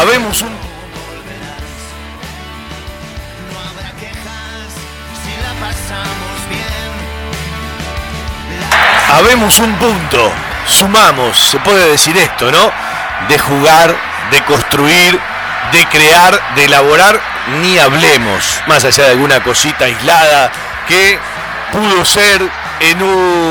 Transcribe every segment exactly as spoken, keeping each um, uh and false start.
Habemos un... Habemos un punto, sumamos, se puede decir esto, ¿no? De jugar, de construir, de crear, de elaborar, ni hablemos, más allá de alguna cosita aislada que pudo ser en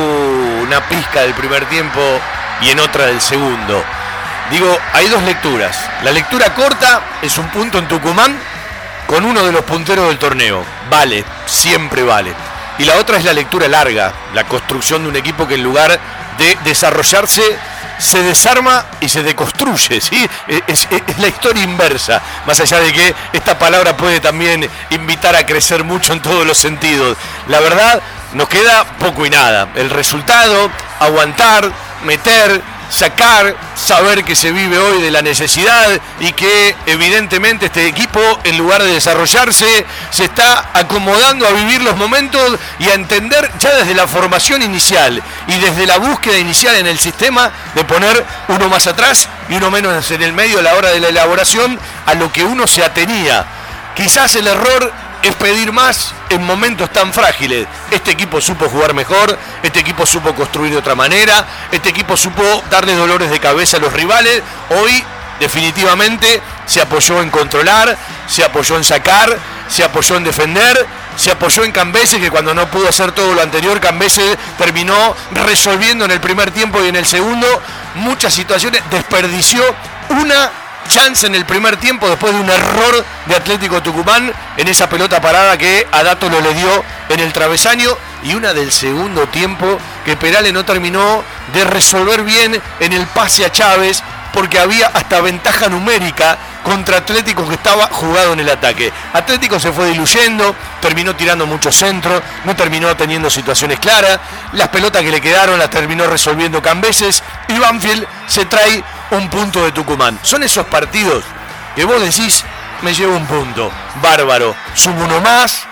una pizca del primer tiempo y en otra del segundo. Digo, hay dos lecturas. La lectura corta es un punto en Tucumán con uno de los punteros del torneo. Vale, siempre vale. Y la otra es la lectura larga, la construcción de un equipo que en lugar de desarrollarse se desarma y se deconstruye, ¿sí? Es, es, es la historia inversa, más allá de que esta palabra puede también invitar a crecer mucho en todos los sentidos. La verdad, nos queda poco y nada. El resultado, aguantar, meter, sacar, saber que se vive hoy de la necesidad y que evidentemente este equipo, en lugar de desarrollarse, se está acomodando a vivir los momentos y a entender ya desde la formación inicial y desde la búsqueda inicial en el sistema de poner uno más atrás y uno menos en el medio a la hora de la elaboración a lo que uno se atenía. Quizás el error es pedir más en momentos tan frágiles. Este equipo supo jugar mejor, este equipo supo construir de otra manera, este equipo supo darle dolores de cabeza a los rivales. Hoy definitivamente se apoyó en controlar, se apoyó en sacar, se apoyó en defender, se apoyó en Cambeses, que cuando no pudo hacer todo lo anterior, Cambeses terminó resolviendo en el primer tiempo y en el segundo muchas situaciones, desperdició una chance en el primer tiempo después de un error de Atlético Tucumán en esa pelota parada que a Dato lo le dio en el travesaño, y una del segundo tiempo que Perales no terminó de resolver bien en el pase a Chávez, porque había hasta ventaja numérica contra Atlético, que estaba jugado en el ataque. Atlético se fue diluyendo, terminó tirando muchos centros, no terminó teniendo situaciones claras, las pelotas que le quedaron las terminó resolviendo Cambeses, y Banfield se trae un punto de Tucumán. Son esos partidos que vos decís, me llevo un punto, bárbaro, sumo uno más,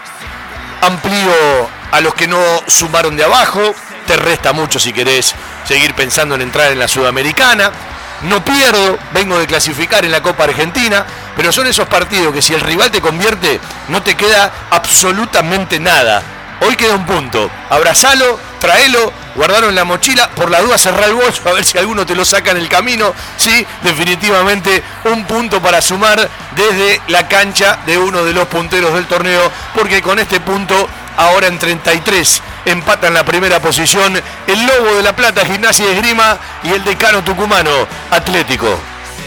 amplío a los que no sumaron de abajo, te resta mucho si querés seguir pensando en entrar en la Sudamericana. No pierdo, vengo de clasificar en la Copa Argentina, pero son esos partidos que si el rival te convierte, no te queda absolutamente nada. Hoy queda un punto, abrazalo, traelo, guardalo en la mochila, por la duda cerrá el bolso a ver si alguno te lo saca en el camino. Sí, definitivamente un punto para sumar desde la cancha de uno de los punteros del torneo, porque con este punto, ahora en treinta y tres, empatan la primera posición el Lobo de La Plata, Gimnasia y Esgrima, y el decano tucumano, Atlético.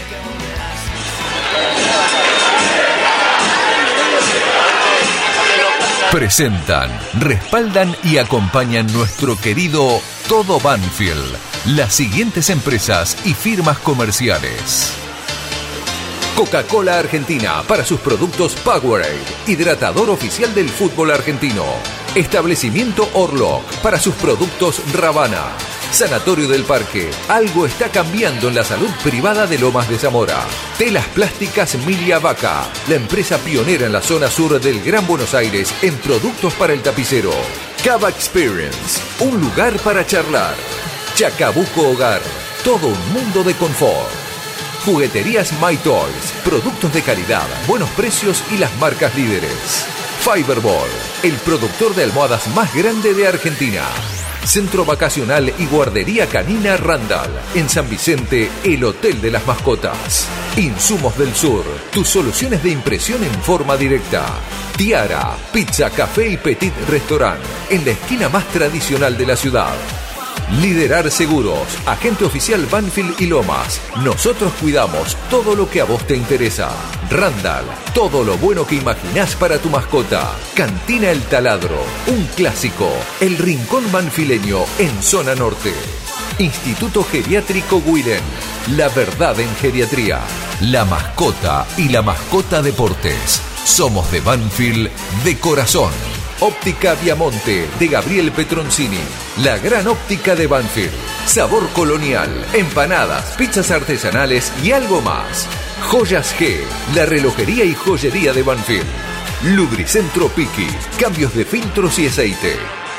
Presentan, respaldan y acompañan nuestro querido Todo Banfield, las siguientes empresas y firmas comerciales. Coca-Cola Argentina para sus productos Powerade, hidratador oficial del fútbol argentino. Establecimiento Orlock para sus productos Ravana. Sanatorio del Parque, algo está cambiando en la salud privada de Lomas de Zamora. Telas Plásticas Milia Vaca, la empresa pionera en la zona sur del Gran Buenos Aires en productos para el tapicero. Cava Experience, un lugar para charlar. Chacabuco Hogar, todo un mundo de confort. Jugueterías My Toys, productos de calidad, buenos precios y las marcas líderes. Fiberball, el productor de almohadas más grande de Argentina. Centro Vacacional y Guardería Canina Randall. En San Vicente, el Hotel de las Mascotas. Insumos del Sur, tus soluciones de impresión en forma directa. Tiara, pizza, café y petit restaurant, en la esquina más tradicional de la ciudad. Liderar Seguros, agente oficial Banfield y Lomas. Nosotros cuidamos todo lo que a vos te interesa. Randall, todo lo bueno que imaginás para tu mascota. Cantina El Taladro, un clásico. El rincón banfileño en zona norte. Instituto Geriátrico Guilén, la verdad en geriatría. La Mascota y La Mascota Deportes. Somos de Banfield de corazón. Óptica Viamonte de Gabriel Petroncini, la gran óptica de Banfield. Sabor colonial, empanadas, pizzas artesanales y algo más. Joyas G, la relojería y joyería de Banfield. Lubricentro Piqui, cambios de filtros y aceite.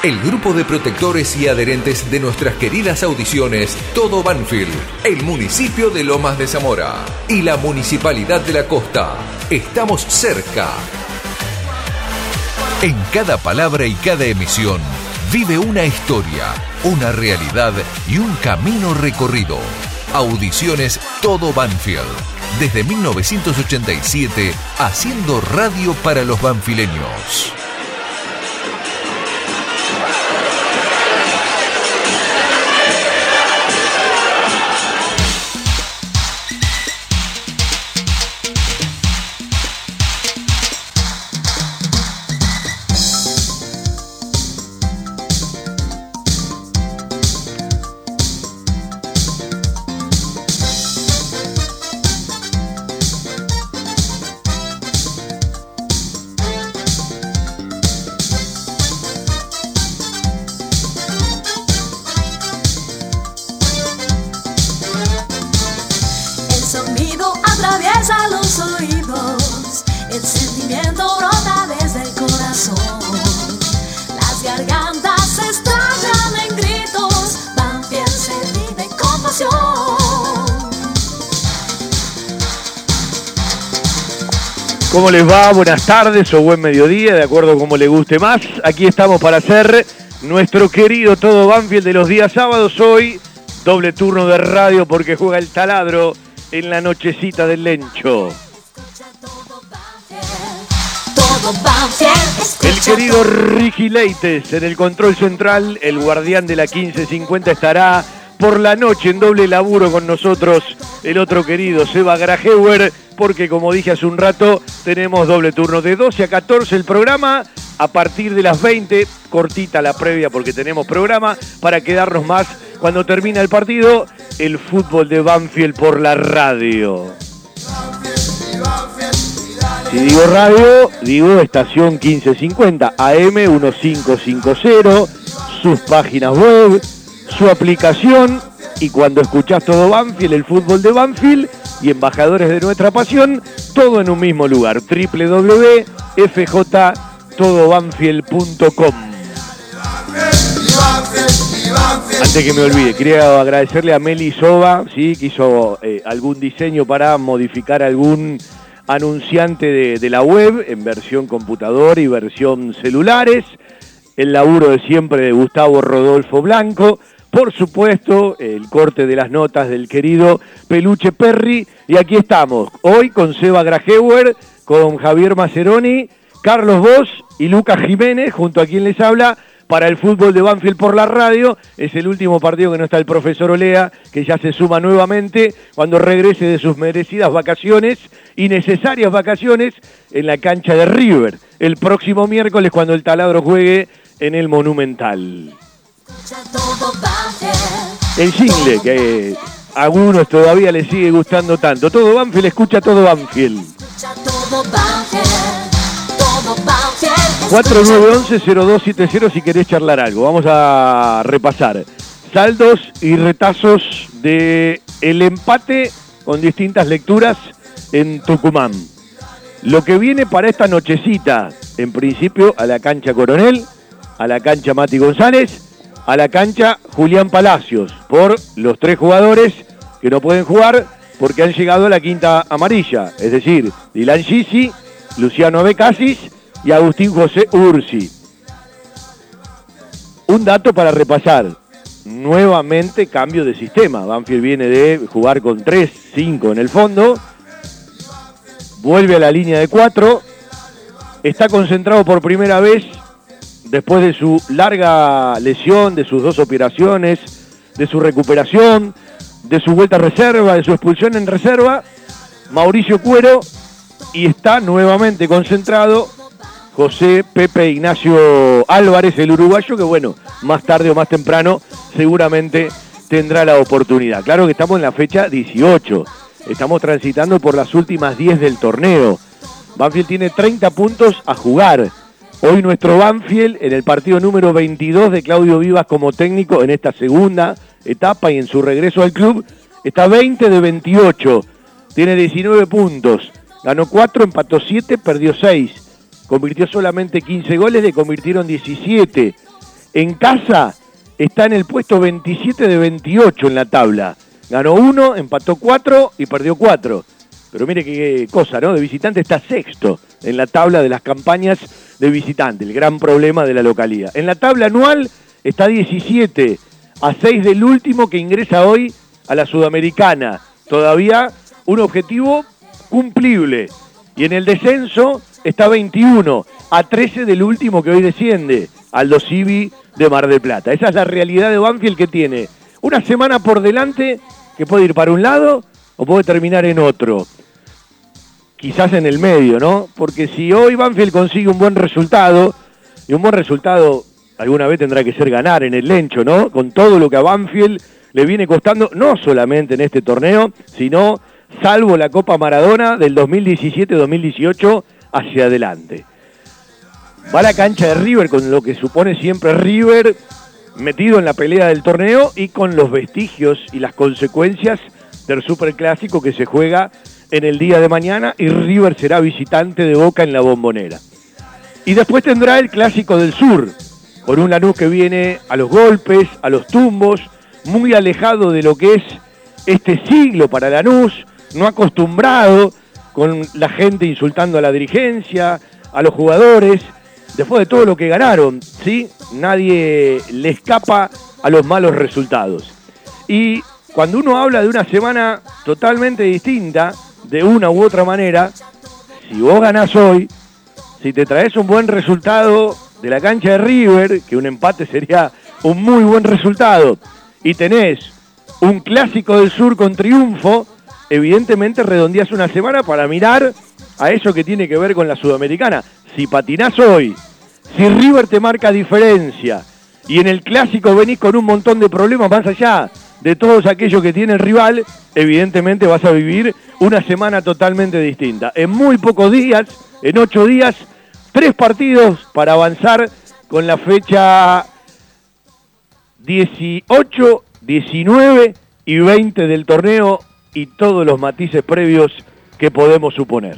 el grupo de protectores y adherentes de nuestras queridas audiciones Todo Banfield, el municipio de Lomas de Zamora y la Municipalidad de la Costa. Estamos cerca. En cada palabra y cada emisión vive una historia, una realidad y un camino recorrido. Audiciones Todo Banfield. Desde mil novecientos ochenta y siete, haciendo radio para los banfileños. ¿Cómo les va? Buenas tardes o buen mediodía, de acuerdo a cómo le guste más. Aquí estamos para hacer nuestro querido Todo Banfield de los días sábados. Hoy, doble turno de radio porque juega el Taladro en la nochecita del Lencho. El querido Ricky Leites en el control central, el guardián de la quince cincuenta, estará por la noche en doble laburo con nosotros el otro querido Seba Grajeuer, porque como dije hace un rato, tenemos doble turno de doce a catorce el programa, a partir de las veinte, cortita la previa porque tenemos programa, para quedarnos más cuando termina el partido, el fútbol de Banfield por la radio. Si digo radio, digo estación quince cincuenta, A M quince cincuenta, sus páginas web, su aplicación, y cuando escuchás Todo Banfield, el fútbol de Banfield y embajadores de nuestra pasión, todo en un mismo lugar, doble u doble u doble u punto f j todo banfield punto com. Antes que me olvide, quería agradecerle a Meli Soba, ¿sí? que hizo eh, algún diseño para modificar algún anunciante de, de la web en versión computador y versión celulares, el laburo de siempre de Gustavo Rodolfo Blanco, por supuesto, el corte de las notas del querido Peluche Perry, y aquí estamos, hoy con Seba Grajeuer, con Javier Maceroni, Carlos Bosch y Lucas Jiménez, junto a quien les habla, para el fútbol de Banfield por la radio. Es el último partido que no está el profesor Olea, que ya se suma nuevamente cuando regrese de sus merecidas vacaciones y necesarias vacaciones en la cancha de River, el próximo miércoles cuando el Taladro juegue en el Monumental. El jingle que a algunos todavía les sigue gustando tanto. Todo Banfield, escucha Todo Banfield. cuatro nueve once cero dos siete cero si querés charlar algo. Vamos a repasar saldos y retazos de el empate con distintas lecturas en Tucumán. Lo que viene para esta nochecita, en principio a la cancha Coronel, a la cancha Mati González, a la cancha Julián Palacios, por los tres jugadores que no pueden jugar porque han llegado a la quinta amarilla, es decir, Dylan Gisi, Luciano Abecasis y Agustín José Ursi. Un dato para repasar, nuevamente cambio de sistema. Banfield viene de jugar con tres cinco en el fondo, vuelve a la línea de cuatro, está concentrado por primera vez después de su larga lesión, de sus dos operaciones, de su recuperación, de su vuelta a reserva, de su expulsión en reserva, Mauricio Cuero, y está nuevamente concentrado José Pepe Ignacio Álvarez, el uruguayo, que bueno, más tarde o más temprano seguramente tendrá la oportunidad. Claro que estamos en la fecha dieciocho, estamos transitando por las últimas diez del torneo. Banfield tiene treinta puntos a jugar. Hoy nuestro Banfield, en el partido número veintidós de Claudio Vivas como técnico en esta segunda etapa y en su regreso al club, está veinte de veintiocho, tiene diecinueve puntos, ganó cuatro, empató siete, perdió seis, convirtió solamente quince goles, le convirtieron diecisiete. En casa está en el puesto veintisiete de veintiocho en la tabla. Ganó uno, empató cuatro y perdió cuatro. Pero mire qué cosa, ¿no? De visitante está sexto en la tabla de las campañas de visitante, el gran problema de la localidad. En la tabla anual está diecisiete, a seis del último que ingresa hoy a la Sudamericana. Todavía un objetivo cumplible. Y en el descenso está veintiuno, a trece del último que hoy desciende, Aldo Civi de Mar del Plata. Esa es la realidad de Banfield, que tiene una semana por delante que puede ir para un lado o puede terminar en otro. Quizás en el medio, ¿no? Porque si hoy Banfield consigue un buen resultado, y un buen resultado alguna vez tendrá que ser ganar en el Lencho, ¿no? Con todo lo que a Banfield le viene costando, no solamente en este torneo, sino salvo la Copa Maradona del dos mil diecisiete dos mil dieciocho hacia adelante. Va a la cancha de River con lo que supone siempre River metido en la pelea del torneo y con los vestigios y las consecuencias del superclásico que se juega en el día de mañana, y River será visitante de Boca en la Bombonera. Y después tendrá el Clásico del Sur, con un Lanús que viene a los golpes, a los tumbos, muy alejado de lo que es este siglo para Lanús, no acostumbrado, con la gente insultando a la dirigencia, a los jugadores, después de todo lo que ganaron, ¿sí? Nadie le escapa a los malos resultados. Y cuando uno habla de una semana totalmente distinta, de una u otra manera, si vos ganás hoy, si te traes un buen resultado de la cancha de River, que un empate sería un muy buen resultado, y tenés un Clásico del Sur con triunfo, evidentemente redondeás una semana para mirar a eso que tiene que ver con la Sudamericana. Si patinás hoy, si River te marca diferencia, y en el Clásico venís con un montón de problemas más allá de todos aquellos que tiene el rival, evidentemente vas a vivir una semana totalmente distinta. En muy pocos días, en ocho días, tres partidos para avanzar con la fecha dieciocho, diecinueve y veinte del torneo y todos los matices previos que podemos suponer.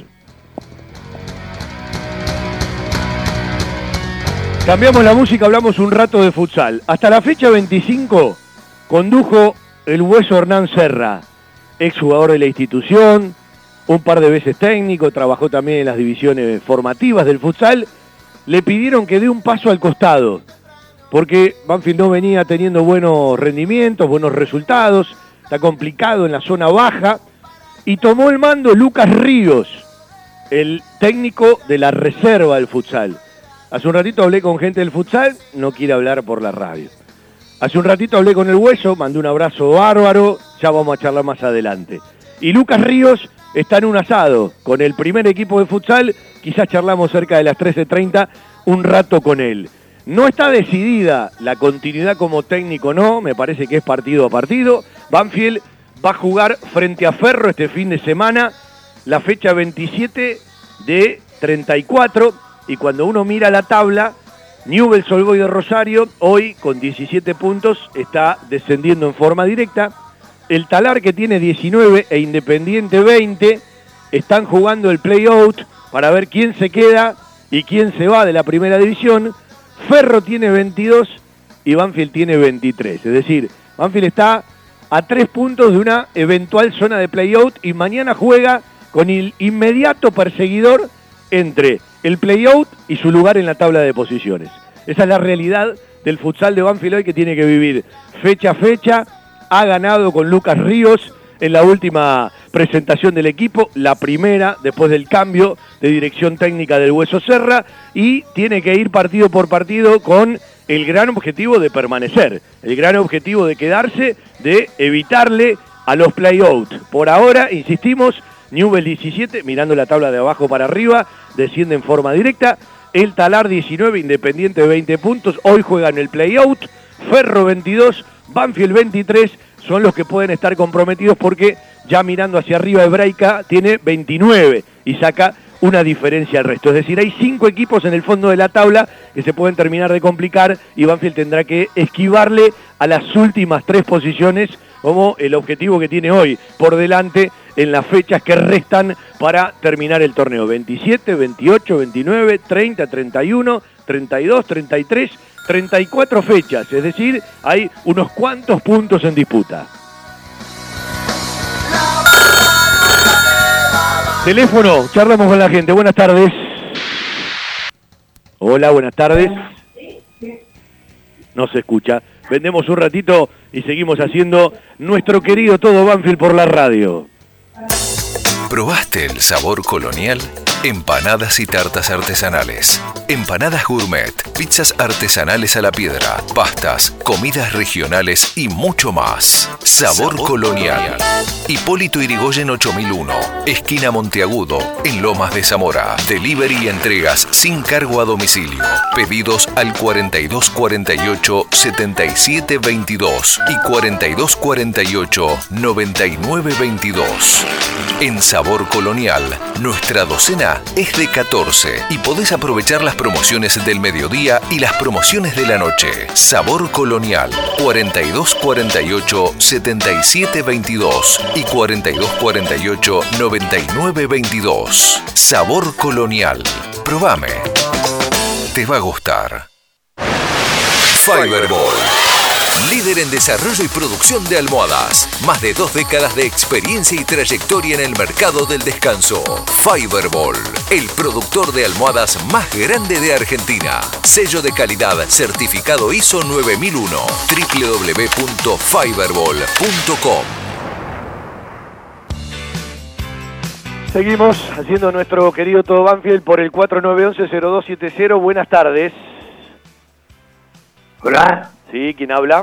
Cambiamos la música, hablamos un rato de futsal. Hasta la fecha veinticinco condujo el Hueso Hernán Serra, exjugador de la institución, un par de veces técnico, trabajó también en las divisiones formativas del futsal. Le pidieron que dé un paso al costado, porque Banfield no venía teniendo buenos rendimientos, buenos resultados, está complicado en la zona baja, y tomó el mando Lucas Ríos, el técnico de la reserva del futsal. Hace un ratito hablé con gente del futsal, no quiere hablar por la radio. Hace un ratito hablé con el Hueso, mandé un abrazo bárbaro, ya vamos a charlar más adelante. Y Lucas Ríos está en un asado con el primer equipo de futsal, quizás charlamos cerca de las trece treinta, un rato con él. No está decidida la continuidad como técnico, no, me parece que es partido a partido. Banfield va a jugar frente a Ferro este fin de semana, la fecha veintisiete de treinta y cuatro, y cuando uno mira la tabla, Newell's Old Boys de Rosario, hoy con diecisiete puntos, está descendiendo en forma directa. El Talar, que tiene diecinueve, e Independiente veinte, están jugando el play-out para ver quién se queda y quién se va de la primera división. Ferro tiene veintidós y Banfield tiene veintitrés. Es decir, Banfield está a tres puntos de una eventual zona de play-out y mañana juega con el inmediato perseguidor entre el play-out y su lugar en la tabla de posiciones. Esa es la realidad del futsal de Banfield hoy, que tiene que vivir fecha a fecha. Ha ganado con Lucas Ríos en la última presentación del equipo, la primera después del cambio de dirección técnica del Hueso Serra, y tiene que ir partido por partido con el gran objetivo de permanecer, el gran objetivo de quedarse, de evitarle a los play-out. Por ahora, insistimos, Newell's diecisiete, mirando la tabla de abajo para arriba, desciende en forma directa. El Talar diecinueve, Independiente veinte puntos, hoy juegan el play-out. Ferro veintidós, Banfield veintitrés, son los que pueden estar comprometidos, porque ya mirando hacia arriba Hebraica tiene veintinueve y saca una diferencia al resto. Es decir, hay cinco equipos en el fondo de la tabla que se pueden terminar de complicar y Banfield tendrá que esquivarle a las últimas tres posiciones como el objetivo que tiene hoy por delante en las fechas que restan para terminar el torneo. veintisiete, veintiocho, veintinueve, treinta, treinta y uno, treinta y dos, treinta y tres, treinta y cuatro fechas, es decir, hay unos cuantos puntos en disputa. Teléfono, charlamos con la gente. Buenas tardes. Hola, buenas tardes. No se escucha. Vendemos un ratito y seguimos haciendo nuestro querido Todo Banfield por la radio. ¿Probaste el sabor colonial? Empanadas y tartas artesanales, empanadas gourmet, pizzas artesanales a la piedra, pastas, comidas regionales y mucho más. Sabor, sabor colonial. colonial. Hipólito Yrigoyen ocho mil uno, esquina Monteagudo, en Lomas de Zamora. Delivery y entregas sin cargo a domicilio. Pedidos al cuarenta y dos cuarenta y ocho, setenta y siete veintidós y cuarenta y dos cuarenta y ocho, noventa y nueve veintidós. En Sabor Colonial, nuestra docena es de catorce y podés aprovechar las promociones del mediodía y las promociones de la noche. Sabor Colonial, cuarenta y dos cuarenta y ocho, setenta y siete veintidós y cuarenta y dos cuarenta y ocho, noventa y nueve veintidós. Sabor Colonial. Probame. Te va a gustar. Fiberball. Líder en desarrollo y producción de almohadas. Más de dos décadas de experiencia y trayectoria en el mercado del descanso. Fiberball, el productor de almohadas más grande de Argentina. Sello de calidad certificado I S O nueve mil uno. doble u doble u doble u punto fiberball punto com. Seguimos haciendo nuestro querido Todo Banfield por el cuatro nueve uno uno, cero dos siete cero. Buenas tardes. Hola. Sí, ¿quién habla?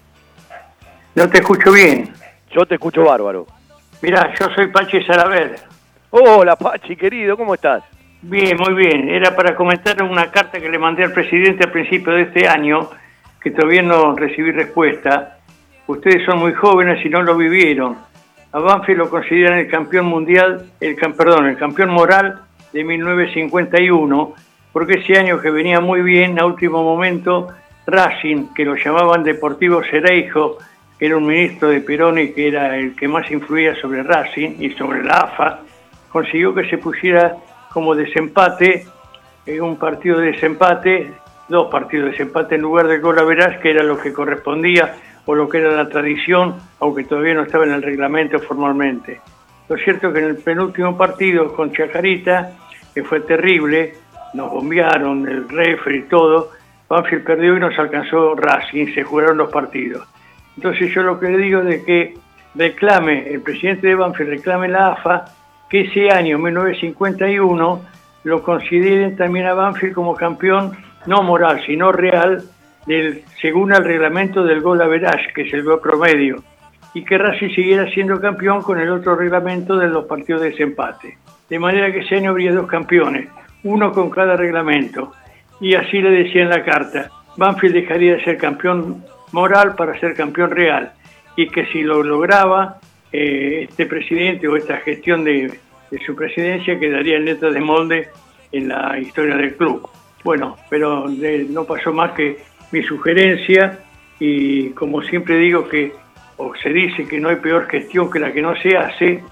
No te escucho bien. Yo te escucho bárbaro. Mirá, yo soy Pachi Salaver. Hola, Pachi, querido, ¿cómo estás? Bien, muy bien. Era para comentar una carta que le mandé al presidente al principio de este año, que todavía no recibí respuesta. Ustedes son muy jóvenes y no lo vivieron. A Banfield lo consideran el campeón mundial, el perdón, el campeón moral de mil novecientos cincuenta y uno, porque ese año que venía muy bien, a último momento, Racing, que lo llamaban Deportivo Cereijo, que era un ministro de Perón y que era el que más influía sobre Racing y sobre la A F A, consiguió que se pusiera como desempate, eh, un partido de desempate, dos partidos de desempate en lugar del gol average, que era lo que correspondía o lo que era la tradición, aunque todavía no estaba en el reglamento formalmente. Lo cierto es que en el penúltimo partido con Chacarita, que fue terrible, nos bombearon, el referee y todo, Banfield perdió y nos alcanzó Racing, se jugaron los partidos. Entonces yo lo que le digo es que reclame, el presidente de Banfield reclame la A F A, que ese año, mil novecientos cincuenta y uno, lo consideren también a Banfield como campeón, no moral, sino real, del, según el reglamento del gol average, que es el gol promedio, y que Racing siguiera siendo campeón con el otro reglamento de los partidos de desempate. De manera que ese año habría dos campeones, uno con cada reglamento. Y así le decía en la carta, Banfield dejaría de ser campeón moral para ser campeón real, y que si lo lograba, eh, este presidente o esta gestión de, de su presidencia quedaría en letra de molde en la historia del club. Bueno, pero de, no pasó más que mi sugerencia, y como siempre digo que, o se dice que no hay peor gestión que la que no se hace,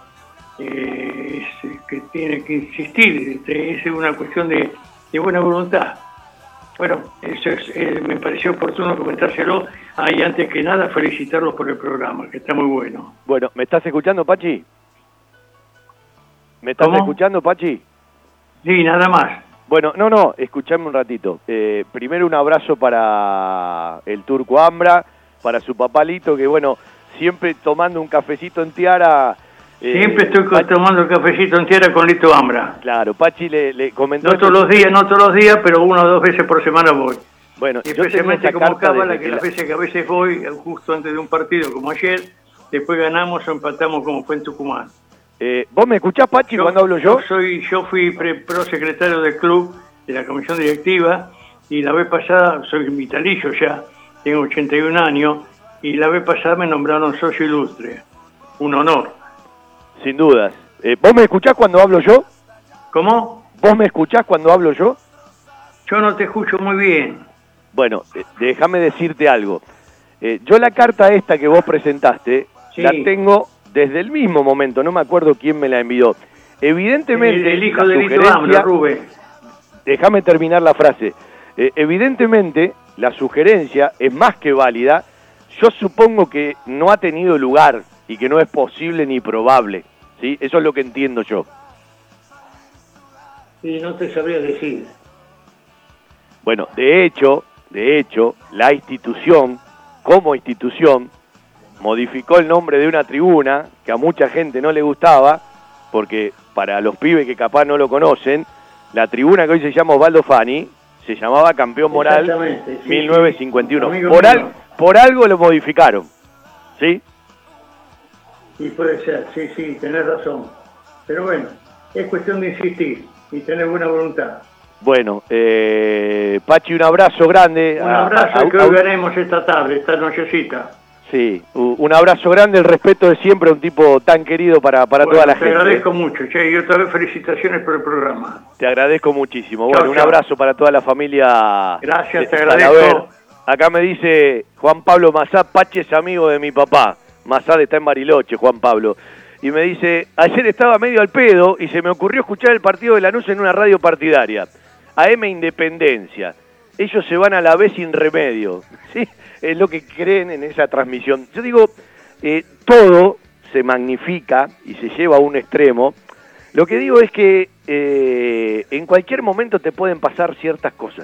eh, es, que tiene que insistir, es una cuestión de, de buena voluntad. Bueno, eso es, eh, me pareció oportuno comentárselo. Ah, y antes que nada, felicitarlos por el programa, que está muy bueno. Bueno, ¿me estás escuchando, Pachi? ¿Me estás ¿Cómo? escuchando, Pachi? Sí, nada más. Bueno, no, no, escuchame un ratito. Eh, primero un abrazo para el Turco Ambra, para su papá Lito, que bueno, siempre tomando un cafecito en Tiara. Eh, siempre estoy Pachi, tomando el cafecito en Tiara con Lito Ambra. Claro, Pachi le, le comentó... No todos los días, no todos los días, pero una o dos veces por semana voy. Bueno, y especialmente como cábala, que la... las veces que a veces voy, justo antes de un partido como ayer, después ganamos o empatamos como fue en Tucumán. Eh, ¿Vos me escuchás, Pachi, yo, cuando hablo yo? Yo, soy, yo fui prosecretario del club, de la comisión directiva, y la vez pasada, soy vitalicio ya, tengo ochenta y un años, y la vez pasada me nombraron socio ilustre. Un honor. Sin dudas. Eh, ¿Vos me escuchás cuando hablo yo? ¿Cómo? ¿Vos me escuchás cuando hablo yo? Yo no te escucho muy bien. Bueno, eh, déjame decirte algo. Eh, yo la carta esta que vos presentaste, sí, la tengo desde el mismo momento, no me acuerdo quién me la envió. Evidentemente... El, el hijo de Lito Ambra, Rubén. Déjame terminar la frase. Eh, evidentemente, la sugerencia es más que válida. Yo supongo que no ha tenido lugar y que no es posible ni probable, ¿sí? Eso es lo que entiendo yo. Y no te sabría decir. Bueno, de hecho, de hecho, la institución, como institución, modificó el nombre de una tribuna que a mucha gente no le gustaba, porque para los pibes que capaz no lo conocen, la tribuna que hoy se llama Osvaldo Fani se llamaba Campeón Moral sí, mil novecientos cincuenta y uno. Sí, por, al, por algo lo modificaron, ¿sí? Sí, puede ser, sí, sí, tenés razón. Pero bueno, es cuestión de insistir y tener buena voluntad. Bueno, eh, Pachi, un abrazo grande. Un abrazo a, a, que hoy a, veremos esta tarde, esta nochecita. Sí, un abrazo grande, el respeto de siempre a un tipo tan querido para, para bueno, toda la te gente. Te agradezco mucho, che, y otra vez felicitaciones por el programa. Te agradezco muchísimo. Chau, bueno, un chau. abrazo para toda la familia. Gracias, de, te agradezco. Salaver. Acá me dice Juan Pablo Mazá, Pachi es amigo de mi papá. Mazá está en Bariloche, Juan Pablo. Y me dice, ayer estaba medio al pedo y se me ocurrió escuchar el partido de Lanús en una radio partidaria. A M Independencia. Ellos se van a la B sin remedio. ¿Sí? Es lo que creen en esa transmisión. Yo digo, eh, todo se magnifica y se lleva a un extremo. Lo que digo es que eh, en cualquier momento te pueden pasar ciertas cosas.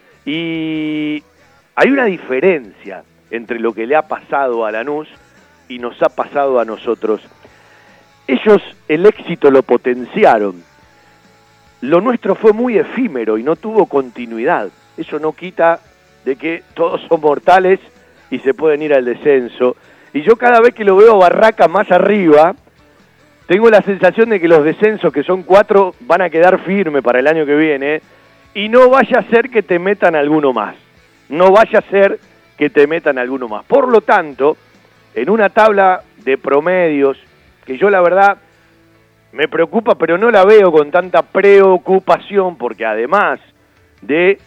Y hay una diferencia entre lo que le ha pasado a Lanús y nos ha pasado a nosotros. Ellos el éxito lo potenciaron. Lo nuestro fue muy efímero y no tuvo continuidad. Eso no quita de que todos son mortales y se pueden ir al descenso. Y yo cada vez que lo veo a Barraca más arriba, tengo la sensación de que los descensos, que son cuatro, van a quedar firmes para el año que viene, y no vaya a ser que te metan alguno más. No vaya a ser que te metan alguno más. Por lo tanto, en una tabla de promedios, que yo la verdad me preocupa, pero no la veo con tanta preocupación, porque además de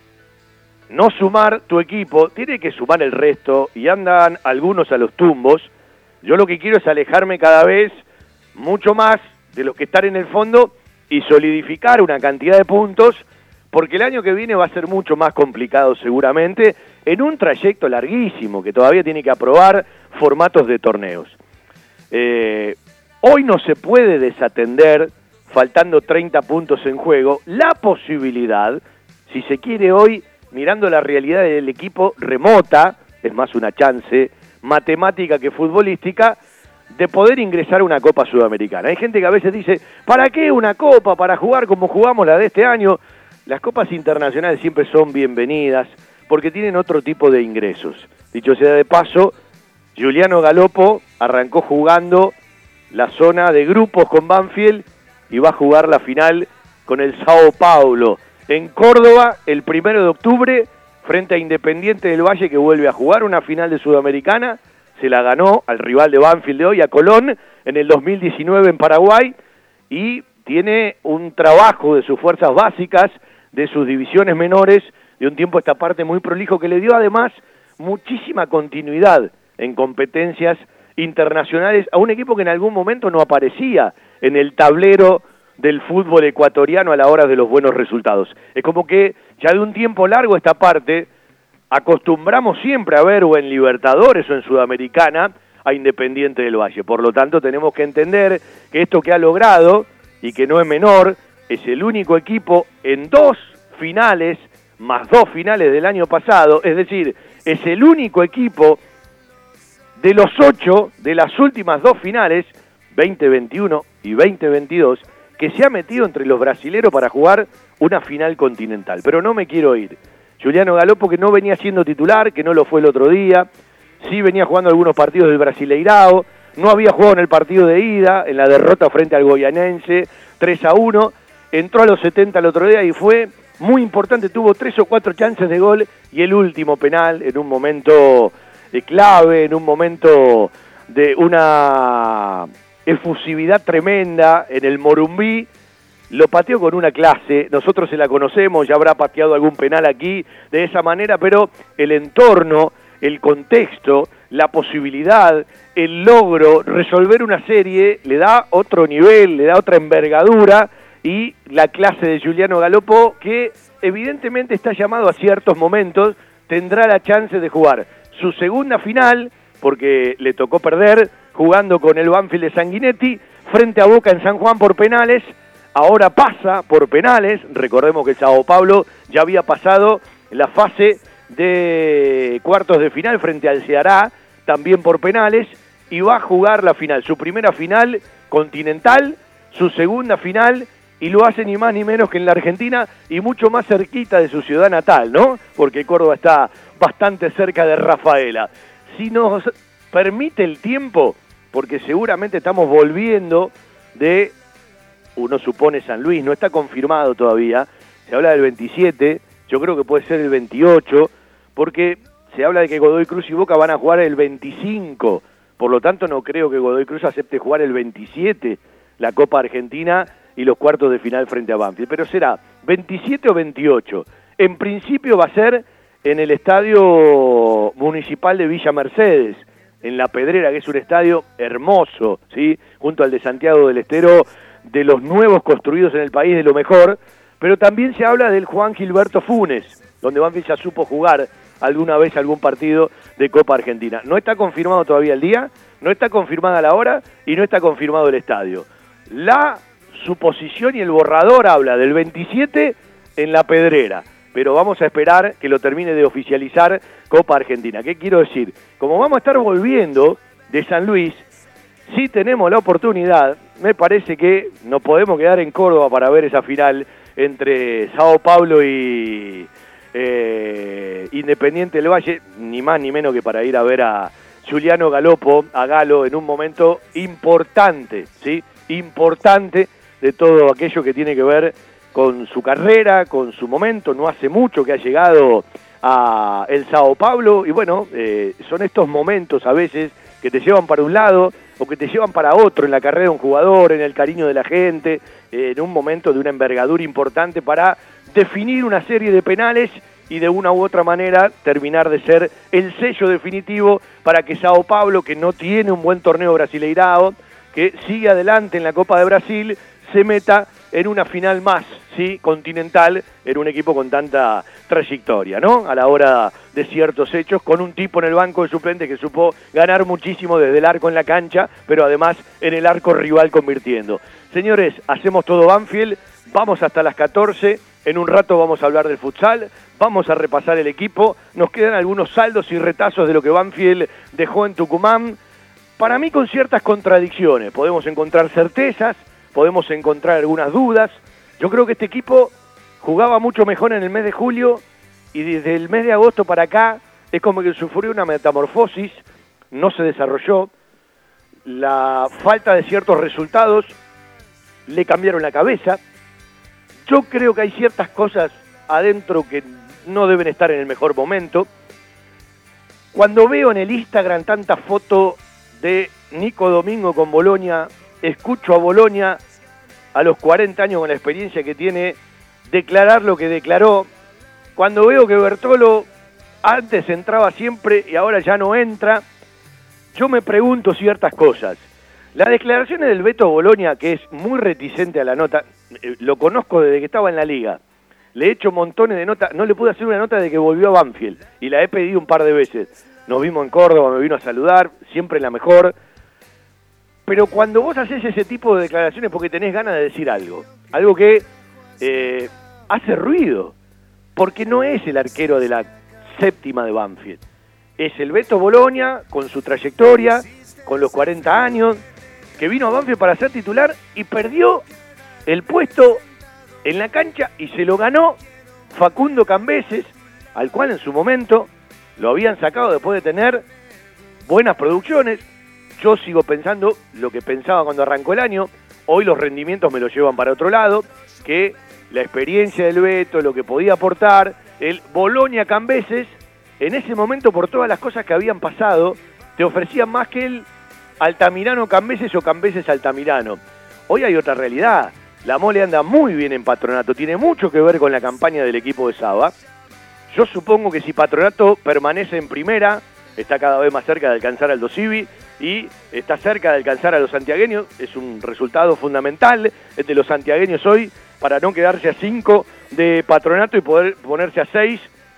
no sumar tu equipo, tiene que sumar el resto, y andan algunos a los tumbos. Yo lo que quiero es alejarme cada vez mucho más de los que están en el fondo y solidificar una cantidad de puntos, porque el año que viene va a ser mucho más complicado seguramente, en un trayecto larguísimo, que todavía tiene que aprobar formatos de torneos. Eh, hoy no se puede desatender, faltando treinta puntos en juego, la posibilidad, si se quiere hoy, mirando la realidad del equipo remota, es más una chance matemática que futbolística, de poder ingresar a una Copa Sudamericana. Hay gente que a veces dice, ¿para qué una Copa? Para jugar como jugamos la de este año. Las Copas internacionales siempre son bienvenidas porque tienen otro tipo de ingresos. Dicho sea de paso, Giuliano Galopo arrancó jugando la zona de grupos con Banfield y va a jugar la final con el Sao Paulo en Córdoba el primero de octubre frente a Independiente del Valle, que vuelve a jugar una final de Sudamericana. Se la ganó al rival de Banfield de hoy, a Colón, en el dos mil diecinueve en Paraguay, y tiene un trabajo de sus fuerzas básicas, de sus divisiones menores, de un tiempo a esta parte muy prolijo, que le dio además muchísima continuidad en competencias internacionales a un equipo que en algún momento no aparecía en el tablero del fútbol ecuatoriano a la hora de los buenos resultados. Es como que ya de un tiempo largo esta parte acostumbramos siempre a ver o en Libertadores o en Sudamericana a Independiente del Valle. Por lo tanto, tenemos que entender que esto que ha logrado, y que no es menor, es el único equipo en dos finales, más dos finales del año pasado, es decir, es el único equipo de los ocho de las últimas dos finales, veinte veintiuno y veinte veintidós, que se ha metido entre los brasileros para jugar una final continental. Pero no me quiero ir. Giuliano Galopo, que no venía siendo titular, que no lo fue el otro día, sí venía jugando algunos partidos del Brasileirao, no había jugado en el partido de ida, en la derrota frente al Goianense, tres a uno, entró a los setenta el otro día y fue muy importante, tuvo tres o cuatro chances de gol, y el último penal en un momento de clave, en un momento de una efusividad tremenda en el Morumbí, lo pateó con una clase. Nosotros se la conocemos, ya habrá pateado algún penal aquí de esa manera, pero el entorno, el contexto, la posibilidad, el logro, resolver una serie, le da otro nivel, le da otra envergadura, y la clase de Giuliano Galopo, que evidentemente está llamado a ciertos momentos tendrá la chance de jugar su segunda final, porque le tocó perder jugando con el Banfield de Sanguinetti, frente a Boca en San Juan por penales. Ahora pasa por penales, recordemos que el Sao Paulo ya había pasado la fase de cuartos de final frente al Ceará, también por penales, y va a jugar la final, su primera final continental, su segunda final, y lo hace ni más ni menos que en la Argentina y mucho más cerquita de su ciudad natal, ¿no? Porque Córdoba está bastante cerca de Rafaela. Si nos permite el tiempo, porque seguramente estamos volviendo de, uno supone San Luis, no está confirmado todavía, se habla del veintisiete, yo creo que puede ser el veintiocho, porque se habla de que Godoy Cruz y Boca van a jugar el veinticinco, por lo tanto no creo que Godoy Cruz acepte jugar el veintisiete, la Copa Argentina y los cuartos de final frente a Banfield, pero será veintisiete o veintiocho. En principio va a ser en el Estadio Municipal de Villa Mercedes, en La Pedrera, que es un estadio hermoso, ¿sí? Junto al de Santiago del Estero, de los nuevos construidos en el país, de lo mejor, pero también se habla del Juan Gilberto Funes, donde Banfield ya supo jugar alguna vez algún partido de Copa Argentina. No está confirmado todavía el día, no está confirmada la hora y no está confirmado el estadio. La suposición y el borrador habla del veintisiete en La Pedrera, pero vamos a esperar que lo termine de oficializar Copa Argentina. ¿Qué quiero decir? Como vamos a estar volviendo de San Luis, si tenemos la oportunidad, me parece que nos podemos quedar en Córdoba para ver esa final entre Sao Paulo y eh, Independiente del Valle, ni más ni menos que para ir a ver a Giuliano Galopo, a Galo, en un momento importante, ¿sí? Importante de todo aquello que tiene que ver con su carrera, con su momento. No hace mucho que ha llegado a el Sao Paulo y bueno, eh, son estos momentos a veces que te llevan para un lado o que te llevan para otro en la carrera de un jugador, en el cariño de la gente, eh, en un momento de una envergadura importante para definir una serie de penales y de una u otra manera terminar de ser el sello definitivo para que Sao Paulo, que no tiene un buen torneo brasileirao, que sigue adelante en la Copa de Brasil, se meta en una final más, ¿sí? Continental, en un equipo con tanta trayectoria, ¿no? A la hora de ciertos hechos, con un tipo en el banco de suplente que supo ganar muchísimo desde el arco en la cancha, pero además en el arco rival convirtiendo. Señores, hacemos todo Banfield, vamos hasta las catorce, en un rato vamos a hablar del futsal, vamos a repasar el equipo, nos quedan algunos saldos y retazos de lo que Banfield dejó en Tucumán, para mí con ciertas contradicciones, podemos encontrar certezas, podemos encontrar algunas dudas. Yo creo que este equipo jugaba mucho mejor en el mes de julio y desde el mes de agosto para acá es como que sufrió una metamorfosis, no se desarrolló, la falta de ciertos resultados le cambiaron la cabeza. Yo creo que hay ciertas cosas adentro que no deben estar en el mejor momento. Cuando veo en el Instagram tanta foto de Nico Domingo con Bolonia, escucho a Bolonia a los cuarenta años con la experiencia que tiene declarar lo que declaró. Cuando veo que Bertolo antes entraba siempre y ahora ya no entra, yo me pregunto ciertas cosas. Las declaraciones del Beto Bolonia, que es muy reticente a la nota, eh, lo conozco desde que estaba en la liga, le he hecho montones de notas, no le pude hacer una nota de que volvió a Banfield y la he pedido un par de veces. Nos vimos en Córdoba, me vino a saludar, siempre la mejor. Pero cuando vos haces ese tipo de declaraciones porque tenés ganas de decir algo, algo que eh, hace ruido, porque no es el arquero de la séptima de Banfield, es el Beto Bolonia con su trayectoria, con los cuarenta años, que vino a Banfield para ser titular y perdió el puesto en la cancha y se lo ganó Facundo Cambeses, al cual en su momento lo habían sacado después de tener buenas producciones. Yo sigo pensando lo que pensaba cuando arrancó el año, hoy los rendimientos me lo llevan para otro lado, que la experiencia del Beto, lo que podía aportar, el Bolonia Cambeses, en ese momento por todas las cosas que habían pasado, te ofrecían más que el Altamirano Cambeses o Cambeses Altamirano. Hoy hay otra realidad, la Mole anda muy bien en Patronato, tiene mucho que ver con la campaña del equipo de Saba. Yo supongo que si Patronato permanece en primera, está cada vez más cerca de alcanzar al Dosivi y está cerca de alcanzar a los santiagueños. Es un resultado fundamental de los santiagueños hoy para no quedarse a cinco de Patronato y poder ponerse a seis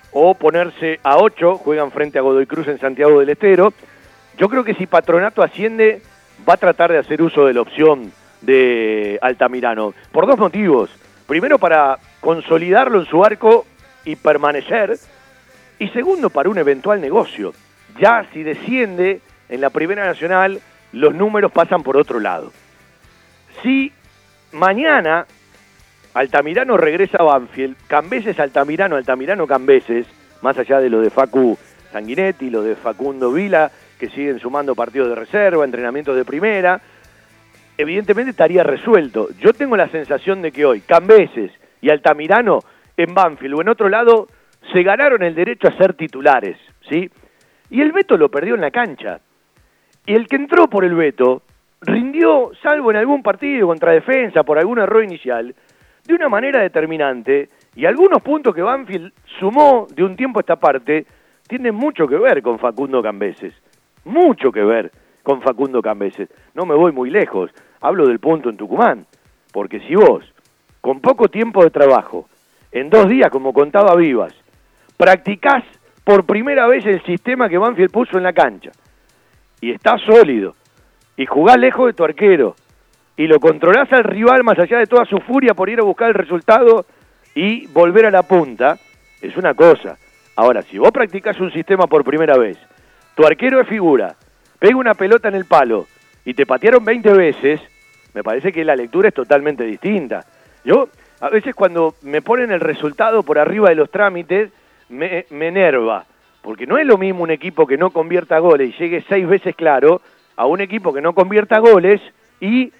o ponerse a ocho, juegan frente a Godoy Cruz en Santiago del Estero. Yo creo que si Patronato asciende, va a tratar de hacer uso de la opción de Altamirano, por dos motivos. Primero, para consolidarlo en su arco y permanecer, y segundo, para un eventual negocio. Ya si desciende en la Primera Nacional, los números pasan por otro lado. Si mañana Altamirano regresa a Banfield, Cambeses, Altamirano, Altamirano, Cambeses, más allá de lo de Facu Sanguinetti, lo de Facundo Vila, que siguen sumando partidos de reserva, entrenamientos de primera, evidentemente estaría resuelto. Yo tengo la sensación de que hoy Cambeses y Altamirano en Banfield o en otro lado se ganaron el derecho a ser titulares, ¿sí? Y el Beto lo perdió en la cancha. Y el que entró por el Beto rindió, salvo en algún partido contra Defensa, por algún error inicial, de una manera determinante, y algunos puntos que Banfield sumó de un tiempo a esta parte tienen mucho que ver con Facundo Cambeses. Mucho que ver con Facundo Cambeses. No me voy muy lejos, hablo del punto en Tucumán, porque si vos, con poco tiempo de trabajo, en dos días, como contaba Vivas, practicás por primera vez el sistema que Banfield puso en la cancha, y estás sólido, y jugás lejos de tu arquero, y lo controlás al rival más allá de toda su furia por ir a buscar el resultado y volver a la punta, es una cosa. Ahora, si vos practicás un sistema por primera vez, tu arquero es figura, pega una pelota en el palo y te patearon veinte veces, me parece que la lectura es totalmente distinta. Yo, a veces cuando me ponen el resultado por arriba de los trámites, me, me enerva, porque no es lo mismo un equipo que no convierta goles y llegue seis veces claro, a un equipo que no convierta goles y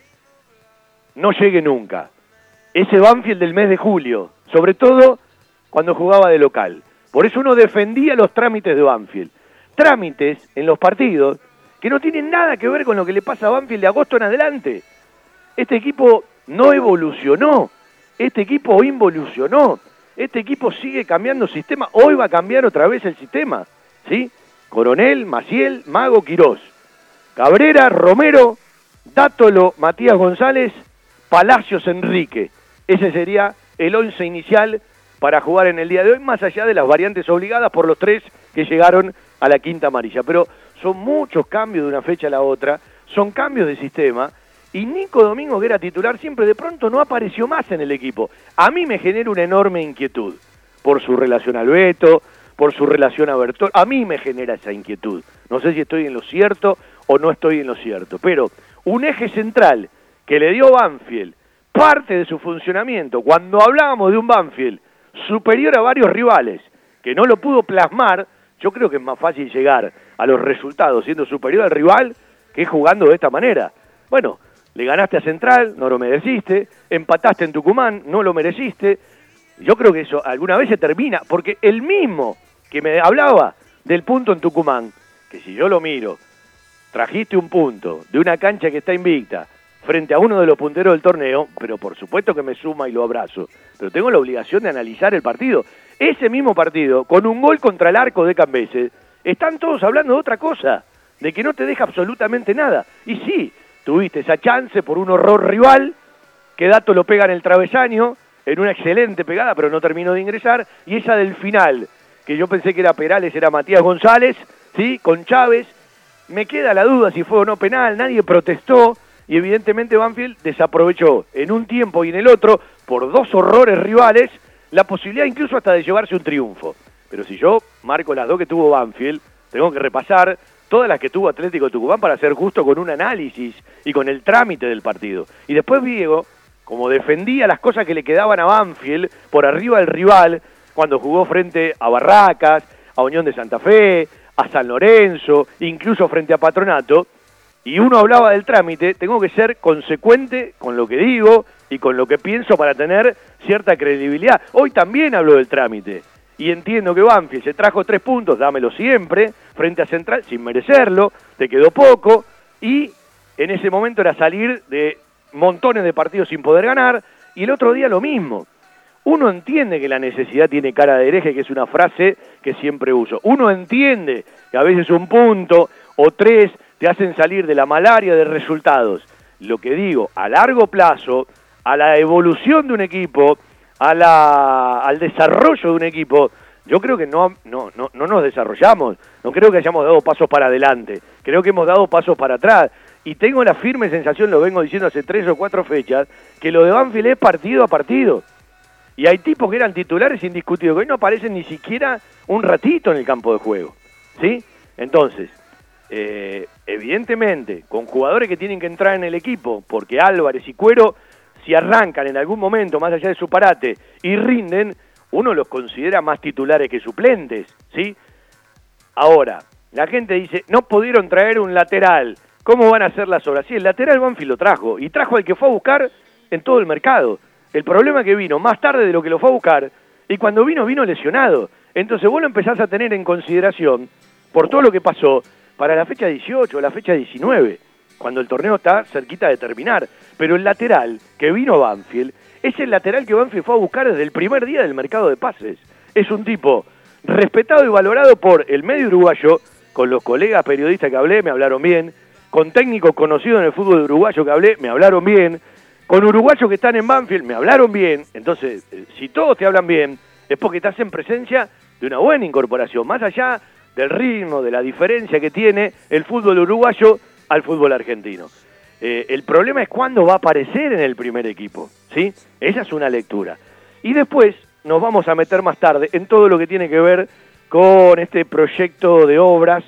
no llegue nunca. Ese Banfield del mes de julio, sobre todo cuando jugaba de local. Por eso uno defendía los trámites de Banfield. Trámites en los partidos que no tienen nada que ver con lo que le pasa a Banfield de agosto en adelante. Este equipo no evolucionó, este equipo involucionó, este equipo sigue cambiando sistema, hoy va a cambiar otra vez el sistema, ¿sí? Coronel, Maciel, Mago, Quirós, Cabrera, Romero, Dátolo, Matías González, Palacios, Enrique. Ese sería el once inicial para jugar en el día de hoy, más allá de las variantes obligadas por los tres que llegaron a la quinta amarilla. Pero son muchos cambios de una fecha a la otra, son cambios de sistema, y Nico Domingo, que era titular siempre, de pronto no apareció más en el equipo. A mí me genera una enorme inquietud por su relación al Beto, por su relación a Bertol. A mí me genera esa inquietud. No sé si estoy en lo cierto o no estoy en lo cierto, pero un eje central que le dio Banfield, parte de su funcionamiento, cuando hablábamos de un Banfield superior a varios rivales, que no lo pudo plasmar, yo creo que es más fácil llegar a los resultados siendo superior al rival que jugando de esta manera. Bueno, le ganaste a Central, no lo mereciste, empataste en Tucumán, no lo mereciste. Yo creo que eso alguna vez se termina, porque el mismo que me hablaba del punto en Tucumán, que si yo lo miro, trajiste un punto de una cancha que está invicta frente a uno de los punteros del torneo, pero por supuesto que me suma y lo abrazo, pero tengo la obligación de analizar el partido. Ese mismo partido, con un gol contra el arco de Cambeses, están todos hablando de otra cosa, de que no te deja absolutamente nada. Y sí, tuviste esa chance por un horror rival, que Dato lo pega en el travesaño, en una excelente pegada, pero no terminó de ingresar, y esa del final, que yo pensé que era Perales, era Matías González, ¿sí? Con Chávez. Me queda la duda si fue o no penal, nadie protestó, y evidentemente Banfield desaprovechó en un tiempo y en el otro, por dos horrores rivales, la posibilidad incluso hasta de llevarse un triunfo. Pero si yo marco las dos que tuvo Banfield, tengo que repasar todas las que tuvo Atlético Tucumán para ser justo con un análisis y con el trámite del partido. Y después Diego, como defendía las cosas que le quedaban a Banfield por arriba del rival, cuando jugó frente a Barracas, a Unión de Santa Fe, a San Lorenzo, incluso frente a Patronato, y uno hablaba del trámite, tengo que ser consecuente con lo que digo y con lo que pienso para tener cierta credibilidad. Hoy también hablo del trámite, y entiendo que Banfield se trajo tres puntos, dámelo siempre, frente a Central, sin merecerlo, te quedó poco, y en ese momento era salir de montones de partidos sin poder ganar, y el otro día lo mismo. Uno entiende que la necesidad tiene cara de hereje, que es una frase que siempre uso. Uno entiende que a veces un punto o tres te hacen salir de la malaria de resultados. Lo que digo, a largo plazo, a la evolución de un equipo, a la, al desarrollo de un equipo, yo creo que no, no, no, no nos desarrollamos, no creo que hayamos dado pasos para adelante, creo que hemos dado pasos para atrás, y tengo la firme sensación, lo vengo diciendo hace tres o cuatro fechas, que lo de Banfield es partido a partido, y hay tipos que eran titulares indiscutidos, que hoy no aparecen ni siquiera un ratito en el campo de juego, ¿sí? Entonces, eh, evidentemente, con jugadores que tienen que entrar en el equipo, porque Álvarez y Cuero, si arrancan en algún momento, más allá de su parate, y rinden, uno los considera más titulares que suplentes, ¿sí? Ahora, la gente dice, no pudieron traer un lateral, ¿cómo van a hacer las obras? Sí, el lateral Banfield lo trajo, y trajo al que fue a buscar en todo el mercado. El problema es que vino más tarde de lo que lo fue a buscar, y cuando vino, vino lesionado. Entonces vos lo empezás a tener en consideración, por todo lo que pasó, para la fecha dieciocho, la fecha diecinueve, cuando el torneo está cerquita de terminar. Pero el lateral que vino a Banfield, es el lateral que Banfield fue a buscar desde el primer día del mercado de pases. Es un tipo respetado y valorado por el medio uruguayo, con los colegas periodistas que hablé, me hablaron bien, con técnicos conocidos en el fútbol uruguayo que hablé, me hablaron bien, con uruguayos que están en Banfield, me hablaron bien. Entonces, si todos te hablan bien, es porque estás en presencia de una buena incorporación, más allá del ritmo, de la diferencia que tiene el fútbol uruguayo al fútbol argentino. Eh, el problema es cuándo va a aparecer en el primer equipo, ¿sí? Esa es una lectura. Y después nos vamos a meter más tarde en todo lo que tiene que ver con este proyecto de obras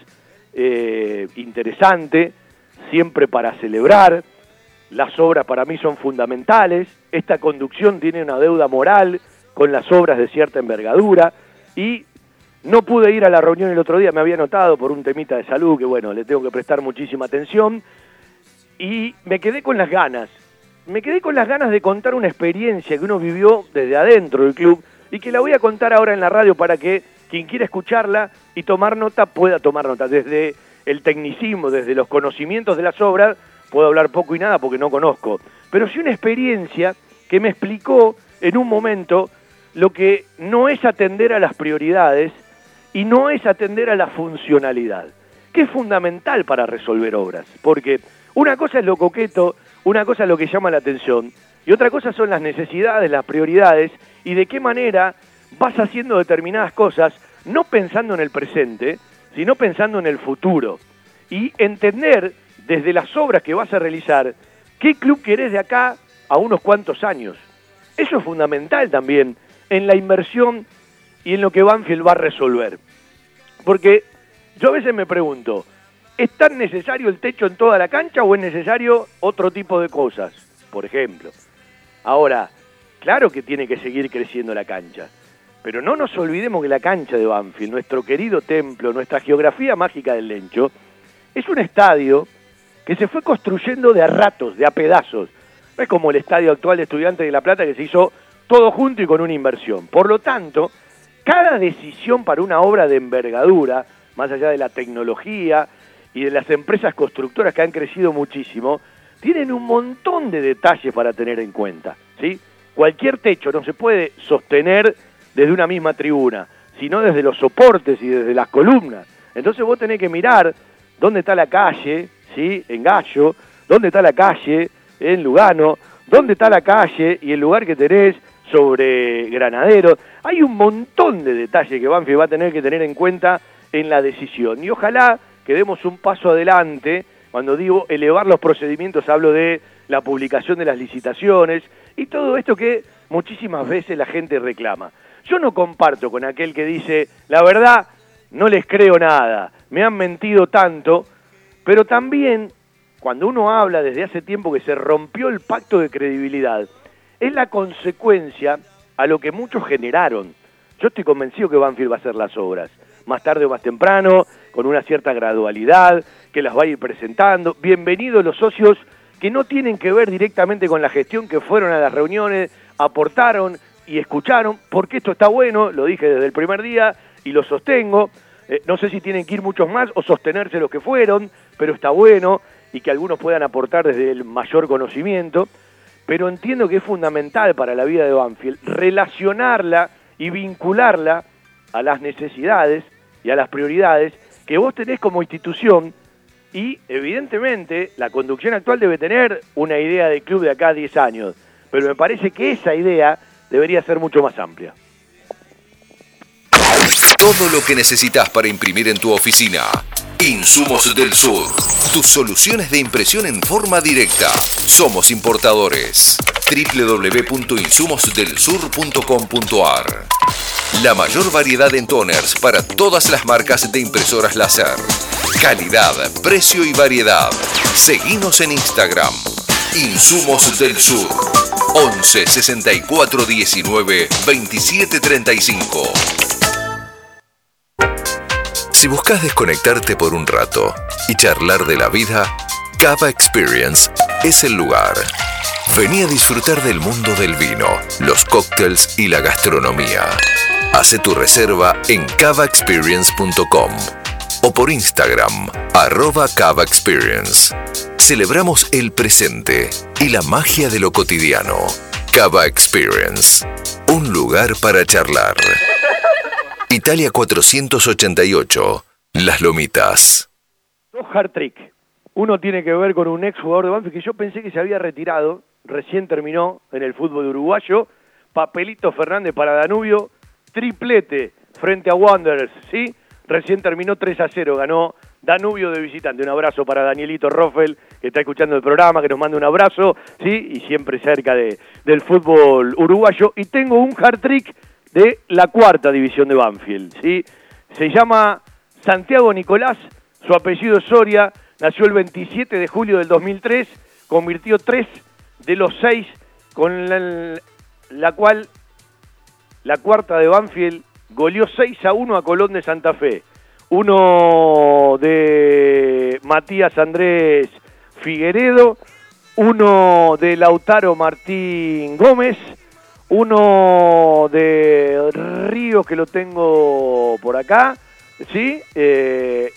eh, interesante, siempre para celebrar. Las obras para mí son fundamentales. Esta conducción tiene una deuda moral con las obras de cierta envergadura y no pude ir a la reunión el otro día, me había notado por un temita de salud que bueno, le tengo que prestar muchísima atención y me quedé con las ganas, me quedé con las ganas de contar una experiencia que uno vivió desde adentro del club y que la voy a contar ahora en la radio para que quien quiera escucharla y tomar nota pueda tomar nota. Desde el tecnicismo, desde los conocimientos de las obras, puedo hablar poco y nada porque no conozco, pero sí una experiencia que me explicó en un momento lo que no es atender a las prioridades y no es atender a la funcionalidad, que es fundamental para resolver obras, porque una cosa es lo coqueto, una cosa es lo que llama la atención, y otra cosa son las necesidades, las prioridades, y de qué manera vas haciendo determinadas cosas, no pensando en el presente, sino pensando en el futuro, y entender desde las obras que vas a realizar, qué club querés de acá a unos cuantos años. Eso es fundamental también en la inversión y en lo que Banfield va a resolver. Porque yo a veces me pregunto, ¿es tan necesario el techo en toda la cancha o es necesario otro tipo de cosas? Por ejemplo. Ahora, claro que tiene que seguir creciendo la cancha, pero no nos olvidemos que la cancha de Banfield, nuestro querido templo, nuestra geografía mágica del Lencho, es un estadio que se fue construyendo de a ratos, de a pedazos. No es como el estadio actual de Estudiantes de La Plata que se hizo todo junto y con una inversión. Por lo tanto, cada decisión para una obra de envergadura, más allá de la tecnología y de las empresas constructoras que han crecido muchísimo, tienen un montón de detalles para tener en cuenta, ¿sí? Cualquier techo no se puede sostener desde una misma tribuna, sino desde los soportes y desde las columnas. Entonces vos tenés que mirar dónde está la calle, ¿sí? En Gallo, dónde está la calle en Lugano, dónde está la calle y el lugar que tenés sobre Granadero. Hay un montón de detalles que Banfield va a tener que tener en cuenta en la decisión. Y ojalá que demos un paso adelante. Cuando digo elevar los procedimientos, hablo de la publicación de las licitaciones y todo esto que muchísimas veces la gente reclama. Yo no comparto con aquel que dice, la verdad, no les creo nada, me han mentido tanto, pero también, cuando uno habla desde hace tiempo que se rompió el pacto de credibilidad, es la consecuencia a lo que muchos generaron. Yo estoy convencido que Banfield va a hacer las obras, más tarde o más temprano, con una cierta gradualidad, que las va a ir presentando. Bienvenidos los socios que no tienen que ver directamente con la gestión, que fueron a las reuniones, aportaron y escucharon, porque esto está bueno, lo dije desde el primer día y lo sostengo. Eh, no sé si tienen que ir muchos más o sostenerse los que fueron, pero está bueno y que algunos puedan aportar desde el mayor conocimiento. Pero entiendo que es fundamental para la vida de Banfield relacionarla y vincularla a las necesidades y a las prioridades que vos tenés como institución y, evidentemente, la conducción actual debe tener una idea de club de acá a diez años, pero me parece que esa idea debería ser mucho más amplia. Todo lo que necesitas para imprimir en tu oficina. Insumos del Sur. Tus soluciones de impresión en forma directa. Somos importadores. doble u doble u doble u punto insumos del sur punto com punto a r. La mayor variedad en toners para todas las marcas de impresoras láser. Calidad, precio y variedad. Seguinos en Instagram. Insumos del Sur. once sesenta y cuatro diecinueve veintisiete treinta y cinco. Si buscas desconectarte por un rato y charlar de la vida, Cava Experience es el lugar. Vení a disfrutar del mundo del vino, los cócteles y la gastronomía. Hace tu reserva en cava experience punto com o por Instagram, arroba Cava Experience. Celebramos el presente y la magia de lo cotidiano. Cava Experience, un lugar para charlar. Italia cuatrocientos ochenta y ocho, Las Lomitas. Dos hat-trick. Uno tiene que ver con un ex jugador de Banfield que yo pensé que se había retirado, recién terminó en el fútbol uruguayo. Papelito Fernández para Danubio, triplete frente a Wanderers, ¿sí? Recién terminó tres a cero, ganó Danubio de visitante. Un abrazo para Danielito Roffel, que está escuchando el programa, que nos manda un abrazo, ¿sí? Y siempre cerca de, del fútbol uruguayo. Y tengo un hat-trick de la cuarta división de Banfield, ¿sí? Se llama Santiago Nicolás, su apellido es Soria, nació el veintisiete de julio del dos mil tres, convirtió tres de los seis, con la, la cual la cuarta de Banfield goleó seis a uno a Colón de Santa Fe. Uno de Matías Andrés Figueredo, uno de Lautaro Martín Gómez, uno de Ríos, que lo tengo por acá, ¿sí? Eh,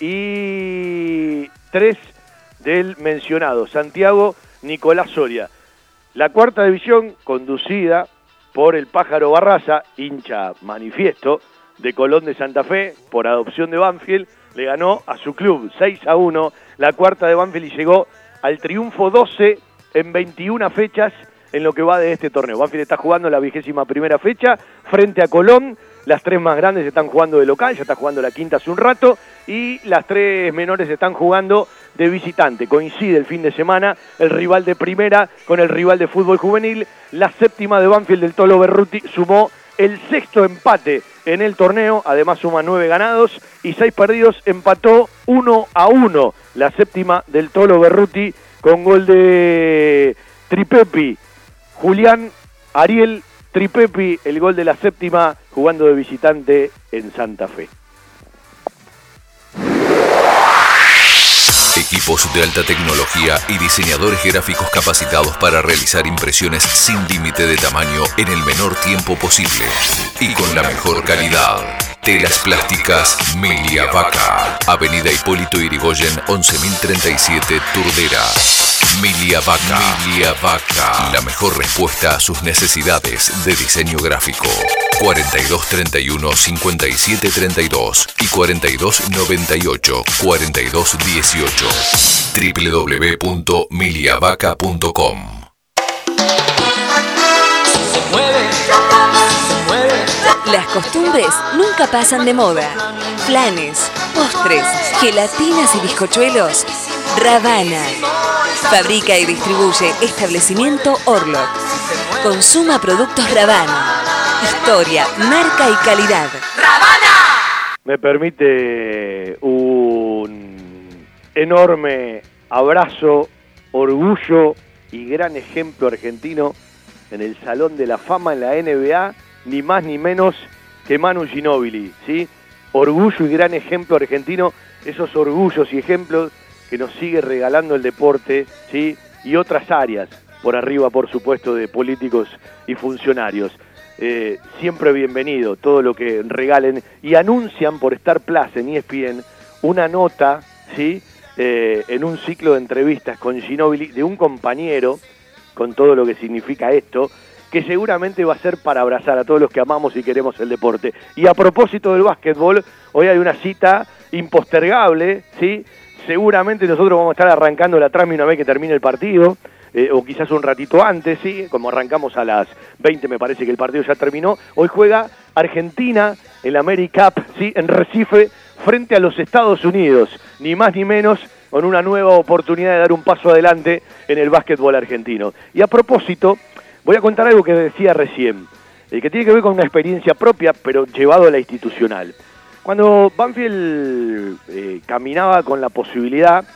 y tres del mencionado, Santiago Nicolás Soria. La cuarta división, conducida por el Pájaro Barraza, hincha manifiesto de Colón de Santa Fe, por adopción de Banfield, le ganó a su club seis a uno, la cuarta de Banfield, y llegó al triunfo doce en veintiuna fechas en lo que va de este torneo. Banfield está jugando la vigésima primera fecha frente a Colón. Las tres más grandes están jugando de local, ya está jugando la quinta hace un rato, y las tres menores están jugando de visitante. Coincide el fin de semana el rival de primera con el rival de fútbol juvenil. La séptima de Banfield del Tolo Berruti sumó el sexto empate en el torneo, además suma nueve ganados y seis perdidos, empató uno a uno la séptima del Tolo Berruti con gol de Tripepi. Julián Ariel Tripepi, el gol de la séptima, jugando de visitante en Santa Fe. Equipos de alta tecnología y diseñadores gráficos capacitados para realizar impresiones sin límite de tamaño en el menor tiempo posible y con la mejor calidad. Telas plásticas Milia Vaca, Avenida Hipólito Yrigoyen once mil treinta y siete, Turdera. Milia Vaca, Milia Vaca, la mejor respuesta a sus necesidades de diseño gráfico. cuarenta y dos treinta y uno cincuenta y siete treinta y dos y cuarenta y dos noventa y ocho cuarenta y dos dieciocho. doble u doble u doble u punto milia vaca punto com. Las costumbres nunca pasan de moda. Flanes, postres, gelatinas y bizcochuelos. Ravana. Fabrica y distribuye Establecimiento Orlok. Consuma productos Ravana. Historia, marca y calidad. ¡Ravana! Me permite un enorme abrazo, orgullo y gran ejemplo argentino en el Salón de la Fama en la N B A, ni más ni menos que Manu Ginóbili, ¿sí? Orgullo y gran ejemplo argentino, esos orgullos y ejemplos que nos sigue regalando el deporte, ¿sí? Y otras áreas, por arriba, por supuesto, de políticos y funcionarios. Eh, siempre bienvenido todo lo que regalen, y anuncian por Star Plus en E S P N una nota, ¿sí? Eh, en un ciclo de entrevistas con Ginóbili, de un compañero, con todo lo que significa esto, que seguramente va a ser para abrazar a todos los que amamos y queremos el deporte. Y a propósito del básquetbol, hoy hay una cita impostergable, ¿sí? Seguramente nosotros vamos a estar arrancando la transmisión una vez que termine el partido, eh, o quizás un ratito antes, ¿sí? Como arrancamos a las veinte, me parece que el partido ya terminó. Hoy juega Argentina en la AmeriCup, ¿sí? En Recife, frente a los Estados Unidos, ni más ni menos, con una nueva oportunidad de dar un paso adelante en el básquetbol argentino. Y a propósito, voy a contar algo que decía recién, eh, que tiene que ver con una experiencia propia, pero llevado a la institucional. Cuando Banfield eh, caminaba con la posibilidad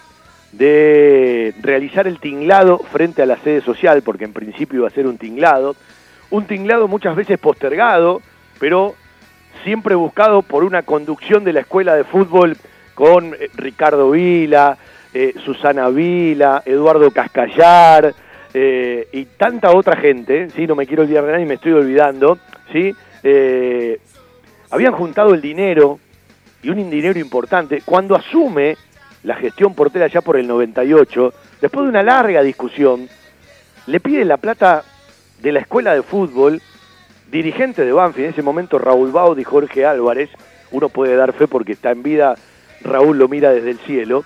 de realizar el tinglado frente a la sede social, porque en principio iba a ser un tinglado, un tinglado muchas veces postergado, pero siempre buscado por una conducción de la escuela de fútbol con eh, Ricardo Vila, eh, Susana Vila, Eduardo Cascallar eh, y tanta otra gente, ¿sí? No me quiero olvidar de nadie, me estoy olvidando, ¿sí? Eh, habían juntado el dinero, y un dinero importante, cuando asume la gestión Portela ya por el noventa y ocho, después de una larga discusión, le pide la plata de la escuela de fútbol, dirigente de Banfield, en ese momento Raúl Baud y Jorge Álvarez, uno puede dar fe porque está en vida, Raúl lo mira desde el cielo,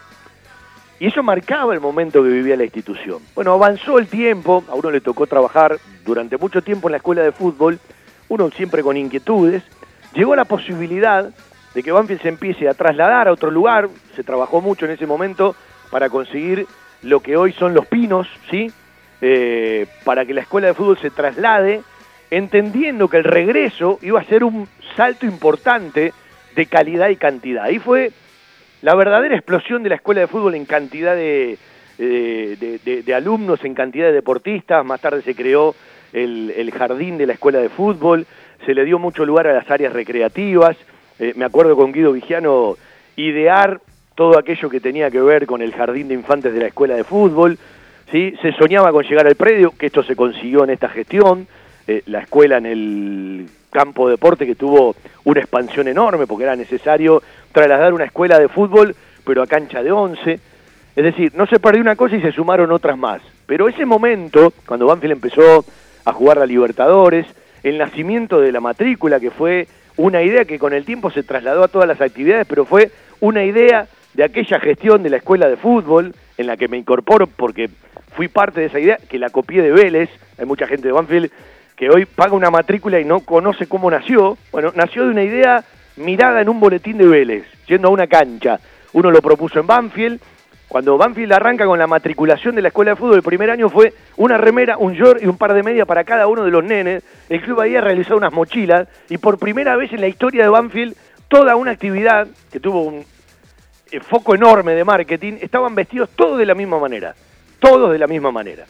y eso marcaba el momento que vivía la institución. Bueno, avanzó el tiempo, a uno le tocó trabajar durante mucho tiempo en la escuela de fútbol, uno siempre con inquietudes, llegó la posibilidad de que Banfield se empiece a trasladar a otro lugar, se trabajó mucho en ese momento para conseguir lo que hoy son Los Pinos, ¿sí? Eh, para que la escuela de fútbol se traslade, entendiendo que el regreso iba a ser un salto importante de calidad y cantidad. Ahí fue la verdadera explosión de la escuela de fútbol en cantidad de, de, de, de, de alumnos, en cantidad de deportistas. Más tarde se creó el, el jardín de la escuela de fútbol, se le dio mucho lugar a las áreas recreativas. Eh, me acuerdo con Guido Vigiano idear todo aquello que tenía que ver con el jardín de infantes de la escuela de fútbol, ¿sí? Se soñaba con llegar al predio, que esto se consiguió en esta gestión, eh, la escuela en el campo de deporte que tuvo una expansión enorme porque era necesario trasladar una escuela de fútbol, pero a cancha de once, es decir, no se perdió una cosa y se sumaron otras más, pero ese momento, cuando Banfield empezó a jugar la Libertadores, el nacimiento de la matrícula, que fue una idea que con el tiempo se trasladó a todas las actividades, pero fue una idea de aquella gestión de la escuela de fútbol, en la que me incorporo porque fui parte de esa idea, que la copié de Vélez. Hay mucha gente de Banfield que hoy paga una matrícula y no conoce cómo nació. Bueno, nació de una idea mirada en un boletín de Vélez, yendo a una cancha. Uno lo propuso en Banfield. Cuando Banfield arranca con la matriculación de la escuela de fútbol, el primer año fue una remera, un short y un par de medias para cada uno de los nenes. El club había realizado unas mochilas y por primera vez en la historia de Banfield, toda una actividad que tuvo un eh, foco enorme de marketing, estaban vestidos todos de la misma manera. Todos de la misma manera.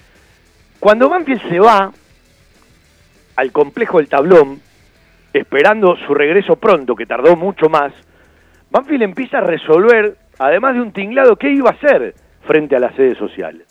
Cuando Banfield se va al complejo del Tablón, esperando su regreso pronto, que tardó mucho más, Banfield empieza a resolver, además de un tinglado, ¿qué iba a hacer frente a la sede social?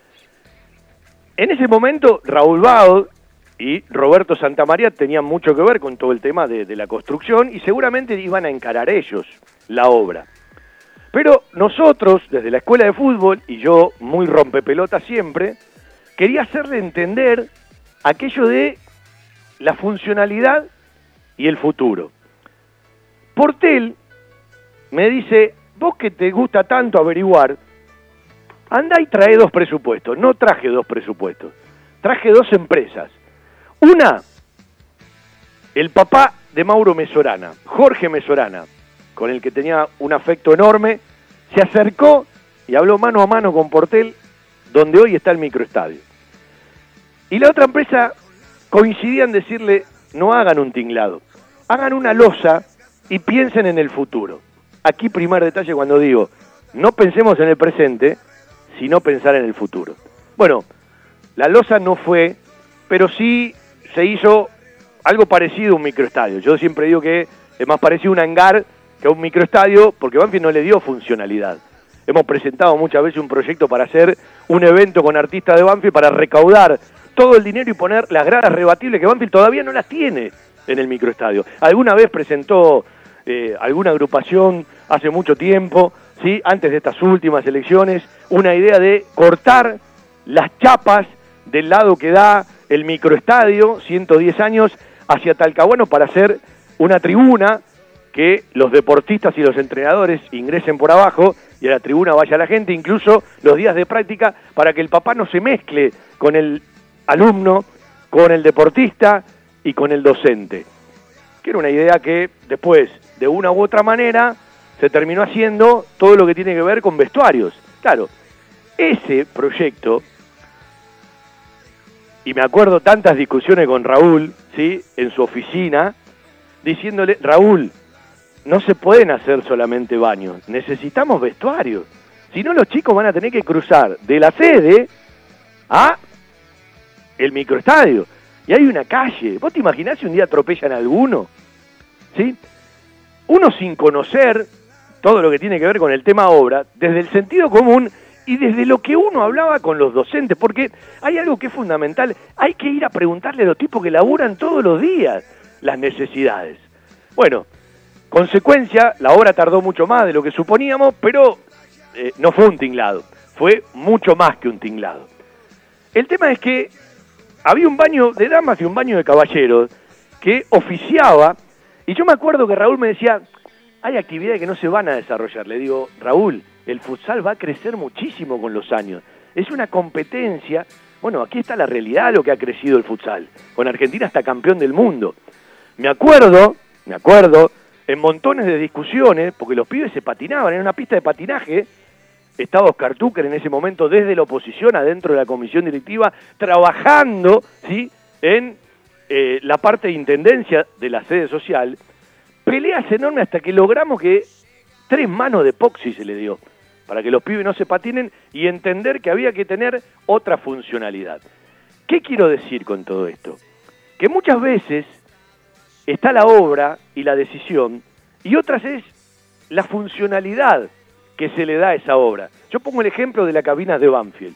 En ese momento, Raúl Baud y Roberto Santamaría tenían mucho que ver con todo el tema de, de la construcción y seguramente iban a encarar ellos la obra. Pero nosotros, desde la escuela de fútbol, y yo muy rompepelota siempre, quería hacerle entender aquello de la funcionalidad y el futuro. Portel me dice, vos que te gusta tanto averiguar, andá y trae dos presupuestos. No traje dos presupuestos, traje dos empresas. Una, el papá de Mauro Mesorana, Jorge Mesorana, con el que tenía un afecto enorme, se acercó y habló mano a mano con Portel, donde hoy está el microestadio. Y la otra empresa coincidía en decirle, no hagan un tinglado, hagan una losa y piensen en el futuro. Aquí primer detalle cuando digo, no pensemos en el presente, sino pensar en el futuro. Bueno, la losa no fue, pero sí se hizo algo parecido a un microestadio. Yo siempre digo que es más parecido a un hangar que a un microestadio, porque Banfield no le dio funcionalidad. Hemos presentado muchas veces un proyecto para hacer un evento con artistas de Banfield para recaudar todo el dinero y poner las gradas rebatibles que Banfield todavía no las tiene en el microestadio. Alguna vez presentó eh, alguna agrupación hace mucho tiempo, ¿sí? Antes de estas últimas elecciones, una idea de cortar las chapas del lado que da el microestadio, ciento diez años, hacia Talcahuano para hacer una tribuna que los deportistas y los entrenadores ingresen por abajo y a la tribuna vaya la gente, incluso los días de práctica, para que el papá no se mezcle con el alumno, con el deportista y con el docente. que era una idea que después, de una u otra manera, se terminó haciendo todo lo que tiene que ver con vestuarios. Claro, ese proyecto, y me acuerdo tantas discusiones con Raúl, ¿sí?, en su oficina, diciéndole, Raúl, no se pueden hacer solamente baños, necesitamos vestuarios. Si no, los chicos van a tener que cruzar de la sede a el microestadio. Y hay una calle. ¿Vos te imaginás si un día atropellan a alguno? ¿Sí? Uno sin conocer todo lo que tiene que ver con el tema obra, desde el sentido común y desde lo que uno hablaba con los docentes, porque hay algo que es fundamental, hay que ir a preguntarle a los tipos que laburan todos los días las necesidades. Bueno, consecuencia, la obra tardó mucho más de lo que suponíamos, pero eh, no fue un tinglado, fue mucho más que un tinglado. El tema es que había un baño de damas y un baño de caballeros que oficiaba, y yo me acuerdo que Raúl me decía, hay actividades que no se van a desarrollar. Le digo, Raúl, el futsal va a crecer muchísimo con los años, es una competencia. Bueno, aquí está la realidad de lo que ha crecido el futsal, con Argentina hasta campeón del mundo. Me acuerdo, me acuerdo, en montones de discusiones, porque los pibes se patinaban, en una pista de patinaje, estaba Oscar Tucker en ese momento desde la oposición adentro de la comisión directiva, trabajando, ¿sí?, en eh, la parte de intendencia de la sede social, peleas enormes hasta que logramos que tres manos de epoxi se le dio, para que los pibes no se patinen y entender que había que tener otra funcionalidad. ¿Qué quiero decir con todo esto? Que muchas veces está la obra y la decisión, y otras es la funcionalidad que se le da a esa obra. Yo pongo el ejemplo de la cabina de Banfield.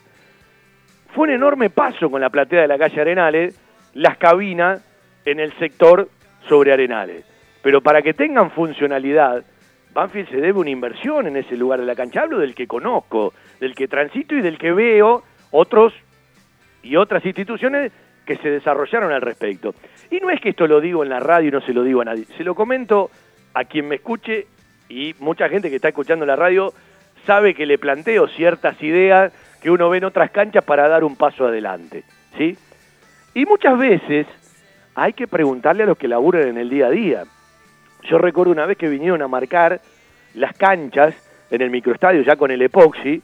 Fue un enorme paso con la platea de la calle Arenales, las cabinas en el sector sobre Arenales. Pero para que tengan funcionalidad, Banfield se debe una inversión en ese lugar de la cancha. Hablo del que conozco, del que transito y del que veo otros y otras instituciones que se desarrollaron al respecto. Y no es que esto lo digo en la radio y no se lo digo a nadie, se lo comento a quien me escuche, y mucha gente que está escuchando la radio sabe que le planteo ciertas ideas que uno ve en otras canchas para dar un paso adelante, ¿sí? Y muchas veces hay que preguntarle a los que laburan en el día a día. Yo recuerdo una vez que vinieron a marcar las canchas en el microestadio ya con el epoxi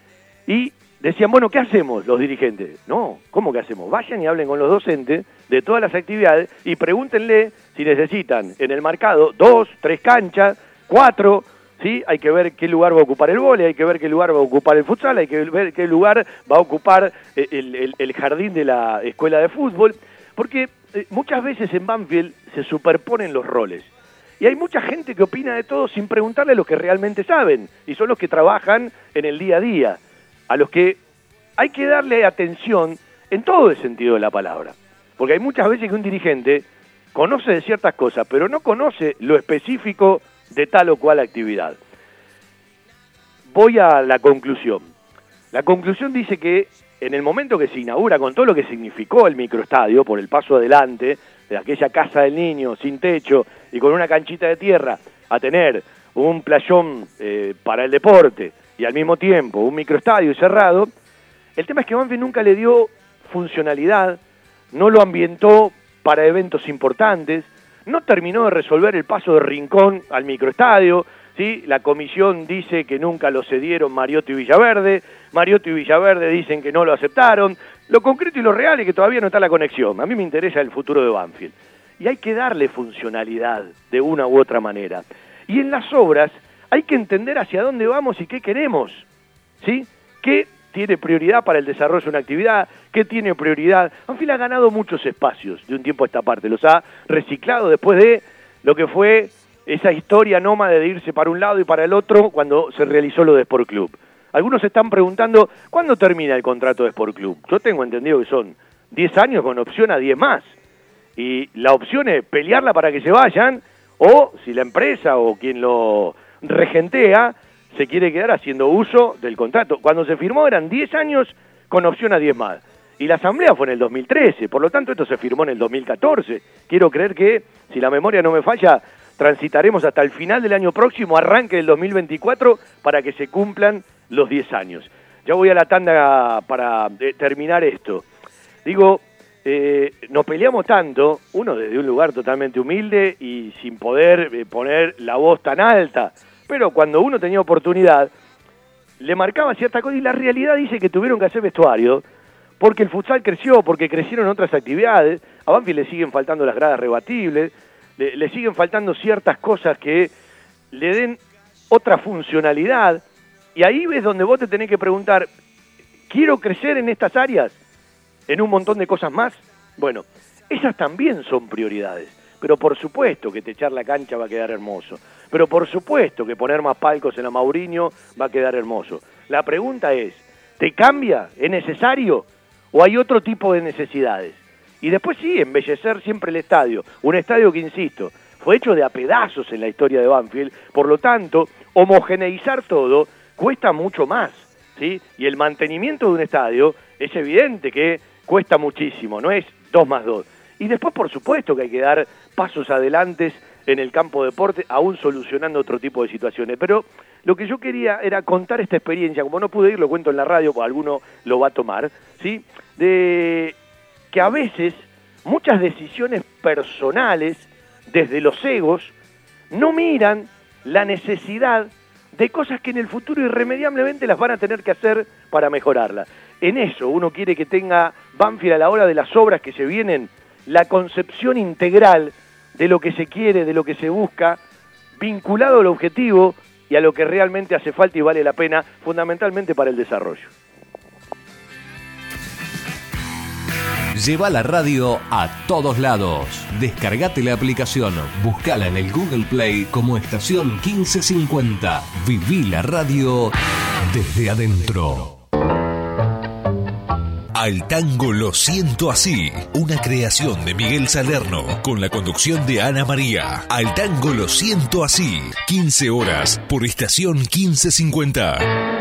y decían, bueno, ¿qué hacemos los dirigentes? No, ¿cómo que hacemos? Vayan y hablen con los docentes de todas las actividades y pregúntenle si necesitan en el marcado dos, tres canchas, cuatro, ¿sí? Hay que ver qué lugar va a ocupar el vóley, hay que ver qué lugar va a ocupar el futsal, hay que ver qué lugar va a ocupar el, el, el jardín de la escuela de fútbol, porque eh, muchas veces en Banfield se superponen los roles. Y hay mucha gente que opina de todo sin preguntarle a los que realmente saben, y son los que trabajan en el día a día, a los que hay que darle atención en todo el sentido de la palabra. Porque hay muchas veces que un dirigente conoce de ciertas cosas, pero no conoce lo específico de tal o cual actividad. Voy a la conclusión. La conclusión dice que en el momento que se inaugura, con todo lo que significó el microestadio, por el paso adelante de aquella casa del niño sin techo y con una canchita de tierra, a tener un playón eh, para el deporte y al mismo tiempo un microestadio cerrado, el tema es que Banfield nunca le dio funcionalidad, no lo ambientó para eventos importantes, no terminó de resolver el paso de Rincón al microestadio, ¿sí? La comisión dice que nunca lo cedieron Mariotto y Villaverde, Mariotto y Villaverde dicen que no lo aceptaron, lo concreto y lo real es que todavía no está la conexión. A mí me interesa el futuro de Banfield. Y hay que darle funcionalidad de una u otra manera. Y en las obras hay que entender hacia dónde vamos y qué queremos, ¿sí? ¿Qué tiene prioridad para el desarrollo de una actividad? ¿Qué tiene prioridad? Banfield ha ganado muchos espacios de un tiempo a esta parte, los ha reciclado después de lo que fue esa historia nómada de irse para un lado y para el otro cuando se realizó lo de Sport Club. Algunos se están preguntando, ¿cuándo termina el contrato de Sport Club? Yo tengo entendido que son diez años con opción a diez más. Y la opción es pelearla para que se vayan, o si la empresa o quien lo regentea se quiere quedar haciendo uso del contrato. Cuando se firmó eran diez años con opción a diez más. Y la asamblea fue en el dos mil trece, por lo tanto esto se firmó en el dos mil catorce. Quiero creer que, si la memoria no me falla, transitaremos hasta el final del año próximo, arranque del dos mil veinticuatro, para que se cumplan los diez años. Ya voy a la tanda para terminar esto. Digo, eh, nos peleamos tanto, uno desde un lugar totalmente humilde y sin poder eh, poner la voz tan alta, pero cuando uno tenía oportunidad, le marcaba cierta cosa, y la realidad dice que tuvieron que hacer vestuario, porque el futsal creció, porque crecieron otras actividades, a Banfield le siguen faltando las gradas rebatibles, le, le siguen faltando ciertas cosas que le den otra funcionalidad, y ahí ves donde vos te tenés que preguntar, ¿quiero crecer en estas áreas? ¿En un montón de cosas más? Bueno, esas también son prioridades, pero por supuesto que techar la cancha va a quedar hermoso, pero por supuesto que poner más palcos en la Maurinho va a quedar hermoso. La pregunta es, ¿te cambia? ¿Es necesario? ¿O hay otro tipo de necesidades? Y después sí, embellecer siempre el estadio, un estadio que, insisto, fue hecho de a pedazos en la historia de Banfield, por lo tanto, homogeneizar todo cuesta mucho más, ¿sí? Y el mantenimiento de un estadio es evidente que cuesta muchísimo, no es dos más dos. Y después, por supuesto, que hay que dar pasos adelante en el campo de deporte, aún solucionando otro tipo de situaciones. Pero lo que yo quería era contar esta experiencia, como no pude ir, lo cuento en la radio, porque alguno lo va a tomar, ¿sí? De que a veces muchas decisiones personales, desde los egos, no miran la necesidad de cosas que en el futuro irremediablemente las van a tener que hacer para mejorarla. En eso uno quiere que tenga Banfield a la hora de las obras que se vienen, la concepción integral de lo que se quiere, de lo que se busca, vinculado al objetivo y a lo que realmente hace falta y vale la pena, fundamentalmente para el desarrollo. Lleva la radio a todos lados. Descargate la aplicación, buscala en el Google Play como Estación quince cincuenta. Viví la radio desde adentro. Al tango lo siento así, una creación de Miguel Salerno, con la conducción de Ana María. Al tango lo siento así, quince horas por Estación quince cincuenta.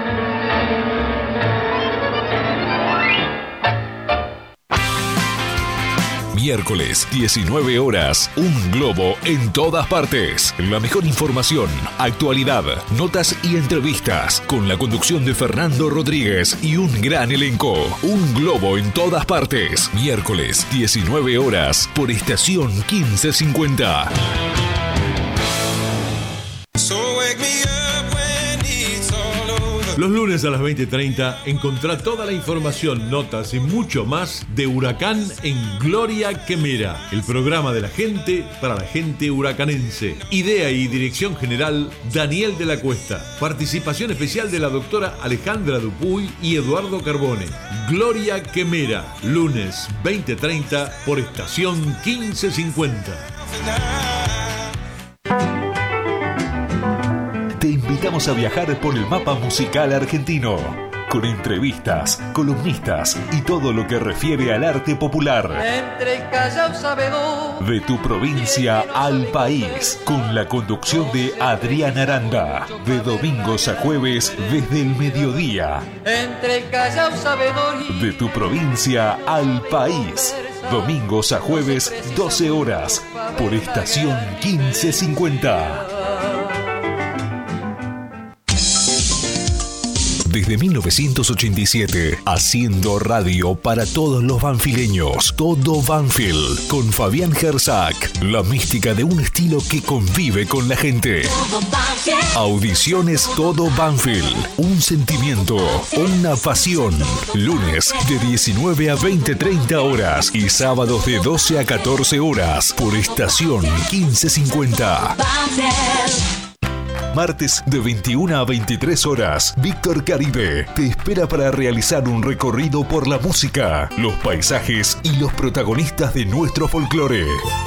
Miércoles, diecinueve horas, un globo en todas partes. La mejor información, actualidad, notas y entrevistas, con la conducción de Fernando Rodríguez y un gran elenco. Un globo en todas partes. Miércoles, diecinueve horas, por Estación quince cincuenta. Los lunes a las veinte treinta encontrá toda la información, notas y mucho más de Huracán en Gloria Quemera, el programa de la gente para la gente huracanense. Idea y dirección general, Daniel de la Cuesta. Participación especial de la doctora Alejandra Dupuy y Eduardo Carbone. Gloria Quemera, lunes veinte treinta por Estación quince cincuenta. Te invitamos a viajar por el mapa musical argentino, con entrevistas, columnistas y todo lo que refiere al arte popular. De tu provincia al país, con la conducción de Adrián Aranda, de domingos a jueves desde el mediodía. De tu provincia al país, domingos a jueves doce horas, por Estación quince cincuenta. Desde mil novecientos ochenta y siete, haciendo radio para todos los banfileños. Todo Banfield, con Fabián Gersak. La mística de un estilo que convive con la gente. Audiciones Todo Banfield. Un sentimiento, una pasión. Lunes de diecinueve a veinte treinta horas y sábados de doce a catorce horas por Estación quince cincuenta. Martes de veintiuna a veintitrés horas, Víctor Caribe te espera para realizar un recorrido por la música, los paisajes y los protagonistas de nuestro folclore.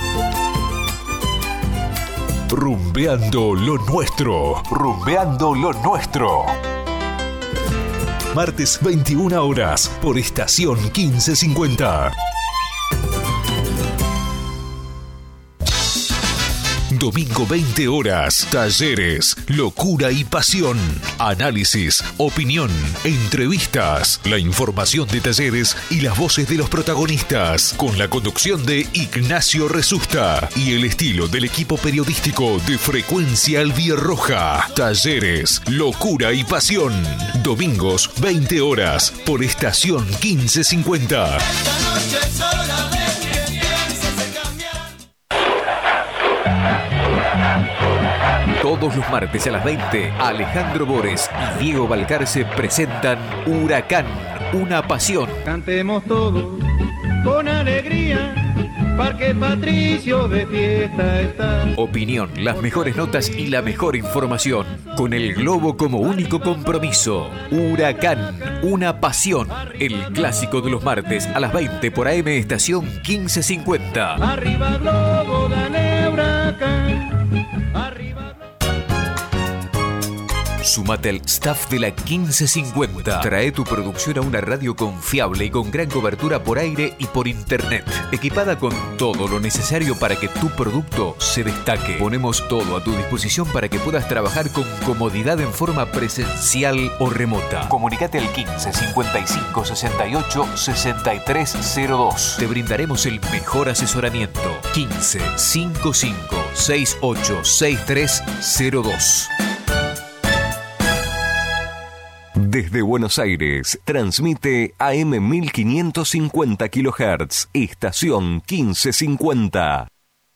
Rumbeando lo nuestro, rumbeando lo nuestro. Martes veintiuna horas por Estación quince cincuenta. Domingo veinte horas, talleres, locura y pasión, análisis, opinión, entrevistas, la información de talleres y las voces de los protagonistas, con la conducción de Ignacio Resusta y el estilo del equipo periodístico de Frecuencia Albirroja. Talleres, locura y pasión, domingos veinte horas por Estación quince cincuenta. Esta noche es hora. Todos los martes a las veinte, Alejandro Bores y Diego Balcarce presentan Huracán, una pasión. Cantemos todos con alegría, Parque Patricio de fiesta está. Opinión, las mejores notas y la mejor información. Con el globo como único compromiso. Huracán, una pasión. El clásico de los martes a las veinte por A M Estación quince cincuenta. Arriba globo, dale Huracán. Arriba. Sumate al staff de la quince cincuenta. Trae tu producción a una radio confiable y con gran cobertura por aire y por internet. Equipada con todo lo necesario para que tu producto se destaque. Ponemos todo a tu disposición para que puedas trabajar con comodidad en forma presencial o remota. Comunicate al quince cincuenta y cinco sesenta y ocho sesenta y tres cero dos. Te brindaremos el mejor asesoramiento. quince cincuenta y cinco sesenta y ocho sesenta y tres cero dos. Desde Buenos Aires, transmite A M mil quinientos cincuenta kilohertz, estación quince cincuenta.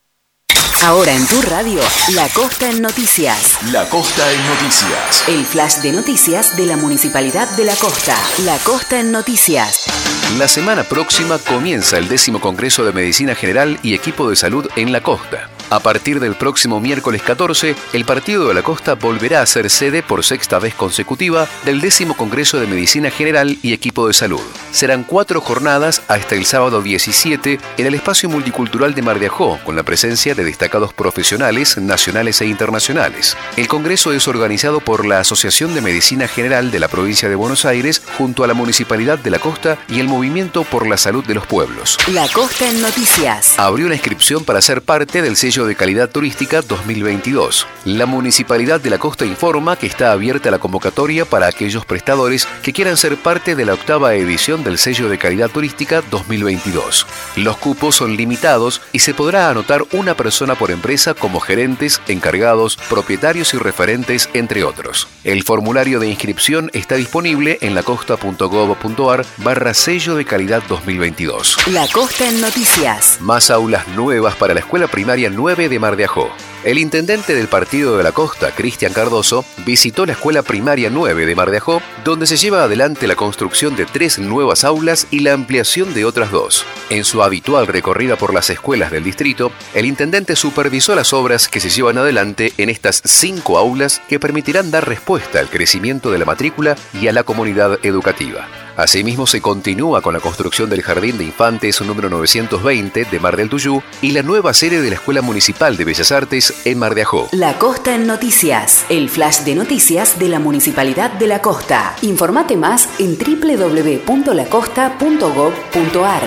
Ahora en tu radio, La Costa en Noticias. La Costa en Noticias. El flash de noticias de la Municipalidad de La Costa. La Costa en Noticias. La semana próxima comienza el décimo Congreso de Medicina General y Equipo de Salud en La Costa. A partir del próximo miércoles catorce, el Partido de la Costa volverá a ser sede por sexta vez consecutiva del décimo Congreso de Medicina General y Equipo de Salud. Serán cuatro jornadas hasta el sábado diecisiete en el Espacio Multicultural de Mar de Ajó, con la presencia de destacados profesionales nacionales e internacionales. El Congreso es organizado por la Asociación de Medicina General de la Provincia de Buenos Aires junto a la Municipalidad de la Costa y el Movimiento por la Salud de los Pueblos. La Costa en Noticias. Abrió la inscripción para ser parte del sello de calidad turística dos mil veintidós. La Municipalidad de la Costa informa que está abierta la convocatoria para aquellos prestadores que quieran ser parte de la octava edición del sello de calidad turística dos mil veintidós. Los cupos son limitados y se podrá anotar una persona por empresa como gerentes, encargados, propietarios y referentes, entre otros. El formulario de inscripción está disponible en lacosta.gov.ar barra sello de calidad dos mil veintidós. La Costa en Noticias. Más aulas nuevas para la Escuela Primaria nueve de Mar de Ajó. El intendente del Partido de la Costa, Cristian Cardoso, visitó la Escuela Primaria nueve de Mar de Ajó, donde se lleva adelante la construcción de tres nuevas aulas y la ampliación de otras dos. En su habitual recorrida por las escuelas del distrito, el intendente supervisó las obras que se llevan adelante en estas cinco aulas que permitirán dar respuesta al crecimiento de la matrícula y a la comunidad educativa. Asimismo, se continúa con la construcción del Jardín de Infantes número novecientos veinte de Mar del Tuyú y la nueva sede de la Escuela Municipal de Bellas Artes en Mar de Ajó. La Costa en Noticias, el flash de noticias de la Municipalidad de La Costa. Informate más en doble u doble u doble u punto la costa punto gob punto ar.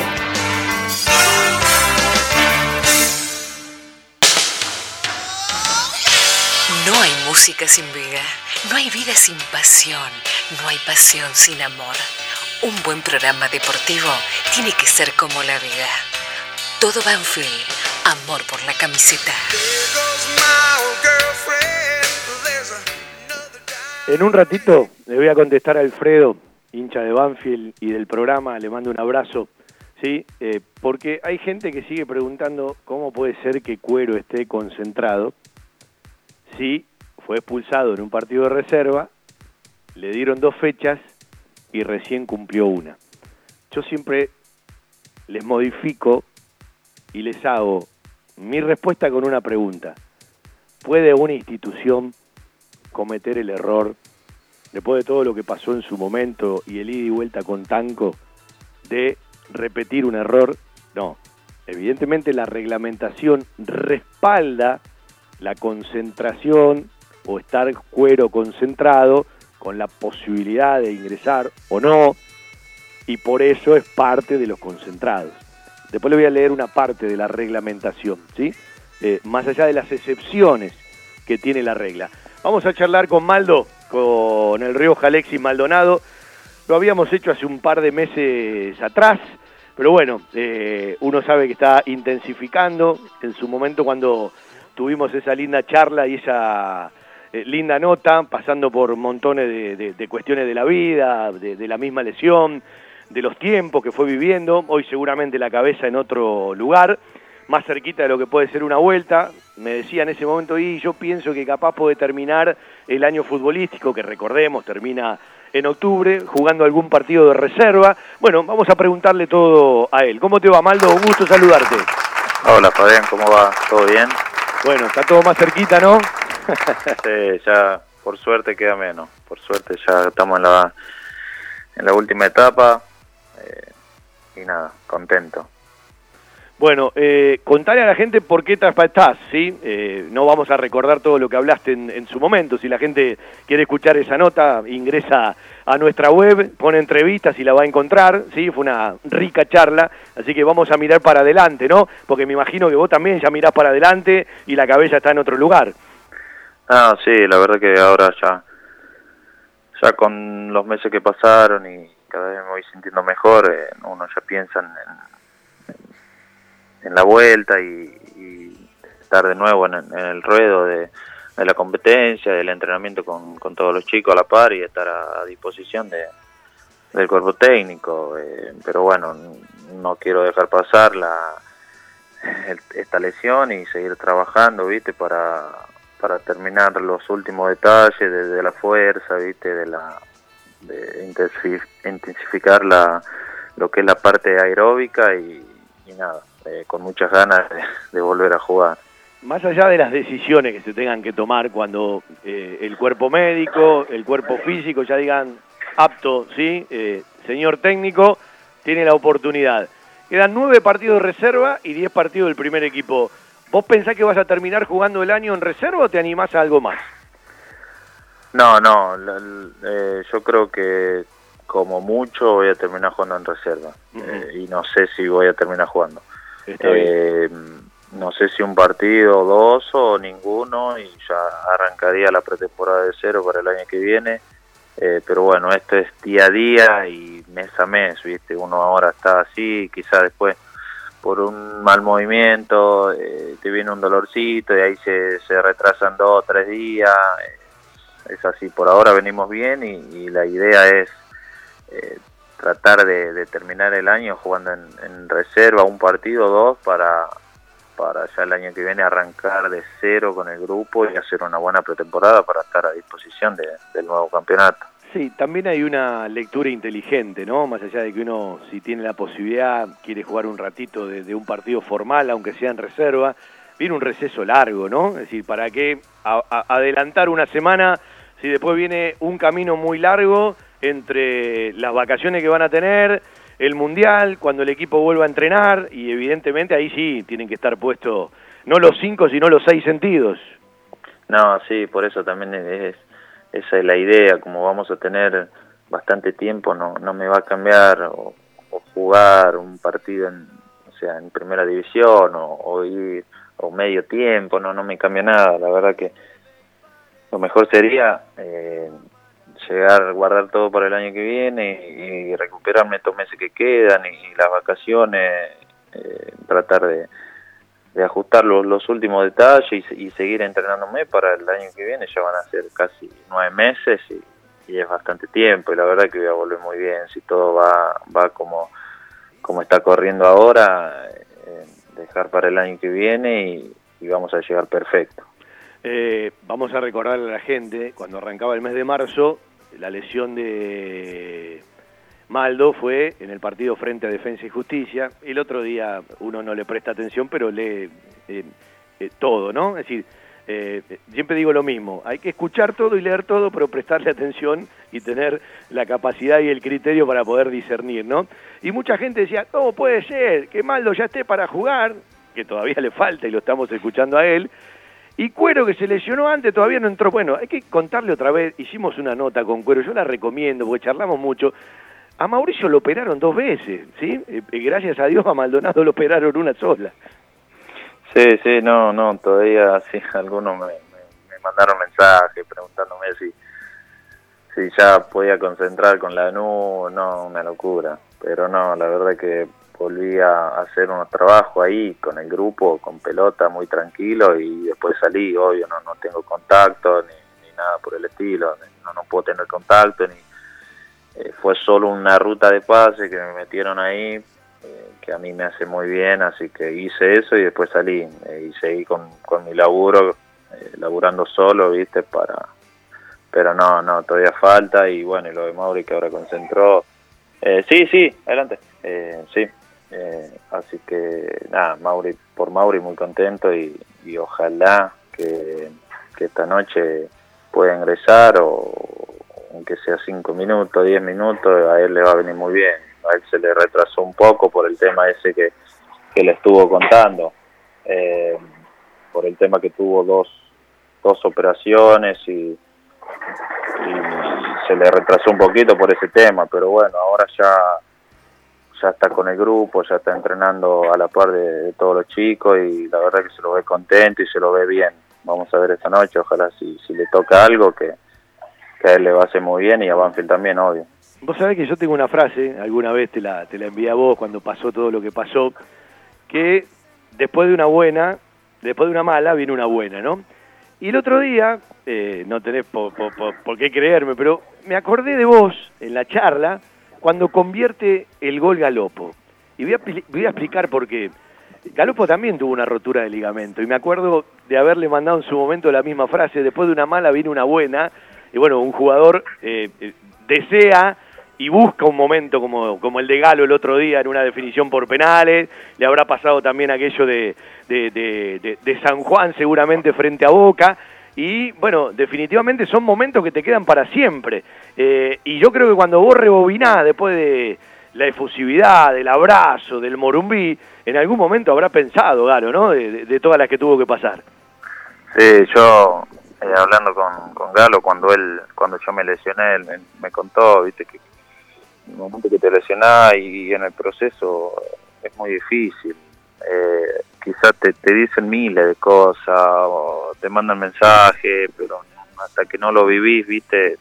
No hay música sin vida, no hay vida sin pasión, no hay pasión sin amor. Un buen programa deportivo tiene que ser como la vida. Todo Banfield, amor por la camiseta. En un ratito le voy a contestar a Alfredo, hincha de Banfield y del programa, le mando un abrazo, ¿sí? Eh, porque hay gente que sigue preguntando cómo puede ser que Cuero esté concentrado si fue expulsado en un partido de reserva, le dieron dos fechas y recién cumplió una. Yo siempre les modifico y les hago mi respuesta con una pregunta. ¿Puede una institución cometer el error, después de todo lo que pasó en su momento y el ida y vuelta con Tanco, de repetir un error? No. Evidentemente la reglamentación respalda la concentración o estar Cuero concentrado con la posibilidad de ingresar o no, y por eso es parte de los concentrados. Después le voy a leer una parte de la reglamentación, ¿sí? Eh, más allá de las excepciones que tiene la regla. Vamos a charlar con Maldo, con el Rioja Alexis Maldonado. Lo habíamos hecho hace un par de meses atrás, pero bueno, eh, uno sabe que está intensificando. En su momento, cuando tuvimos esa linda charla y esa eh, linda nota, pasando por montones de, de, de cuestiones de la vida, de, de la misma lesión, de los tiempos que fue viviendo, hoy seguramente la cabeza en otro lugar. más cerquita de lo que puede ser una vuelta. Me decía en ese momento, y yo pienso que capaz puede terminar el año futbolístico, que recordemos, termina en octubre, jugando algún partido de reserva. Bueno, vamos a preguntarle todo a él. ¿Cómo te va, Maldo? Un gusto saludarte. Hola, Fabián, ¿cómo va? ¿Todo bien? Bueno, está todo más cerquita, ¿no? Sí, ya por suerte queda menos. Por suerte ya estamos en la, en la última etapa eh, y nada, contento. Bueno, eh, contale a la gente por qué Traspa estás, ¿sí? Eh, no vamos a recordar todo lo que hablaste en, en su momento. Si la gente quiere escuchar esa nota, ingresa a nuestra web, pone entrevistas y la va a encontrar, ¿sí? Fue una rica charla, así que vamos a mirar para adelante, ¿no? Porque me imagino que vos también ya mirás para adelante y la cabeza está en otro lugar. Ah, sí, la verdad que ahora ya, ya con los meses que pasaron y cada vez me voy sintiendo mejor, eh, uno ya piensa en... en en la vuelta y, y estar de nuevo en, en el ruedo de, de la competencia, del entrenamiento con, con todos los chicos a la par y estar a, a disposición de, del cuerpo técnico. Eh, pero bueno, no quiero dejar pasar la el, esta lesión y seguir trabajando, ¿viste? Para, para terminar los últimos detalles de, de la fuerza, ¿viste? De la de intensificar la lo que es la parte aeróbica y, y nada. Eh, con muchas ganas de, de volver a jugar. Más allá de las decisiones que se tengan que tomar cuando eh, el cuerpo médico, el cuerpo físico ya digan apto, ¿sí? Eh, señor técnico, tiene la oportunidad. Quedan nueve partidos de reserva y diez partidos del primer equipo. ¿Vos pensás que vas a terminar jugando el año en reserva o te animás a algo más? No, no, la, la, eh, yo creo que como mucho voy a terminar jugando en reserva. Uh-huh. eh, y no sé si voy a terminar jugando. Eh, no sé si un partido o dos o ninguno y ya arrancaría la pretemporada de cero para el año que viene, eh, pero bueno, esto es día a día y mes a mes, ¿viste? Uno ahora está así, quizás después por un mal movimiento eh, te viene un dolorcito y ahí se, se retrasan dos o tres días, eh, es así, por ahora venimos bien y, y la idea es eh, tratar de, de terminar el año jugando en, en reserva un partido o dos para, para ya el año que viene arrancar de cero con el grupo y hacer una buena pretemporada para estar a disposición de, del nuevo campeonato. Sí, también hay una lectura inteligente, ¿no? Más allá de que uno, si tiene la posibilidad, quiere jugar un ratito de, de un partido formal, aunque sea en reserva, viene un receso largo, ¿no? Es decir, ¿para qué a, a, adelantar una semana si después viene un camino muy largo entre las vacaciones que van a tener, el Mundial, cuando el equipo vuelva a entrenar, y evidentemente ahí sí tienen que estar puestos no los cinco, sino los seis sentidos? No, sí, por eso también es, esa es la idea, como vamos a tener bastante tiempo, no no me va a cambiar o, o jugar un partido en, o sea, en primera división o, o ir o medio tiempo, no no me cambia nada, la verdad que lo mejor sería eh, llegar, guardar todo para el año que viene y, y recuperarme estos meses que quedan y, y las vacaciones, eh, tratar de, de ajustar los, los últimos detalles y, y seguir entrenándome para el año que viene. Ya van a ser casi nueve meses y, y es bastante tiempo y la verdad que voy a volver muy bien si todo va va como, como está corriendo ahora, eh, dejar para el año que viene y, y vamos a llegar perfecto. Eh, vamos a recordarle a la gente, cuando arrancaba el mes de marzo, la lesión de Maldo fue en el partido frente a Defensa y Justicia. El otro día uno no le presta atención, pero lee eh, eh, todo, ¿no? Es decir, eh, siempre digo lo mismo, hay que escuchar todo y leer todo, pero prestarle atención y tener la capacidad y el criterio para poder discernir, ¿no? Y mucha gente decía, no, puede ser que Maldo ya esté para jugar, que todavía le falta y lo estamos escuchando a él. Y Cuero, que se lesionó antes, todavía no entró. Bueno, hay que contarle otra vez. Hicimos una nota con Cuero, yo la recomiendo porque charlamos mucho. A Mauricio lo operaron dos veces, ¿sí? Eh, gracias a Dios a Maldonado lo operaron una sola. Sí, sí, no, no, todavía sí, algunos me, me, me mandaron mensajes preguntándome si, si ya podía concentrar con la N U, no, una locura. Pero no, la verdad que volví a hacer unos trabajos ahí con el grupo, con pelota, muy tranquilo, y después salí, obvio, no no tengo contacto ni, ni nada por el estilo, no no puedo tener contacto, ni eh, fue solo una ruta de pase que me metieron ahí, eh, que a mí me hace muy bien, así que hice eso y después salí eh, y seguí con, con mi laburo, eh, laburando solo, viste, para pero no, no, todavía falta. Y bueno, y lo de Mauri que ahora concentró, eh, sí, sí, adelante, eh, sí, eh, así que nada, Mauri, por Mauri muy contento y, y ojalá que, que esta noche pueda ingresar, o aunque sea cinco minutos, diez minutos, a él le va a venir muy bien. A él se le retrasó un poco por el tema ese que, que le estuvo contando, eh, por el tema que tuvo dos, dos operaciones y, y se le retrasó un poquito por ese tema, pero bueno, ahora ya, ya está con el grupo, ya está entrenando a la par de, de todos los chicos y la verdad que se lo ve contento y se lo ve bien. Vamos a ver esta noche, ojalá si, si le toca algo que, que a él le va a hacer muy bien y a Banfield también, obvio. Vos sabés que yo tengo una frase, alguna vez te la, te la envié a vos cuando pasó todo lo que pasó, que después de una buena, después de una mala, viene una buena, ¿no? Y el otro día, eh, no tenés por, por, por, por qué creerme, pero me acordé de vos en la charla cuando convierte el gol Galopo. Y voy a, voy a explicar por qué. Galopo también tuvo una rotura de ligamento, y me acuerdo de haberle mandado en su momento la misma frase, después de una mala viene una buena, y bueno, un jugador eh, desea y busca un momento como, como el de Galo el otro día en una definición por penales. Le habrá pasado también aquello de, de, de, de, de San Juan seguramente frente a Boca, y bueno, definitivamente son momentos que te quedan para siempre, eh, y yo creo que cuando vos rebobinás después de la efusividad, del abrazo, del Morumbí, en algún momento habrá pensado Galo, ¿no? De, de, de todas las que tuvo que pasar. Sí, yo eh, hablando con, con Galo, cuando él, cuando yo me lesioné, él me, me contó, viste, que el momento que te lesionás y en el proceso es muy difícil. Eh, quizás te, te dicen miles de cosas o te mandan mensajes, pero hasta que no lo vivís, viste,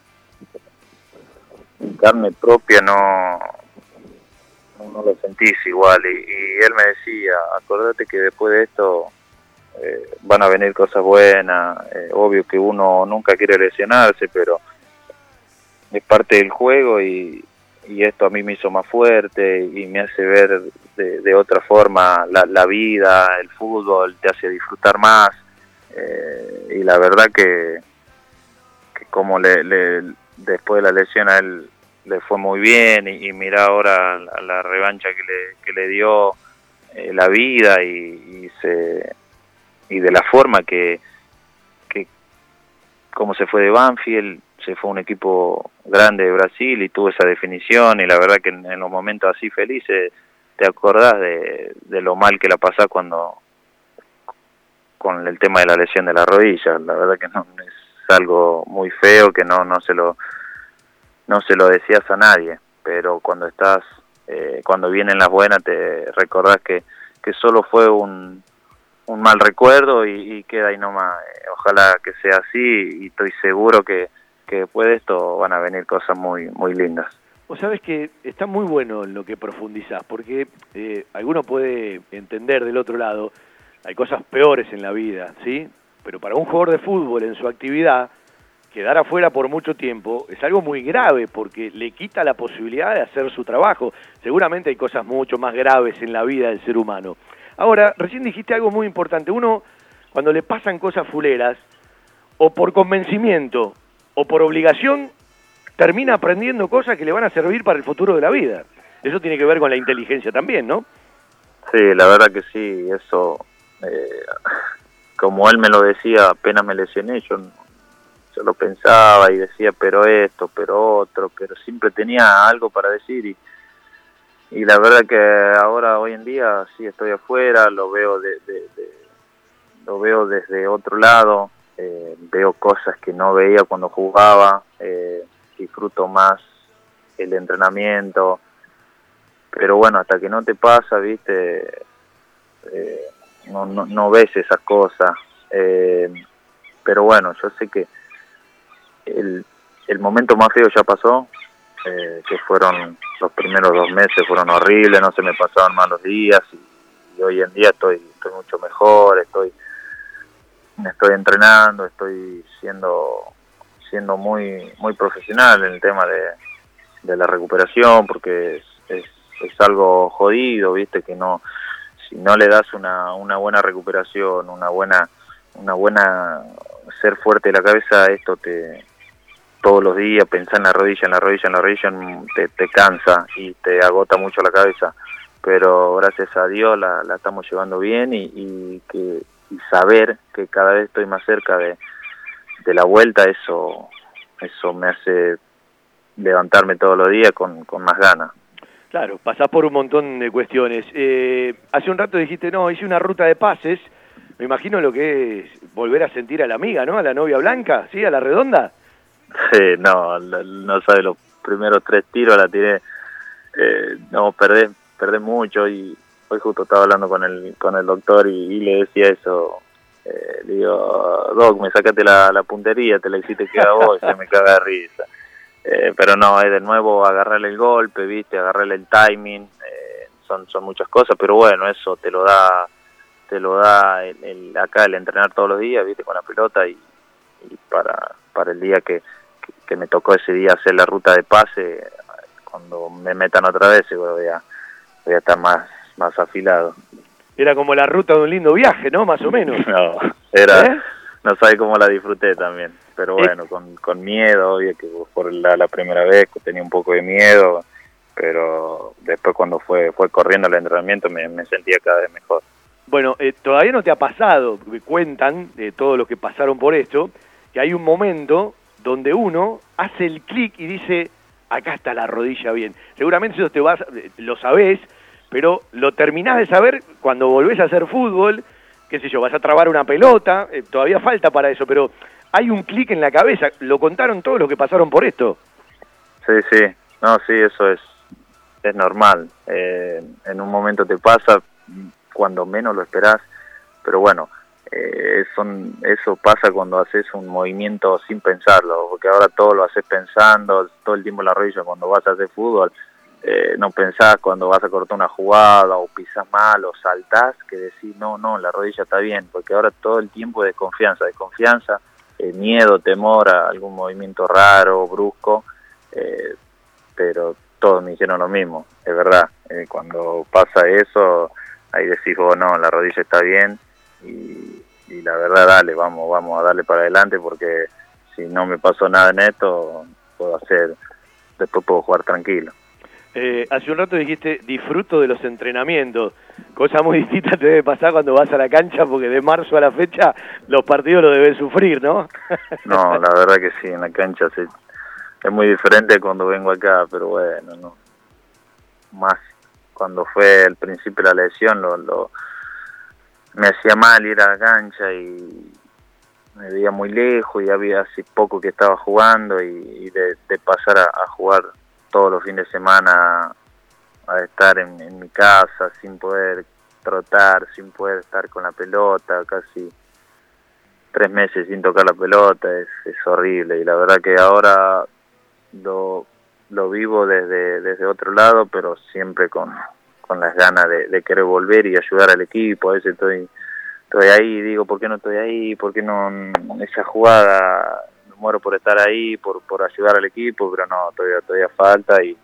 en carne propia no, no, no lo sentís igual. Y, y él me decía, acordate que después de esto eh, van a venir cosas buenas. Eh, obvio que uno nunca quiere lesionarse, pero es parte del juego y y esto a mí me hizo más fuerte y me hace ver de, de otra forma la, la vida, el fútbol, te hace disfrutar más, eh, y la verdad que, que como le, le, después de la lesión a él le fue muy bien y, y mira ahora la, la revancha que le, que le dio eh, la vida y, y, se, y de la forma que, que como se fue de Banfield, se fue un equipo grande de Brasil y tuvo esa definición, y la verdad que en, en los momentos así felices te acordás de, de lo mal que la pasás cuando con el tema de la lesión de la rodilla. La verdad que no es algo muy feo que no no se lo no se lo decías a nadie, pero cuando estás eh, cuando vienen las buenas te recordás que que solo fue un un mal recuerdo y, y queda ahí nomás. Ojalá que sea así y estoy seguro que que después de esto van a venir cosas muy muy lindas. Vos sabés que está muy bueno en lo que profundizás, porque eh, alguno puede entender del otro lado, hay cosas peores en la vida, ¿sí? Pero para un jugador de fútbol en su actividad, quedar afuera por mucho tiempo es algo muy grave, porque le quita la posibilidad de hacer su trabajo. Seguramente hay cosas mucho más graves en la vida del ser humano. Ahora, recién dijiste algo muy importante. Uno, cuando le pasan cosas fuleras, o por convencimiento, o por obligación, termina aprendiendo cosas que le van a servir para el futuro de la vida. Eso tiene que ver con la inteligencia también, ¿no? Sí, la verdad que sí, eso, eh, como él me lo decía, apenas me lesioné, yo, yo lo pensaba y decía, pero esto, pero otro, pero siempre tenía algo para decir, y, y la verdad que ahora, hoy en día, sí estoy afuera, lo veo, de, de, de, lo veo desde otro lado. Eh, veo cosas que no veía cuando jugaba, eh, disfruto más el entrenamiento, pero bueno, hasta que no te pasa, viste, eh, no, no, no ves esas cosas, eh, pero bueno, yo sé que el, el momento más feo ya pasó, eh, que fueron los primeros dos meses, fueron horribles, no se me pasaban malos días, y, y hoy en día estoy, estoy mucho mejor, estoy estoy entrenando, estoy siendo siendo muy muy profesional en el tema de, de la recuperación, porque es, es es algo jodido, viste, que no, si no le das una, una buena recuperación, una buena, una buena ser fuerte de la cabeza, esto te todos los días pensar en la rodilla, en la rodilla, en la rodilla, te, te cansa y te agota mucho la cabeza. Pero gracias a Dios la, la estamos llevando bien y, y que y saber que cada vez estoy más cerca de, de la vuelta, eso eso me hace levantarme todos los días con, con más ganas. Claro, pasás por un montón de cuestiones. Eh, hace un rato dijiste, no, hice una ruta de pases, me imagino lo que es volver a sentir a la amiga, ¿no? A la novia blanca, ¿sí? A la redonda. Sí, no, no sabe, los primeros tres tiros la tiré, eh, no, perdés, perdés mucho y hoy justo estaba hablando con el con el doctor y, y le decía eso, eh, le digo, Doc, me sacaste la, la puntería, te la hiciste que a vos, se me caga de risa. Eh, pero no, es de nuevo agarrarle el golpe, viste, agarrarle el timing, eh, son son muchas cosas, pero bueno, eso te lo da te lo da el, el, acá el entrenar todos los días, viste, con la pelota y, y para para el día que, que, que me tocó ese día hacer la ruta de pase, cuando me metan otra vez, voy a, voy a estar más, más afilado. Era como la ruta de un lindo viaje, ¿no? Más o menos. No, era, ¿Eh? No sabes cómo la disfruté también, pero bueno, con, con miedo, obvio que por la, la primera vez tenía un poco de miedo, pero después cuando fue fue corriendo el entrenamiento me, me sentía cada vez mejor. Bueno, eh, todavía no te ha pasado, porque cuentan de todos los que pasaron por esto, que hay un momento donde uno hace el clic y dice, acá está la rodilla bien. Seguramente eso te vas, lo sabés, pero lo terminás de saber cuando volvés a hacer fútbol, qué sé yo, vas a trabar una pelota, eh, todavía falta para eso, pero hay un clic en la cabeza. Lo contaron todos los que pasaron por esto. Sí, sí, no, sí, eso es, es normal. Eh, en un momento te pasa cuando menos lo esperás, pero bueno, Eh, son, eso pasa cuando haces un movimiento sin pensarlo, porque ahora todo lo haces pensando, todo el tiempo en la rodilla. Cuando vas a hacer fútbol, eh, no pensás cuando vas a cortar una jugada o pisás mal o saltás, que decís, no, no, la rodilla está bien, porque ahora todo el tiempo es desconfianza, desconfianza, eh, miedo, temor a algún movimiento raro, brusco, eh, pero todos me dijeron lo mismo, es verdad, eh, cuando pasa eso, ahí decís, oh, no, la rodilla está bien, y, y la verdad, dale, vamos vamos a darle para adelante, porque si no me pasó nada en esto, puedo hacer, después puedo jugar tranquilo. Eh, hace un rato dijiste, disfruto de los entrenamientos, cosa muy distinta te debe pasar cuando vas a la cancha, porque de marzo a la fecha los partidos lo debes sufrir, ¿no? No, la verdad que sí, en la cancha sí, es muy diferente cuando vengo acá, pero bueno, no, más cuando fue el principio de la lesión, lo, lo me hacía mal ir a la cancha y me veía muy lejos y había hace poco que estaba jugando, y, y de, de pasar a, a jugar todos los fines de semana, a estar en, en mi casa sin poder trotar, sin poder estar con la pelota, casi tres meses sin tocar la pelota, es, es horrible, y la verdad que ahora lo, lo vivo desde, desde otro lado, pero siempre con con las ganas de, de querer volver y ayudar al equipo. A veces estoy estoy ahí y digo, ¿por qué no estoy ahí? ¿Por qué no esa jugada? Me muero por estar ahí, por por ayudar al equipo, pero no, todavía todavía falta, y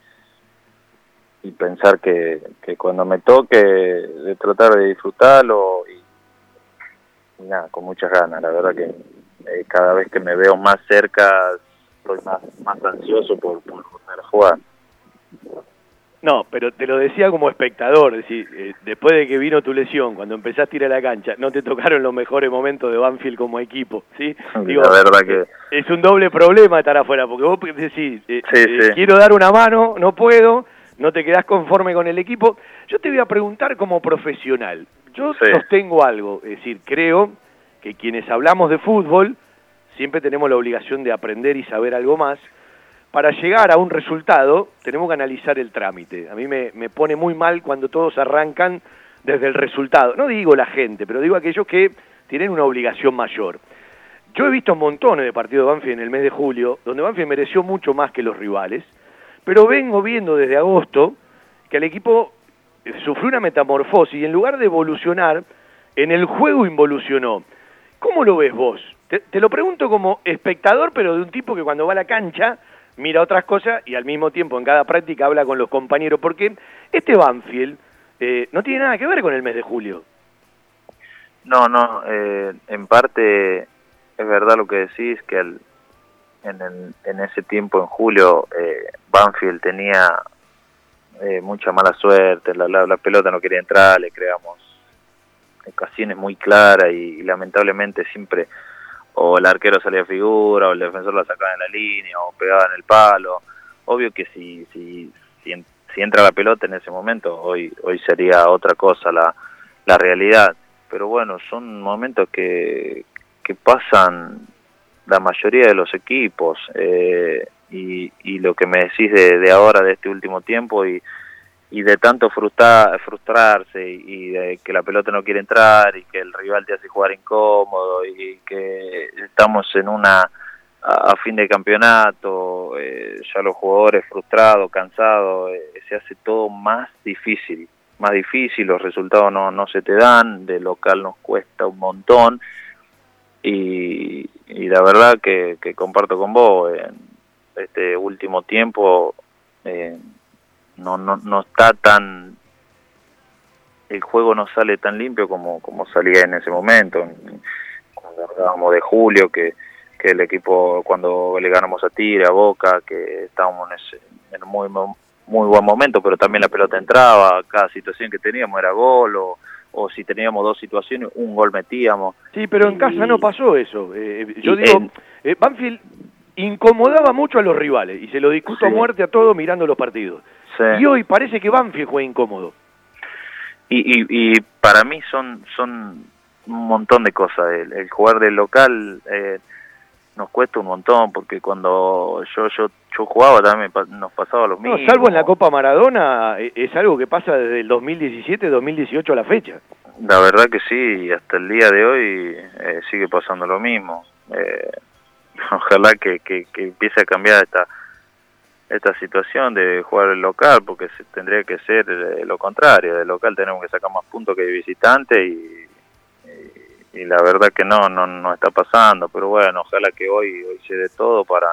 y pensar que, que cuando me toque, de tratar de disfrutarlo, y, y nada, con muchas ganas. La verdad que eh, cada vez que me veo más cerca, estoy más, más ansioso por, por volver a jugar. No, pero te lo decía como espectador, es decir, eh, después de que vino tu lesión, cuando empezaste a ir a la cancha, no te tocaron los mejores momentos de Banfield como equipo, ¿sí? Digo, la verdad que es un doble problema estar afuera, porque vos decís, eh, sí, eh, sí. quiero dar una mano, no puedo, no te quedás conforme con el equipo. Yo te voy a preguntar como profesional, yo sí. sostengo algo, es decir, creo que quienes hablamos de fútbol siempre tenemos la obligación de aprender y saber algo más. Para llegar a un resultado tenemos que analizar el trámite. A mí me, me pone muy mal cuando todos arrancan desde el resultado. No digo la gente, pero digo aquellos que tienen una obligación mayor. Yo he visto montones de partidos de Banfield en el mes de julio, donde Banfield mereció mucho más que los rivales, pero vengo viendo desde agosto que el equipo sufrió una metamorfosis y en lugar de evolucionar, en el juego involucionó. ¿Cómo lo ves vos? Te, te lo pregunto como espectador, pero de un tipo que cuando va a la cancha mira otras cosas y al mismo tiempo en cada práctica habla con los compañeros, porque este Banfield eh, no tiene nada que ver con el mes de julio. No, no, eh, en parte es verdad lo que decís, que el, en, el, en ese tiempo, en julio, eh, Banfield tenía eh, mucha mala suerte, la, la, la pelota no quería entrar, le creamos ocasiones muy claras y, y lamentablemente siempre o el arquero salía figura o el defensor la sacaba en la línea o pegaba en el palo. Obvio que si, si, si, si entra la pelota en ese momento, hoy, hoy sería otra cosa la, la realidad. Pero bueno, son momentos que, que pasan la mayoría de los equipos, eh, y, y lo que me decís de, de ahora, de este último tiempo, y, y de tanto frustrar, frustrarse, y, y de que la pelota no quiere entrar, y que el rival te hace jugar incómodo, y que estamos en una a, a fin de campeonato, eh, ya los jugadores frustrados, cansados, eh, se hace todo más difícil. más difícil, los resultados no, no se te dan, de local nos cuesta un montón, y, y la verdad que, que comparto con vos, en este último tiempo eh, no, no, no está tan, el juego no sale tan limpio como, como salía en ese momento, cuando hablábamos de julio, que, que el equipo cuando le ganamos a Tigre, a Boca, que estábamos en, ese, en un muy muy buen momento, pero también la pelota entraba, cada situación que teníamos era gol, o, o si teníamos dos situaciones, un gol metíamos. Sí, pero y, en casa no pasó eso. Eh, yo digo, en, eh, Banfield incomodaba mucho a los rivales, y se lo discuto sí. a muerte a todos mirando los partidos. Sí. Y hoy parece que Banfield juega incómodo. Y, y, y para mí son son un montón de cosas. El, el jugar del local eh, nos cuesta un montón, porque cuando yo yo yo jugaba también nos pasaba lo mismo. No, salvo en la Copa Maradona, es algo que pasa desde el dos mil diecisiete, dos mil dieciocho a la fecha. La verdad que sí, y hasta el día de hoy eh, sigue pasando lo mismo. Eh, ojalá que, que, que empiece a cambiar esta esta situación de jugar el local, porque se, tendría que ser eh, lo contrario. Del local tenemos que sacar más puntos que de visitante, y, y, y la verdad que no, no no está pasando. Pero bueno, ojalá que hoy hoy se dé todo para,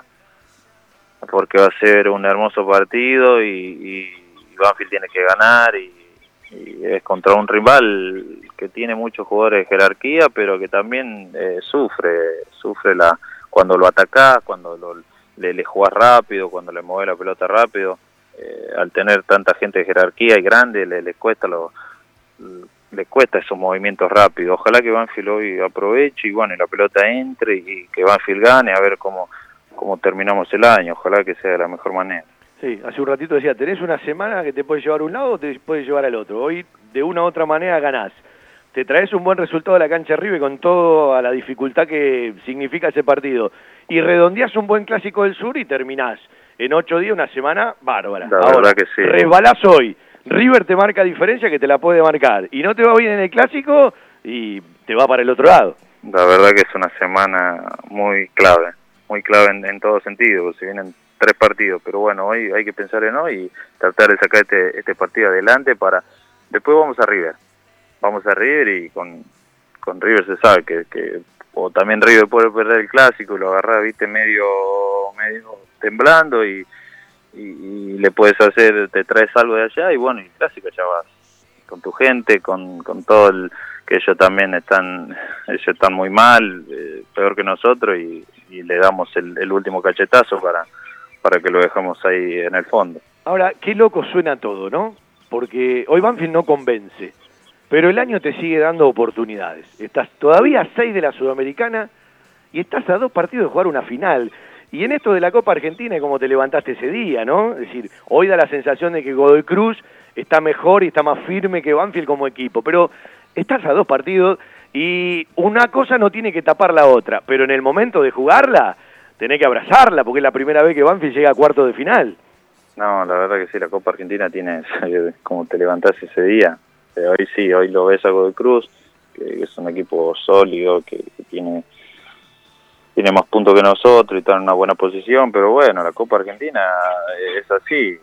porque va a ser un hermoso partido, y, y Banfield tiene que ganar, y, y es contra un rival que tiene muchos jugadores de jerarquía, pero que también eh, sufre sufre la cuando lo atacás, cuando lo, le, le jugás rápido, cuando le mueve la pelota rápido. Eh, al tener tanta gente de jerarquía y grande, le, le cuesta lo, le cuesta esos movimientos rápidos. Ojalá que Banfield hoy aproveche y bueno, y la pelota entre, y que Banfield gane, a ver cómo cómo terminamos el año. Ojalá que sea de la mejor manera. Sí, hace un ratito decía, tenés una semana que te puede llevar a un lado o te puede llevar al otro. Hoy de una u otra manera ganás. Te traes un buen resultado a la cancha arriba y con toda la dificultad que significa ese partido. Y redondeás un buen clásico del sur y terminás en ocho días una semana bárbara. La Ahora, verdad que sí. Resbalás hoy. River te marca diferencia que te la puede marcar. Y no te va bien en el clásico y te va para el otro lado. La verdad que es una semana muy clave. Muy clave en, en todo sentido, porque se vienen tres partidos, pero bueno, hoy hay que pensar en hoy y tratar de sacar este este partido adelante para... Después vamos a River, vamos a River y con, con River se sabe que, que o también River puede perder el clásico y lo agarrar, viste, medio medio temblando y, y, y le puedes hacer, te traes algo de allá y bueno, y el clásico ya vas con tu gente, con, con todo el... que ellos también están ellos están muy mal, eh, peor que nosotros, y, y le damos el, el último cachetazo para, para que lo dejemos ahí en el fondo. Ahora, qué loco suena todo, ¿no? Porque hoy Banfield no convence, pero el año te sigue dando oportunidades. Estás todavía a seis de la Sudamericana y estás a dos partidos de jugar una final. Y en esto de la Copa Argentina, como te levantaste ese día, ¿no? Es decir, hoy da la sensación de que Godoy Cruz está mejor y está más firme que Banfield como equipo, pero estás a dos partidos y una cosa no tiene que tapar la otra, pero en el momento de jugarla tenés que abrazarla, porque es la primera vez que Banfield llega a cuarto de final. No, la verdad que sí, la Copa Argentina tiene, como te levantás ese día, eh, hoy sí, hoy lo ves a Godoy Cruz, que, que es un equipo sólido, que, que tiene tiene más puntos que nosotros y está en una buena posición, pero bueno, la Copa Argentina es así.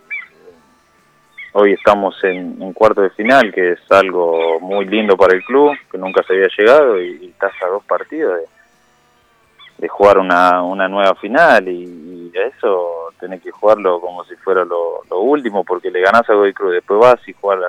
Hoy estamos en, en cuarto de final, que es algo muy lindo para el club, que nunca se había llegado, y, y estás a dos partidos de, de jugar una, una nueva final, y, y eso tenés que jugarlo como si fuera lo, lo último, porque le ganás a Godoy Cruz, después vas y jugás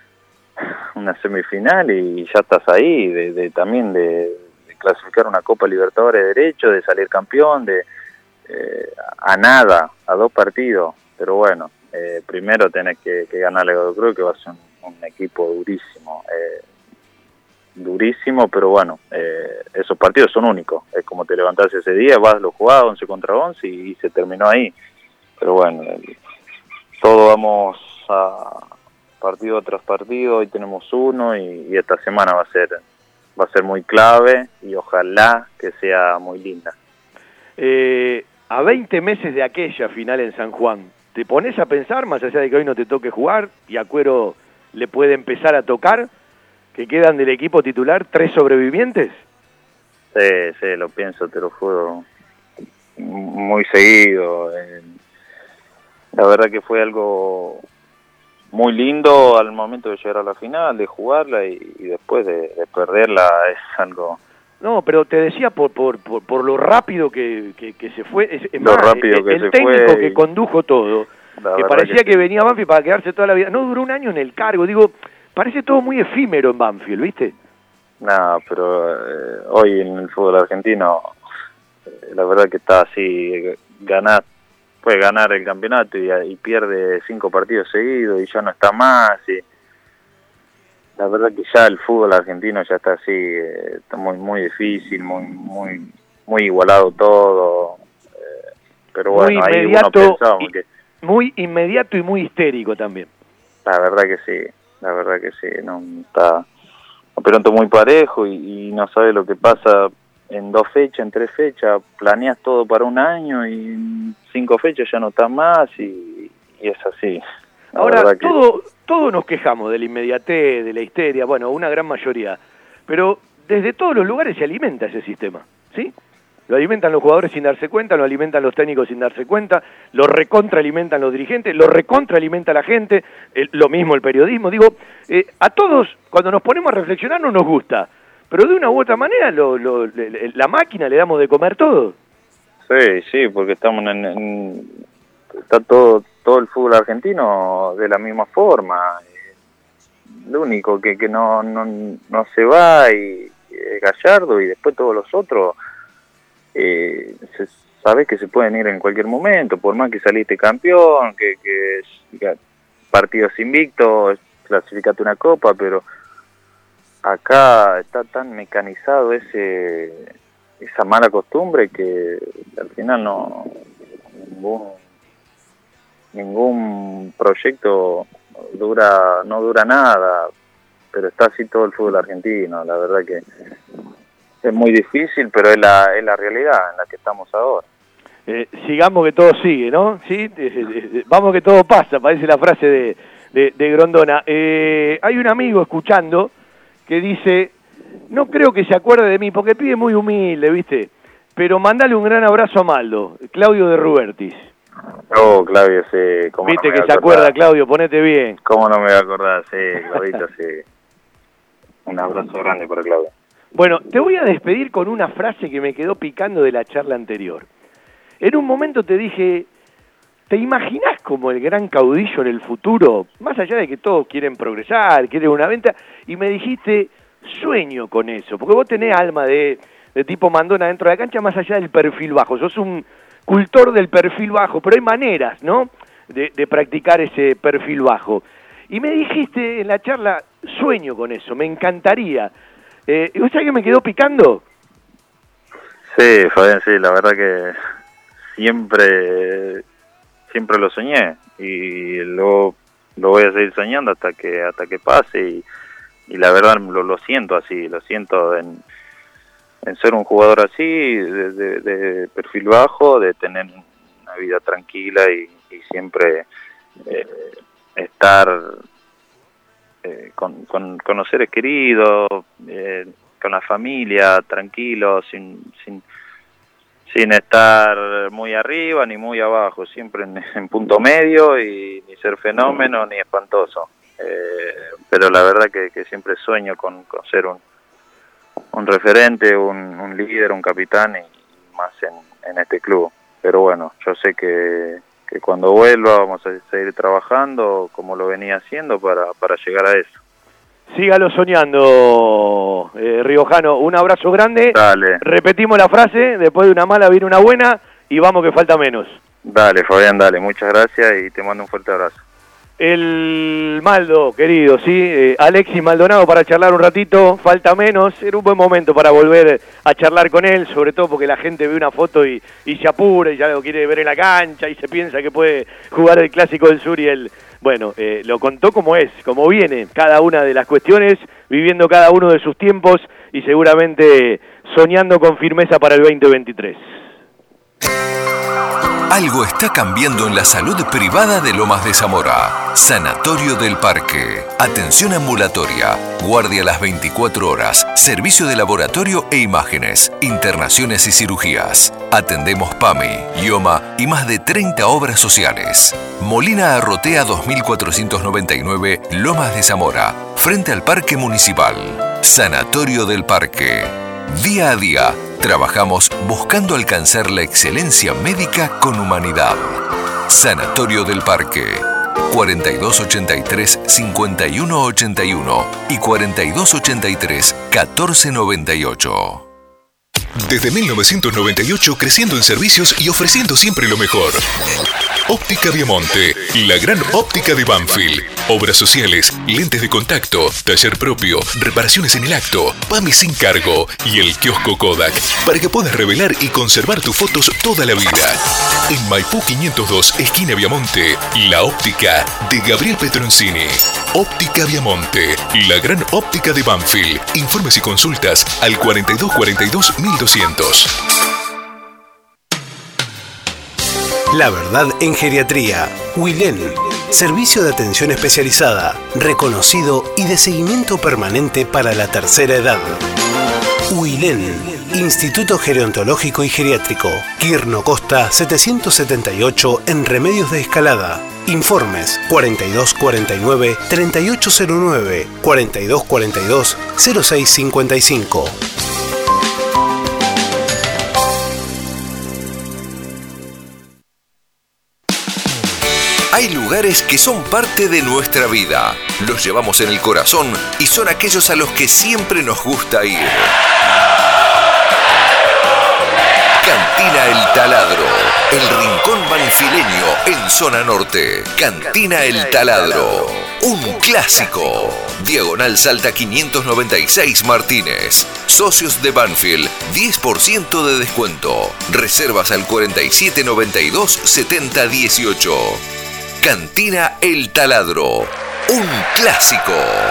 una semifinal y ya estás ahí, de, de también de, de clasificar una Copa Libertadores de derecho, de salir campeón, de eh, a nada, a dos partidos, pero bueno, eh, primero tenés que, que ganarle a Godoy Cruz, que va a ser un, un equipo durísimo, eh, durísimo, pero bueno, eh, esos partidos son únicos, es como te levantás ese día, vas, lo jugás once contra once y, y se terminó ahí, pero bueno, el, todo vamos a partido tras partido, hoy tenemos uno y, y esta semana va a ser va a ser muy clave y ojalá que sea muy linda. Eh, a veinte meses de aquella final en San Juan, ¿te pones a pensar, más allá de que hoy no te toque jugar y a Cuero le puede empezar a tocar, que quedan del equipo titular tres sobrevivientes? Sí, sí, lo pienso, te lo juro, muy seguido. Eh, la verdad que fue algo muy lindo al momento de llegar a la final, de jugarla y, y después de, de perderla es algo... No, pero te decía por por por, por lo rápido que, que, que se fue, es, es lo más, rápido el, que el se técnico fue que y... condujo todo, La que verdad parecía que que, sí. venía a Banfield para quedarse toda la vida, no duró un año en el cargo, digo, parece todo muy efímero en Banfield, ¿viste? No, pero eh, hoy en el fútbol argentino, eh, la verdad que está así, ganar, puede ganar el campeonato y, y pierde cinco partidos seguidos y ya no está más. Y la verdad que ya el fútbol argentino ya está así, eh, está muy muy difícil, muy muy muy igualado todo. Eh, pero bueno, Muy ahí inmediato, uno pensábamos que... Muy inmediato y muy histérico también. La verdad que sí, la verdad que sí, no está... Un campeonato muy parejo y, y no sabes lo que pasa en dos fechas, en tres fechas, planeas todo para un año y en cinco fechas ya no estás más y, y es así. La Ahora, que... todo, todos nos quejamos de la inmediatez, de la histeria, bueno, una gran mayoría, pero desde todos los lugares se alimenta ese sistema, ¿sí? Lo alimentan los jugadores sin darse cuenta, lo alimentan los técnicos sin darse cuenta, lo recontraalimentan los dirigentes, lo recontraalimenta la gente, el, lo mismo el periodismo. Digo, eh, a todos, cuando nos ponemos a reflexionar, no nos gusta, pero de una u otra manera lo, lo, le, la máquina le damos de comer todo. Sí, sí, porque estamos en... en está todo todo el fútbol argentino de la misma forma. Lo único que, que no, no, no se va y, es Gallardo y después todos los otros... Eh, se, sabes que se pueden ir en cualquier momento, por más que saliste campeón, que, que, que partidos invictos, clasificate una copa, pero acá está tan mecanizado ese esa mala costumbre que al final no ningún ningún proyecto dura no dura nada, pero está así todo el fútbol argentino, la verdad que es muy difícil, pero es la, es la realidad en la que estamos ahora. Eh, sigamos que todo sigue, ¿no? ¿Sí? Eh, eh, vamos que todo pasa, parece la frase de, de, de Grondona. Eh, hay un amigo escuchando que dice, no creo que se acuerde de mí, porque el pibe es muy humilde, ¿viste? Pero mandale un gran abrazo a Maldo, Claudio de Rubertis. Oh, Claudio, sí. ¿Cómo Viste no me que voy se a acordar? acuerda, Claudio, ponete bien. ¿Cómo no me voy a acordar? Sí, Claudito, sí. Un abrazo grande para Claudio. Bueno, te voy a despedir con una frase que me quedó picando de la charla anterior. En un momento te dije, ¿te imaginás como el gran caudillo en el futuro? Más allá de que todos quieren progresar, quieren una venta, y me dijiste, sueño con eso, porque vos tenés alma de, de tipo mandona dentro de la cancha, más allá del perfil bajo. Sos un cultor del perfil bajo, pero hay maneras, ¿no?, de, de practicar ese perfil bajo. Y me dijiste en la charla, sueño con eso, me encantaría. Eh, ¿Y vos sabés que me quedó picando? Sí, Fabián, sí, la verdad que siempre siempre lo soñé y lo, lo voy a seguir soñando hasta que hasta que pase y, y la verdad lo, lo siento así, lo siento en, en ser un jugador así, de, de, de perfil bajo, de tener una vida tranquila y, y siempre eh, estar... Eh, con, con, con los seres queridos, eh, con la familia, tranquilo, sin, sin sin estar muy arriba ni muy abajo, siempre en, en punto medio y ni ser fenómeno ni espantoso. Eh, pero la verdad que, que siempre sueño con, con ser un, un referente, un, un líder, un capitán y más en, en este club. Pero bueno, yo sé que, que cuando vuelva vamos a seguir trabajando como lo venía haciendo para, para llegar a eso. Sígalo soñando, eh, riojano. Un abrazo grande. Dale. Repetimos la frase, después de una mala viene una buena y vamos que falta menos. Dale, Fabián, dale. Muchas gracias y te mando un fuerte abrazo. El Maldo, querido, sí, eh, Alexis Maldonado para charlar un ratito, falta menos, era un buen momento para volver a charlar con él, sobre todo porque la gente ve una foto y, y se apura y ya lo quiere ver en la cancha y se piensa que puede jugar el Clásico del Sur y él, bueno, eh, lo contó como es, como viene cada una de las cuestiones, viviendo cada uno de sus tiempos y seguramente soñando con firmeza para el veinte veintitrés. Algo está cambiando en la salud privada de Lomas de Zamora. Sanatorio del Parque. Atención ambulatoria. Guardia las veinticuatro horas. Servicio de laboratorio e imágenes. Internaciones y cirugías. Atendemos PAMI, IOMA y más de treinta obras sociales. Molina Arrotea dos mil cuatrocientos noventa y nueve, Lomas de Zamora. Frente al Parque Municipal. Sanatorio del Parque. Día a día, trabajamos buscando alcanzar la excelencia médica con humanidad. Sanatorio del Parque. cuarenta y dos ochenta y tres, cincuenta y uno ochenta y uno y cuarenta y dos ochenta y tres, catorce noventa y ocho. Desde mil novecientos noventa y ocho creciendo en servicios y ofreciendo siempre lo mejor. Óptica Viamonte, la gran óptica de Banfield. Obras sociales, lentes de contacto, taller propio, reparaciones en el acto, PAMI sin cargo y el kiosco Kodak para que puedas revelar y conservar tus fotos toda la vida. En Maipú quinientos dos, esquina Viamonte, la óptica de Gabriel Petroncini. Óptica Viamonte, la gran óptica de Banfield. Informes y consultas al cuarenta y dos cuarenta y dos, mil doscientos. La verdad en geriatría. Wilén. Servicio de atención especializada, reconocido y de seguimiento permanente para la tercera edad. Wilén. Instituto Gerontológico y Geriátrico. Quirno Costa setecientos setenta y ocho en Remedios de Escalada. Informes cuarenta y dos cuarenta y nueve, treinta y ocho cero nueve, cuarenta y dos cuarenta y dos, cero seis cincuenta y cinco. Hay lugares que son parte de nuestra vida. Los llevamos en el corazón y son aquellos a los que siempre nos gusta ir. Cantina El Taladro, el rincón banfileño en zona norte. Cantina El Taladro, un clásico. Diagonal Salta quinientos noventa y seis Martínez. Socios de Banfield, diez por ciento de descuento. Reservas al cuarenta y siete noventa y dos, setenta dieciocho. Cantina El Taladro, un clásico.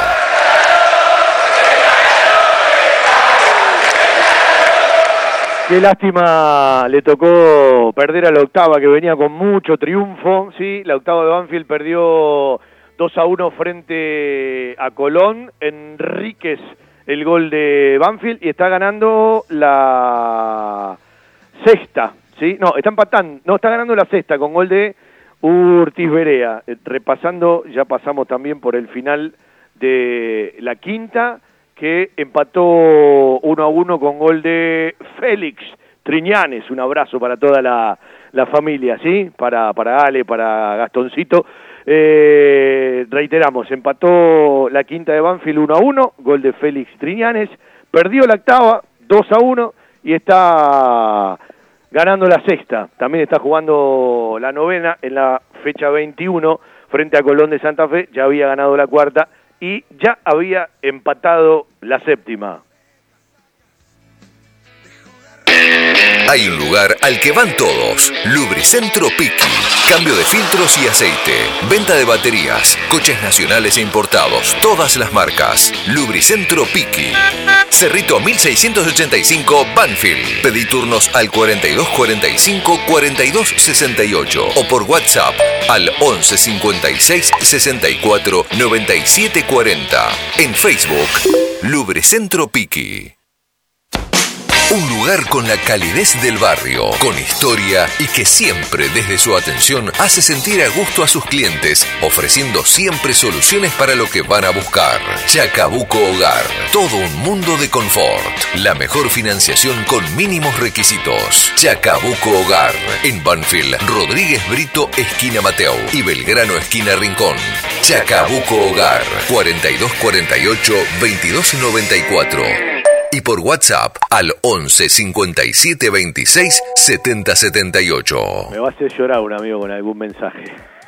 Qué lástima le tocó perder a la octava, que venía con mucho triunfo, ¿sí? La octava de Banfield perdió dos a uno frente a Colón. Enríquez, el gol de Banfield, y está ganando la sexta, ¿sí? No, está empatando, no, está ganando la sexta con gol de Urtiz Berea. Eh, repasando, ya pasamos también por el final de la quinta, que empató uno a uno con gol de Félix Triñanes. Un abrazo para toda la, la familia, ¿sí? Para, para Ale, para Gastoncito. Eh, reiteramos, empató la quinta de Banfield uno a uno, gol de Félix Triñanes. Perdió la octava dos a uno y está ganando la sexta. También está jugando la novena en la fecha veintiuno frente a Colón de Santa Fe. Ya había ganado la cuarta y ya había empatado la séptima. Hay un lugar al que van todos. Lubricentro Piqui. Cambio de filtros y aceite. Venta de baterías. Coches nacionales e importados. Todas las marcas. Lubricentro Piqui. Cerrito mil seiscientos ochenta y cinco, Banfield. Pedí turnos al cuarenta y dos cuarenta y cinco, cuarenta y dos sesenta y ocho o por WhatsApp al once cincuenta y seis sesenta y cuatro noventa y siete cuarenta. En Facebook, Lubricentro Piqui. Un lugar con la calidez del barrio, con historia y que siempre desde su atención hace sentir a gusto a sus clientes, ofreciendo siempre soluciones para lo que van a buscar. Chacabuco Hogar, todo un mundo de confort. La mejor financiación con mínimos requisitos. Chacabuco Hogar, en Banfield, Rodríguez Brito, esquina Mateo y Belgrano, esquina Rincón. Chacabuco Hogar, cuarenta y dos cuarenta y ocho, veintidós noventa y cuatro. Y por WhatsApp al once cincuenta y siete veintiséis setenta setenta y ocho. Me va a hacer llorar un amigo con algún mensaje.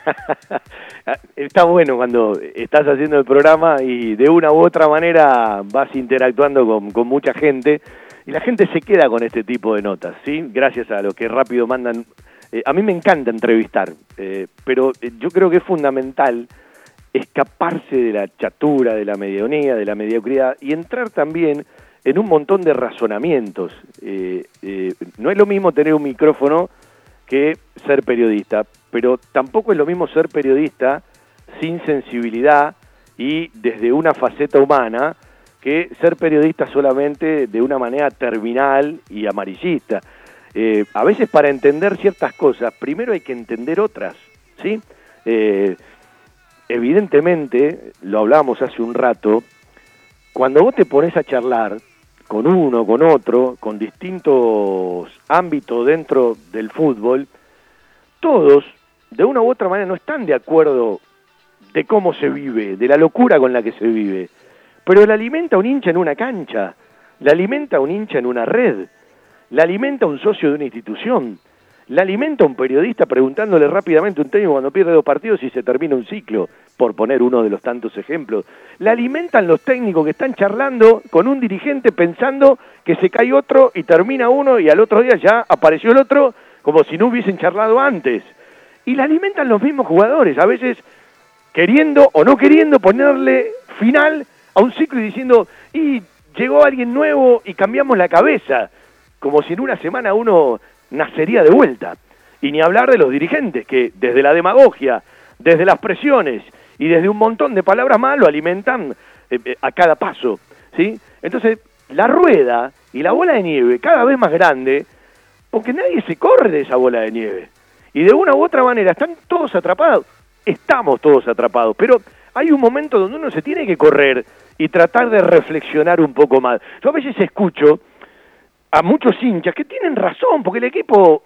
Está bueno cuando estás haciendo el programa y de una u otra manera vas interactuando con, con mucha gente y la gente se queda con este tipo de notas, ¿sí? Gracias a los que rápido mandan. Eh, a mí me encanta entrevistar, eh, pero yo creo que es fundamental escaparse de la chatura, de la medianía, de la mediocridad y entrar también en un montón de razonamientos. Eh, eh, no es lo mismo tener un micrófono que ser periodista, pero tampoco es lo mismo ser periodista sin sensibilidad y desde una faceta humana que ser periodista solamente de una manera terminal y amarillista. Eh, a veces para entender ciertas cosas, primero hay que entender otras, ¿sí? Eh, evidentemente, lo hablábamos hace un rato, cuando vos te pones a charlar con uno, con otro, con distintos ámbitos dentro del fútbol, todos, de una u otra manera, no están de acuerdo de cómo se vive, de la locura con la que se vive, pero la alimenta un hincha en una cancha, la alimenta un hincha en una red, la alimenta un socio de una institución, la alimenta un periodista preguntándole rápidamente a un técnico cuando pierde dos partidos y se termina un ciclo, por poner uno de los tantos ejemplos. La alimentan los técnicos que están charlando con un dirigente pensando que se cae otro y termina uno y al otro día ya apareció el otro como si no hubiesen charlado antes. Y la alimentan los mismos jugadores, a veces queriendo o no queriendo ponerle final a un ciclo y diciendo, y llegó alguien nuevo y cambiamos la cabeza, como si en una semana uno nacería de vuelta. Y ni hablar de los dirigentes que desde la demagogia, desde las presiones y desde un montón de palabras más lo alimentan eh, eh, a cada paso, ¿sí? Entonces, la rueda y la bola de nieve cada vez más grande, porque nadie se corre de esa bola de nieve. Y de una u otra manera están todos atrapados. Estamos todos atrapados, pero hay un momento donde uno se tiene que correr y tratar de reflexionar un poco más. Yo a veces escucho a muchos hinchas que tienen razón, porque el equipo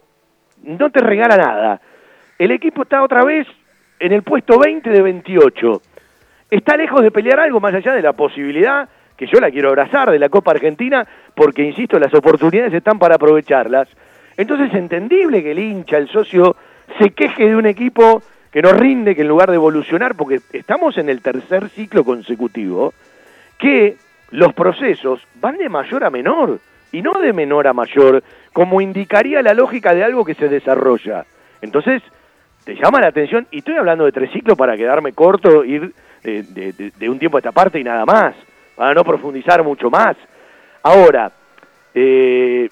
no te regala nada. El equipo está otra vez en el puesto veinte de veintiocho. Está lejos de pelear algo más allá de la posibilidad, que yo la quiero abrazar, de la Copa Argentina, porque, insisto, las oportunidades están para aprovecharlas. Entonces es entendible que el hincha, el socio, se queje de un equipo que no rinde, que en lugar de evolucionar, porque estamos en el tercer ciclo consecutivo, que los procesos van de mayor a menor, y no de menor a mayor, como indicaría la lógica de algo que se desarrolla. Entonces, te llama la atención, y estoy hablando de tres ciclos para quedarme corto, ir de, de, de, de un tiempo a esta parte y nada más, para no profundizar mucho más. Ahora, eh,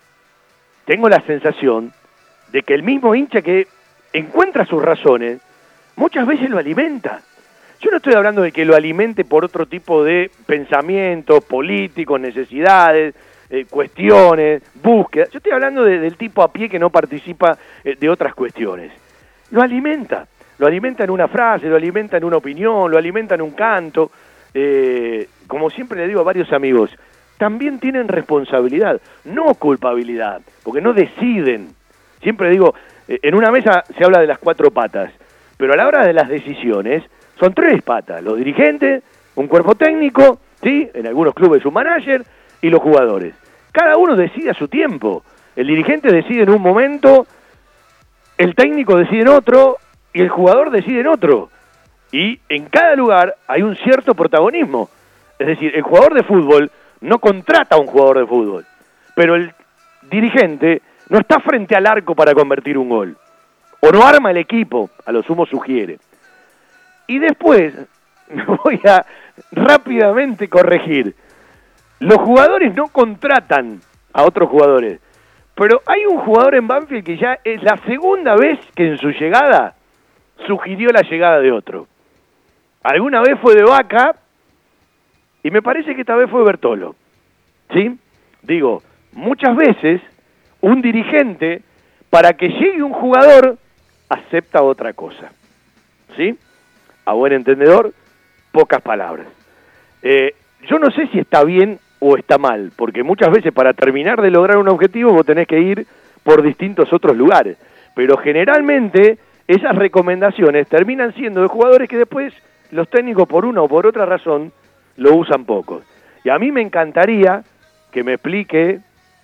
tengo la sensación de que el mismo hincha que encuentra sus razones, muchas veces lo alimenta. Yo no estoy hablando de que lo alimente por otro tipo de pensamientos políticos, necesidades, eh, cuestiones, búsquedas. Yo estoy hablando de, del tipo a pie que no participa eh, de otras cuestiones. Lo alimenta. Lo alimenta en una frase, lo alimenta en una opinión, lo alimenta en un canto. Eh, como siempre le digo a varios amigos, también tienen responsabilidad, no culpabilidad, porque no deciden. Siempre digo, eh, en una mesa se habla de las cuatro patas, pero a la hora de las decisiones son tres patas: los dirigentes, un cuerpo técnico, ¿sí? En algunos clubes un manager, y los jugadores. Cada uno decide a su tiempo. El dirigente decide en un momento, el técnico decide en otro, y el jugador decide en otro. Y en cada lugar hay un cierto protagonismo. Es decir, el jugador de fútbol no contrata a un jugador de fútbol, pero el dirigente no está frente al arco para convertir un gol, o no arma el equipo, a lo sumo sugiere. Y después, me voy a rápidamente corregir, los jugadores no contratan a otros jugadores, pero hay un jugador en Banfield que ya es la segunda vez que en su llegada sugirió la llegada de otro. Alguna vez fue de Vaca, y me parece que esta vez fue Bertolo, ¿sí? Digo, muchas veces un dirigente, para que llegue un jugador, acepta otra cosa. ¿Sí? A buen entendedor, pocas palabras. Eh, yo no sé si está bien o está mal, porque muchas veces para terminar de lograr un objetivo vos tenés que ir por distintos otros lugares, pero generalmente esas recomendaciones terminan siendo de jugadores que después los técnicos por una o por otra razón lo usan poco. Y a mí me encantaría que me explique,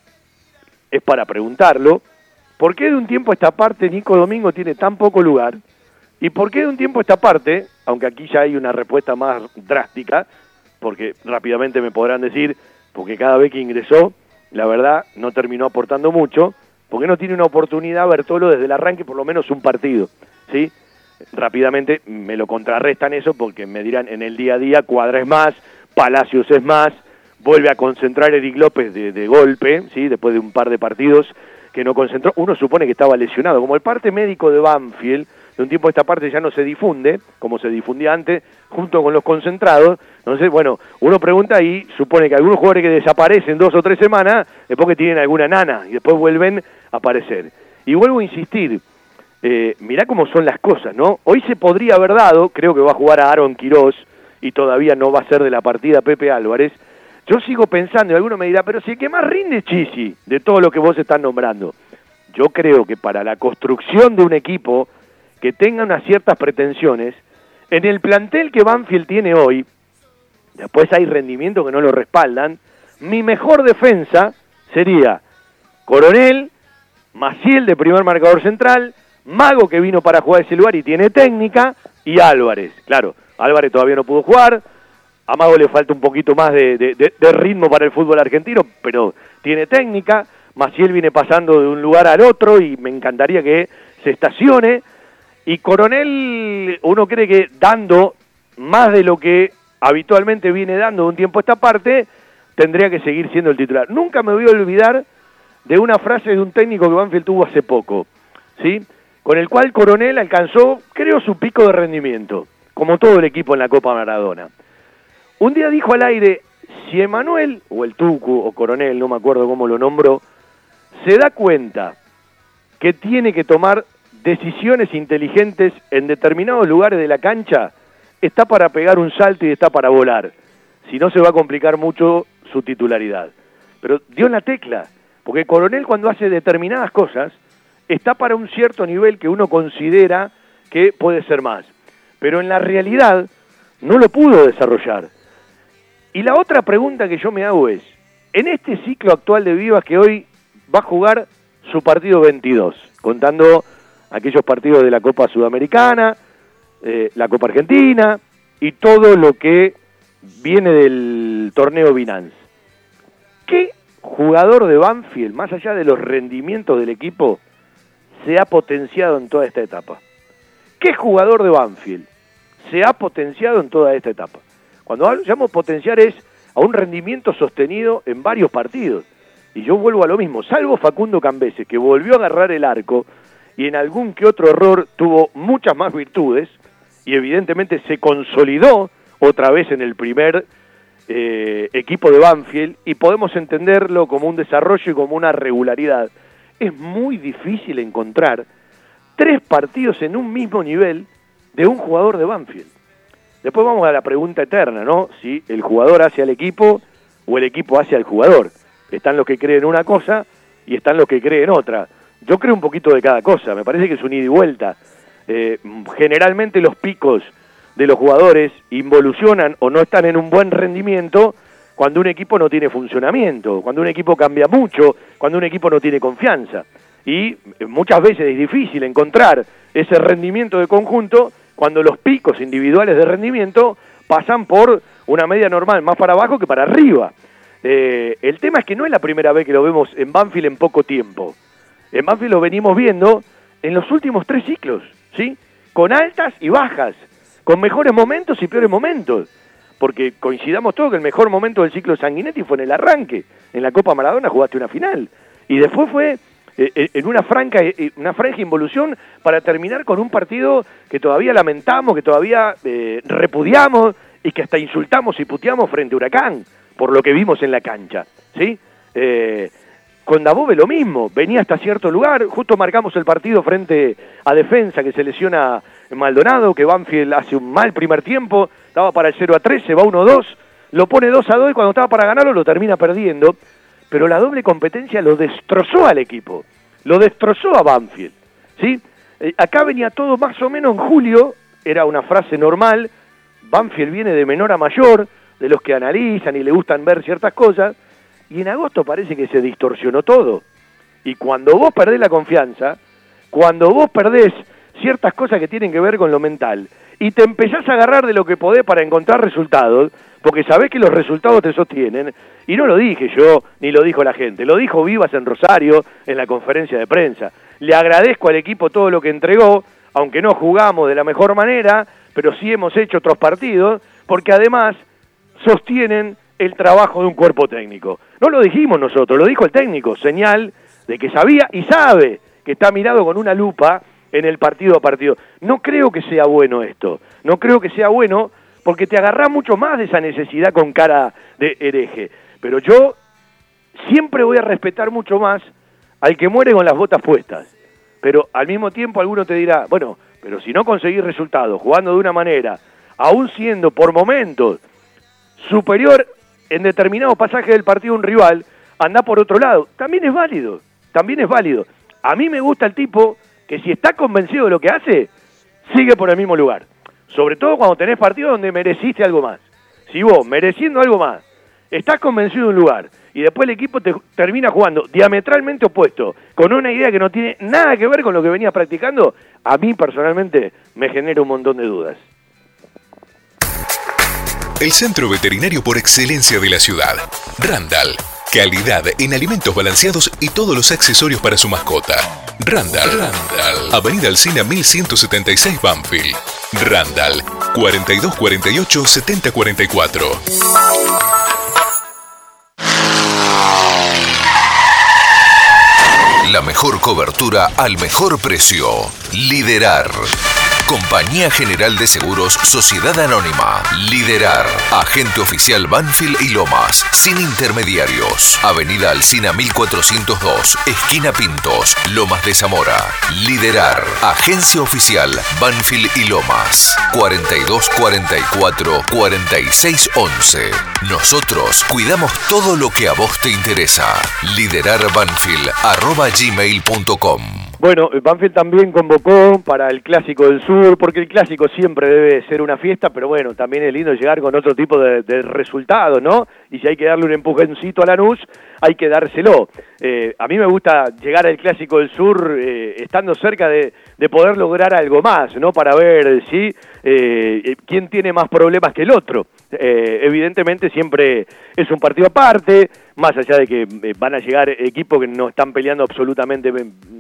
es para preguntarlo, ¿por qué de un tiempo a esta parte Nico Domingo tiene tan poco lugar? ¿Y por qué de un tiempo a esta parte, aunque aquí ya hay una respuesta más drástica, porque rápidamente me podrán decir, porque cada vez que ingresó, la verdad, no terminó aportando mucho, porque no tiene una oportunidad Bertolo desde el arranque, por lo menos un partido, ¿sí? Rápidamente me lo contrarrestan eso, porque me dirán, en el día a día, Cuadra es más, Palacios es más, vuelve a concentrar Eric López de, de golpe, ¿sí? Después de un par de partidos que no concentró, uno supone que estaba lesionado, como el parte médico de Banfield, de un tiempo a esta parte ya no se difunde, como se difundía antes, junto con los concentrados. Entonces, bueno, uno pregunta y supone que algunos jugadores que desaparecen dos o tres semanas es porque tienen alguna nana y después vuelven a aparecer. Y vuelvo a insistir, eh, mirá cómo son las cosas, ¿no? Hoy se podría haber dado, creo que va a jugar a Aaron Quirós y todavía no va a ser de la partida Pepe Álvarez. Yo sigo pensando, y alguno me dirá, pero si el que más rinde es Chisi, de todo lo que vos estás nombrando. Yo creo que para la construcción de un equipo que tenga unas ciertas pretensiones, en el plantel que Banfield tiene hoy, después hay rendimientos que no lo respaldan, mi mejor defensa sería Coronel, Maciel de primer marcador central, Mago que vino para jugar ese lugar y tiene técnica, y Álvarez. Claro, Álvarez todavía no pudo jugar, a Mago le falta un poquito más de, de, de, de ritmo para el fútbol argentino, pero tiene técnica, Maciel viene pasando de un lugar al otro y me encantaría que se estacione. Y Coronel, uno cree que dando más de lo que habitualmente viene dando de un tiempo a esta parte, tendría que seguir siendo el titular. Nunca me voy a olvidar de una frase de un técnico que Banfield tuvo hace poco, ¿sí? Con el cual Coronel alcanzó, creo, su pico de rendimiento, como todo el equipo en la Copa Maradona. Un día dijo al aire, si Emanuel, o el Tucu, o Coronel, no me acuerdo cómo lo nombró, se da cuenta que tiene que tomar decisiones inteligentes en determinados lugares de la cancha, está para pegar un salto y está para volar. Si no, se va a complicar mucho su titularidad. Pero dio en la tecla, porque Coronel cuando hace determinadas cosas, está para un cierto nivel que uno considera que puede ser más. Pero en la realidad no lo pudo desarrollar. Y la otra pregunta que yo me hago es, en este ciclo actual de Vivas que hoy va a jugar su partido veintidós, contando aquellos partidos de la Copa Sudamericana, eh, la Copa Argentina y todo lo que viene del torneo Binance. ¿Qué jugador de Banfield, más allá de los rendimientos del equipo, se ha potenciado en toda esta etapa? ¿Qué jugador de Banfield se ha potenciado en toda esta etapa? Cuando hablamos potenciar es a un rendimiento sostenido en varios partidos. Y yo vuelvo a lo mismo, salvo Facundo Cambese, que volvió a agarrar el arco y en algún que otro error tuvo muchas más virtudes y evidentemente se consolidó otra vez en el primer eh, equipo de Banfield y podemos entenderlo como un desarrollo y como una regularidad. Es muy difícil encontrar tres partidos en un mismo nivel de un jugador de Banfield. Después vamos a la pregunta eterna, ¿no? Si el jugador hace al equipo o el equipo hace al jugador. Están los que creen una cosa y están los que creen otra. Yo creo un poquito de cada cosa, me parece que es un ida y vuelta. Eh, generalmente los picos de los jugadores involucionan o no están en un buen rendimiento cuando un equipo no tiene funcionamiento, cuando un equipo cambia mucho, cuando un equipo no tiene confianza. Y muchas veces es difícil encontrar ese rendimiento de conjunto cuando los picos individuales de rendimiento pasan por una media normal más para abajo que para arriba. Eh, el tema es que no es la primera vez que lo vemos en Banfield en poco tiempo. En Banfield lo venimos viendo en los últimos tres ciclos, ¿sí? Con altas y bajas, con mejores momentos y peores momentos. Porque coincidamos todos que el mejor momento del ciclo de Sanguinetti fue en el arranque. En la Copa Maradona jugaste una final. Y después fue eh, en una franca, eh, una franja involución para terminar con un partido que todavía lamentamos, que todavía eh, repudiamos y que hasta insultamos y puteamos frente a Huracán, por lo que vimos en la cancha, ¿sí? Eh, con Dabove lo mismo, venía hasta cierto lugar, justo marcamos el partido frente a Defensa, que se lesiona Maldonado, que Banfield hace un mal primer tiempo, estaba para el cero a tres, se va uno a dos, lo pone dos a dos y cuando estaba para ganarlo lo termina perdiendo, pero la doble competencia lo destrozó al equipo, lo destrozó a Banfield, ¿sí? Eh, acá venía todo más o menos en julio, era una frase normal, Banfield viene de menor a mayor, de los que analizan y le gustan ver ciertas cosas, y en agosto parece que se distorsionó todo. Y cuando vos perdés la confianza, cuando vos perdés ciertas cosas que tienen que ver con lo mental, y te empezás a agarrar de lo que podés para encontrar resultados, porque sabés que los resultados te sostienen, y no lo dije yo, ni lo dijo la gente, lo dijo Vivas en Rosario, en la conferencia de prensa. Le agradezco al equipo todo lo que entregó, aunque no jugamos de la mejor manera, pero sí hemos hecho otros partidos, porque además sostienen el trabajo de un cuerpo técnico. No lo dijimos nosotros, lo dijo el técnico, señal de que sabía y sabe que está mirado con una lupa en el partido a partido. No creo que sea bueno esto, no creo que sea bueno porque te agarrás mucho más de esa necesidad con cara de hereje. Pero yo siempre voy a respetar mucho más al que muere con las botas puestas. Pero al mismo tiempo alguno te dirá, bueno, pero si no conseguís resultados jugando de una manera, aún siendo por momentos superior en determinados pasajes del partido un rival, anda por otro lado. También es válido, también es válido. A mí me gusta el tipo que si está convencido de lo que hace, sigue por el mismo lugar. Sobre todo cuando tenés partidos donde mereciste algo más. Si vos, mereciendo algo más, estás convencido de un lugar y después el equipo te termina jugando diametralmente opuesto, con una idea que no tiene nada que ver con lo que venías practicando, a mí personalmente me genera un montón de dudas. El centro veterinario por excelencia de la ciudad, Randall. Calidad en alimentos balanceados y todos los accesorios para su mascota. Randall. Randall. Avenida Alsina mil ciento setenta y seis Banfield. Randall. cuarenta y dos cuarenta y ocho setenta cuarenta y cuatro. La mejor cobertura al mejor precio. Liderar. Compañía General de Seguros Sociedad Anónima. Liderar. Agente oficial Banfield y Lomas. Sin intermediarios. Avenida Alsina mil cuatrocientos dos. Esquina Pintos. Lomas de Zamora. Liderar. Agencia oficial Banfield y Lomas. cuarenta y dos cuarenta y cuatro cuarenta y seis once. Nosotros cuidamos todo lo que a vos te interesa. Liderarbanfield arroba gmail punto com. Bueno, Banfield también convocó para el Clásico del Sur, porque el Clásico siempre debe ser una fiesta, pero bueno, también es lindo llegar con otro tipo de, de resultados, ¿no? Y si hay que darle un empujoncito a Lanús, hay que dárselo. Eh, a mí me gusta llegar al Clásico del Sur eh, estando cerca de, de poder lograr algo más, ¿no? Para ver si eh, quién tiene más problemas que el otro. Eh, evidentemente siempre es un partido aparte, más allá de que eh, van a llegar equipos que no están peleando absolutamente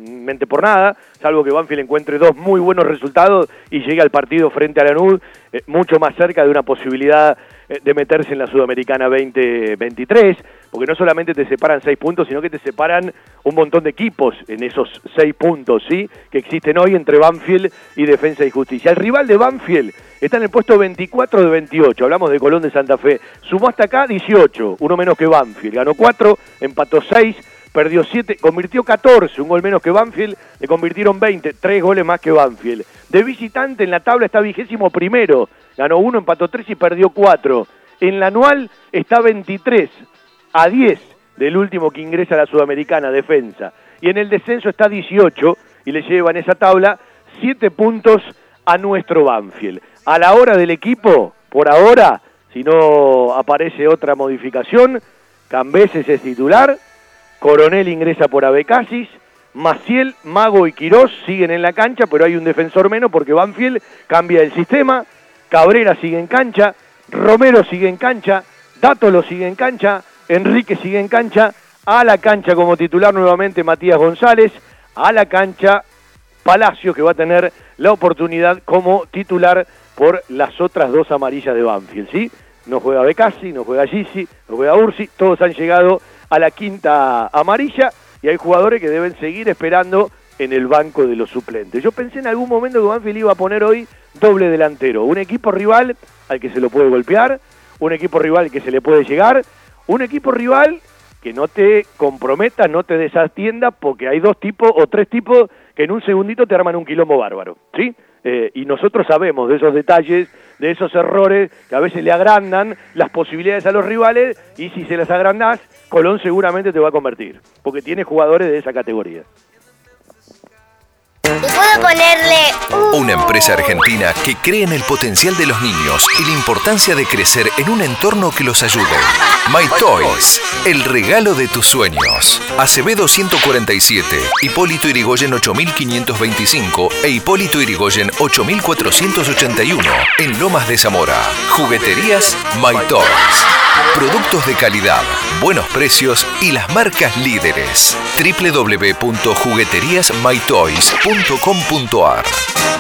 por nada, salvo que Banfield encuentre dos muy buenos resultados y llegue al partido frente a Lanús eh, mucho más cerca de una posibilidad eh, de meterse en la Sudamericana veinte veintitrés, porque no solamente te separan seis puntos, sino que te separan un montón de equipos en esos seis puntos, ¿sí? Que existen hoy entre Banfield y Defensa y Justicia. El rival de Banfield está en el puesto veinticuatro de veintiocho, hablamos de Colón de Santa Fe, sumó hasta acá dieciocho, uno menos que Banfield, ganó cuatro, empató seis, perdió siete, convirtió catorce, un gol menos que Banfield, le convirtieron veinte, tres goles más que Banfield. De visitante en la tabla está vigésimo primero, ganó uno, empató tres y perdió cuatro. En la anual está veintitrés, a diez del último que ingresa a la Sudamericana, Defensa. Y en el descenso está dieciocho y le llevan esa tabla siete puntos a nuestro Banfield. A la hora del equipo, por ahora, si no aparece otra modificación, Cambeses es titular, Coronel ingresa por Abecasis, Maciel, Mago y Quirós siguen en la cancha, pero hay un defensor menos porque Banfield cambia el sistema, Cabrera sigue en cancha, Romero sigue en cancha, Dátolo sigue en cancha, Enrique sigue en cancha, a la cancha como titular nuevamente Matías González, a la cancha Palacio, que va a tener la oportunidad como titular por las otras dos amarillas de Banfield, ¿sí? No juega Becasi, no juega Gisi, no juega Ursi, todos han llegado a la quinta amarilla y hay jugadores que deben seguir esperando en el banco de los suplentes. Yo pensé en algún momento que Banfield iba a poner hoy doble delantero, un equipo rival al que se lo puede golpear, un equipo rival al que se le puede llegar, un equipo rival que no te comprometa, no te desatienda, porque hay dos tipos o tres tipos que en un segundito te arman un quilombo bárbaro, ¿sí? Eh, y nosotros sabemos de esos detalles, de esos errores que a veces le agrandan las posibilidades a los rivales, y si se las agrandás, Colón seguramente te va a convertir, porque tiene jugadores de esa categoría. ¿Puedo ponerle un... Una empresa argentina que cree en el potencial de los niños y la importancia de crecer en un entorno que los ayude. My Toys, el regalo de tus sueños. Acevedo ciento cuarenta y siete, Hipólito Yrigoyen ocho mil quinientos veinticinco e Hipólito Yrigoyen ocho mil cuatrocientos ochenta y uno en Lomas de Zamora. Jugueterías My Toys. Productos de calidad, buenos precios y las marcas líderes. doble u doble u doble u punto jugueterías my toys punto com punto a r.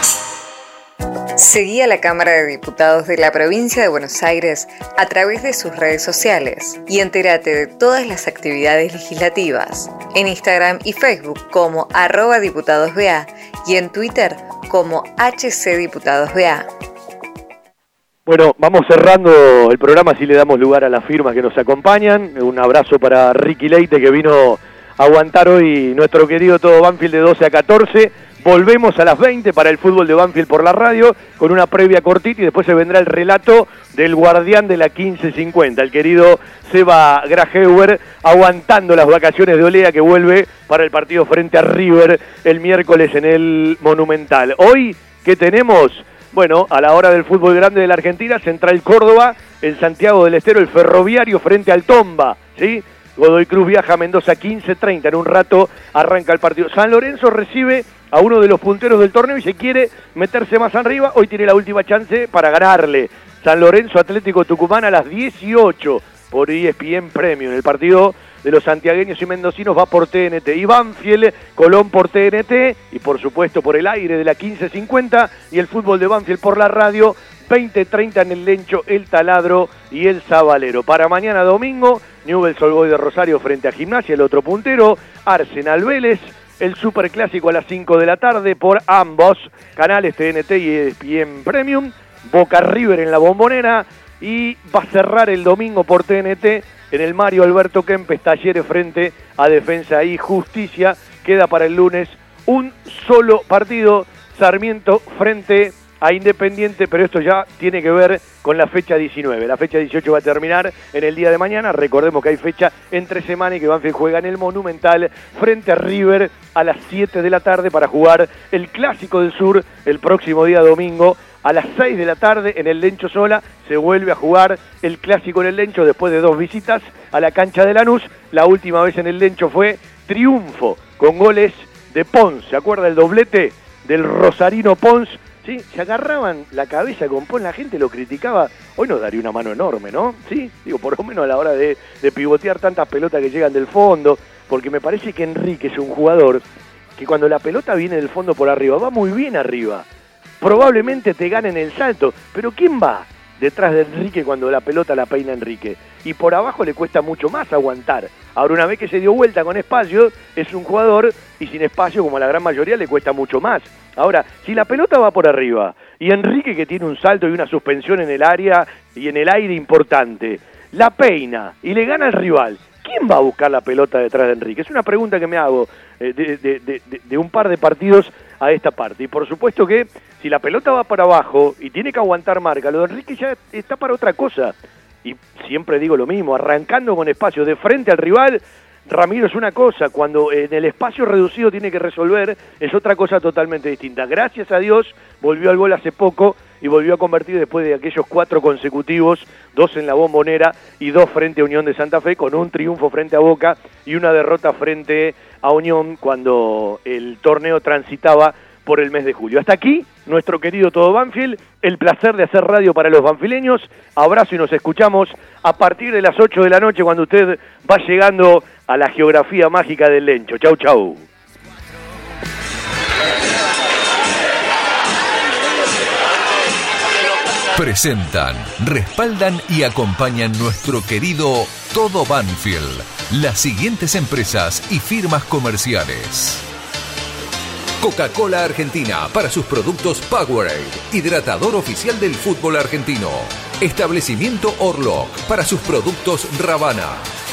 Seguí a la Cámara de Diputados de la Provincia de Buenos Aires a través de sus redes sociales y entérate de todas las actividades legislativas en Instagram y Facebook como arroba diputadosba y en Twitter como hcdiputadosba. Bueno, vamos cerrando el programa, así le damos lugar a las firmas que nos acompañan. Un abrazo para Ricky Leite, que vino a aguantar hoy nuestro querido Todo Banfield de doce a catorce. Volvemos a las veinte para el fútbol de Banfield por la radio, con una previa cortita, y después se vendrá el relato del guardián de la quince cincuenta, el querido Seba Grajeuer, aguantando las vacaciones de Olea, que vuelve para el partido frente a River el miércoles en el Monumental. Hoy, ¿qué tenemos? Bueno, a la hora del fútbol grande de la Argentina, Central Córdoba, en Santiago del Estero, el Ferroviario frente al Tomba, ¿sí? Godoy Cruz viaja a Mendoza quince treinta, en un rato arranca el partido. San Lorenzo recibe a uno de los punteros del torneo y se quiere meterse más arriba. Hoy tiene la última chance para ganarle. San Lorenzo Atlético Tucumán a las dieciocho por E S P N Premium. El partido de los santiagueños y mendocinos va por T N T. Y Banfield, Colón por T N T y por supuesto por el aire de la quince cincuenta, y el fútbol de Banfield por la radio veinte treinta en el Lencho, el Taladro y el Sabalero. Para mañana domingo, Newell's Old Boys de Rosario frente a Gimnasia, el otro puntero, Arsenal Vélez, el Superclásico a las cinco de la tarde por ambos canales T N T y E S P N Premium, Boca River en la Bombonera, y va a cerrar el domingo por T N T en el Mario Alberto Kempes, Talleres frente a Defensa y Justicia. Queda para el lunes un solo partido, Sarmiento frente a Independiente, pero esto ya tiene que ver con la fecha diecinueve. La fecha dieciocho va a terminar en el día de mañana. Recordemos que hay fecha entre semana y que Banfield juega en el Monumental frente a River a las siete de la tarde para jugar el Clásico del Sur el próximo día domingo. A las seis de la tarde en el Lencho Sola se vuelve a jugar el Clásico en el Lencho después de dos visitas a la cancha de Lanús. La última vez en el Lencho fue triunfo con goles de Pons. ¿Se acuerda el doblete del rosarino Pons? Sí, se agarraban la cabeza con Pons, la gente lo criticaba. Hoy nos daría una mano enorme, ¿no? Sí, digo, por lo menos a la hora de, de pivotear tantas pelotas que llegan del fondo, porque me parece que Enrique es un jugador que cuando la pelota viene del fondo por arriba, va muy bien arriba. Probablemente te ganen el salto, pero ¿quién va detrás de Enrique cuando la pelota la peina Enrique? Y por abajo le cuesta mucho más aguantar. Ahora, una vez que se dio vuelta con espacio, es un jugador, y sin espacio, como a la gran mayoría, le cuesta mucho más. Ahora, si la pelota va por arriba, y Enrique, que tiene un salto y una suspensión en el área y en el aire importante, la peina y le gana al rival, ¿quién va a buscar la pelota detrás de Enrique? Es una pregunta que me hago eh, de, de, de, de un par de partidos a esta parte. Y por supuesto que si la pelota va para abajo y tiene que aguantar marca, lo de Enrique ya está para otra cosa. Y siempre digo lo mismo, arrancando con espacio de frente al rival, Ramiro es una cosa, cuando en el espacio reducido tiene que resolver, es otra cosa totalmente distinta. Gracias a Dios volvió al gol hace poco y volvió a convertir después de aquellos cuatro consecutivos, dos en la Bombonera y dos frente a Unión de Santa Fe, con un triunfo frente a Boca y una derrota frente a Unión cuando el torneo transitaba por el mes de julio. Hasta aquí, nuestro querido Todo Banfield, el placer de hacer radio para los banfileños. Abrazo y nos escuchamos a partir de las ocho de la noche cuando usted va llegando a la geografía mágica del Lencho. Chau, chau. Presentan, respaldan y acompañan nuestro querido Todo Banfield, las siguientes empresas y firmas comerciales. Coca-Cola Argentina para sus productos Powerade, hidratador oficial del fútbol argentino. Establecimiento Orlock para sus productos Ravana.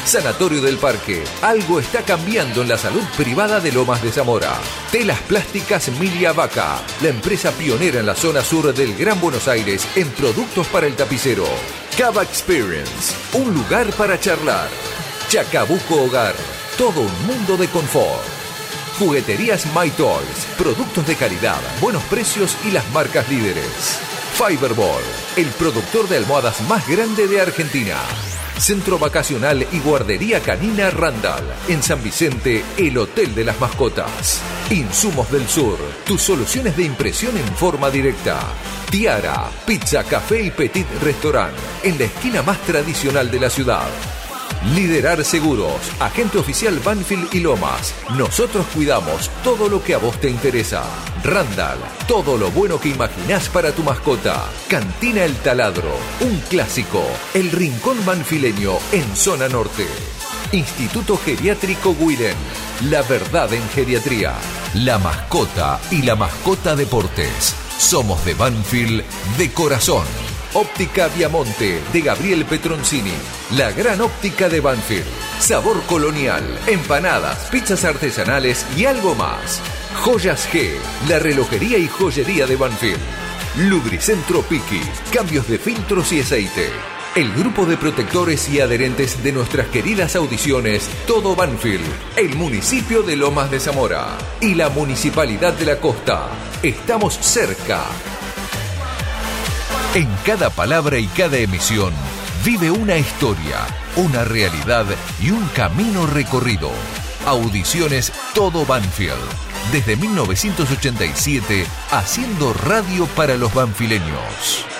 Sanatorio del Parque. Algo está cambiando en la salud privada de Lomas de Zamora. Telas Plásticas Milia Vaca, la empresa pionera en la zona sur del Gran Buenos Aires en productos para el tapicero. Cava Experience, un lugar para charlar. Chacabuco Hogar, todo un mundo de confort. Jugueterías My Toys, productos de calidad, buenos precios y las marcas líderes. Fiberball, el productor de almohadas más grande de Argentina. Centro Vacacional y Guardería Canina Randall. En San Vicente, el Hotel de las Mascotas. Insumos del Sur, tus soluciones de impresión en forma directa. Tiara, pizza, café y petit restaurant. En la esquina más tradicional de la ciudad. Liderar Seguros, agente oficial Banfield y Lomas. Nosotros cuidamos todo lo que a vos te interesa. Randall, todo lo bueno que imaginás para tu mascota. Cantina El Taladro, un clásico. El rincón banfileño en zona norte. Instituto Geriátrico Guilén, la verdad en geriatría. La Mascota y la Mascota Deportes. Somos de Banfield de corazón. Óptica Viamonte de Gabriel Petroncini. La gran óptica de Banfield. Sabor colonial, empanadas, pizzas artesanales y algo más. Joyas G, la relojería y joyería de Banfield. Lubricentro Piqui, cambios de filtros y aceite. El grupo de protectores y adherentes de nuestras queridas audiciones Todo Banfield, el municipio de Lomas de Zamora y la Municipalidad de la Costa. Estamos cerca. En cada palabra y cada emisión vive una historia, una realidad y un camino recorrido. Audiciones Todo Banfield. Desde mil novecientos ochenta y siete, haciendo radio para los banfileños.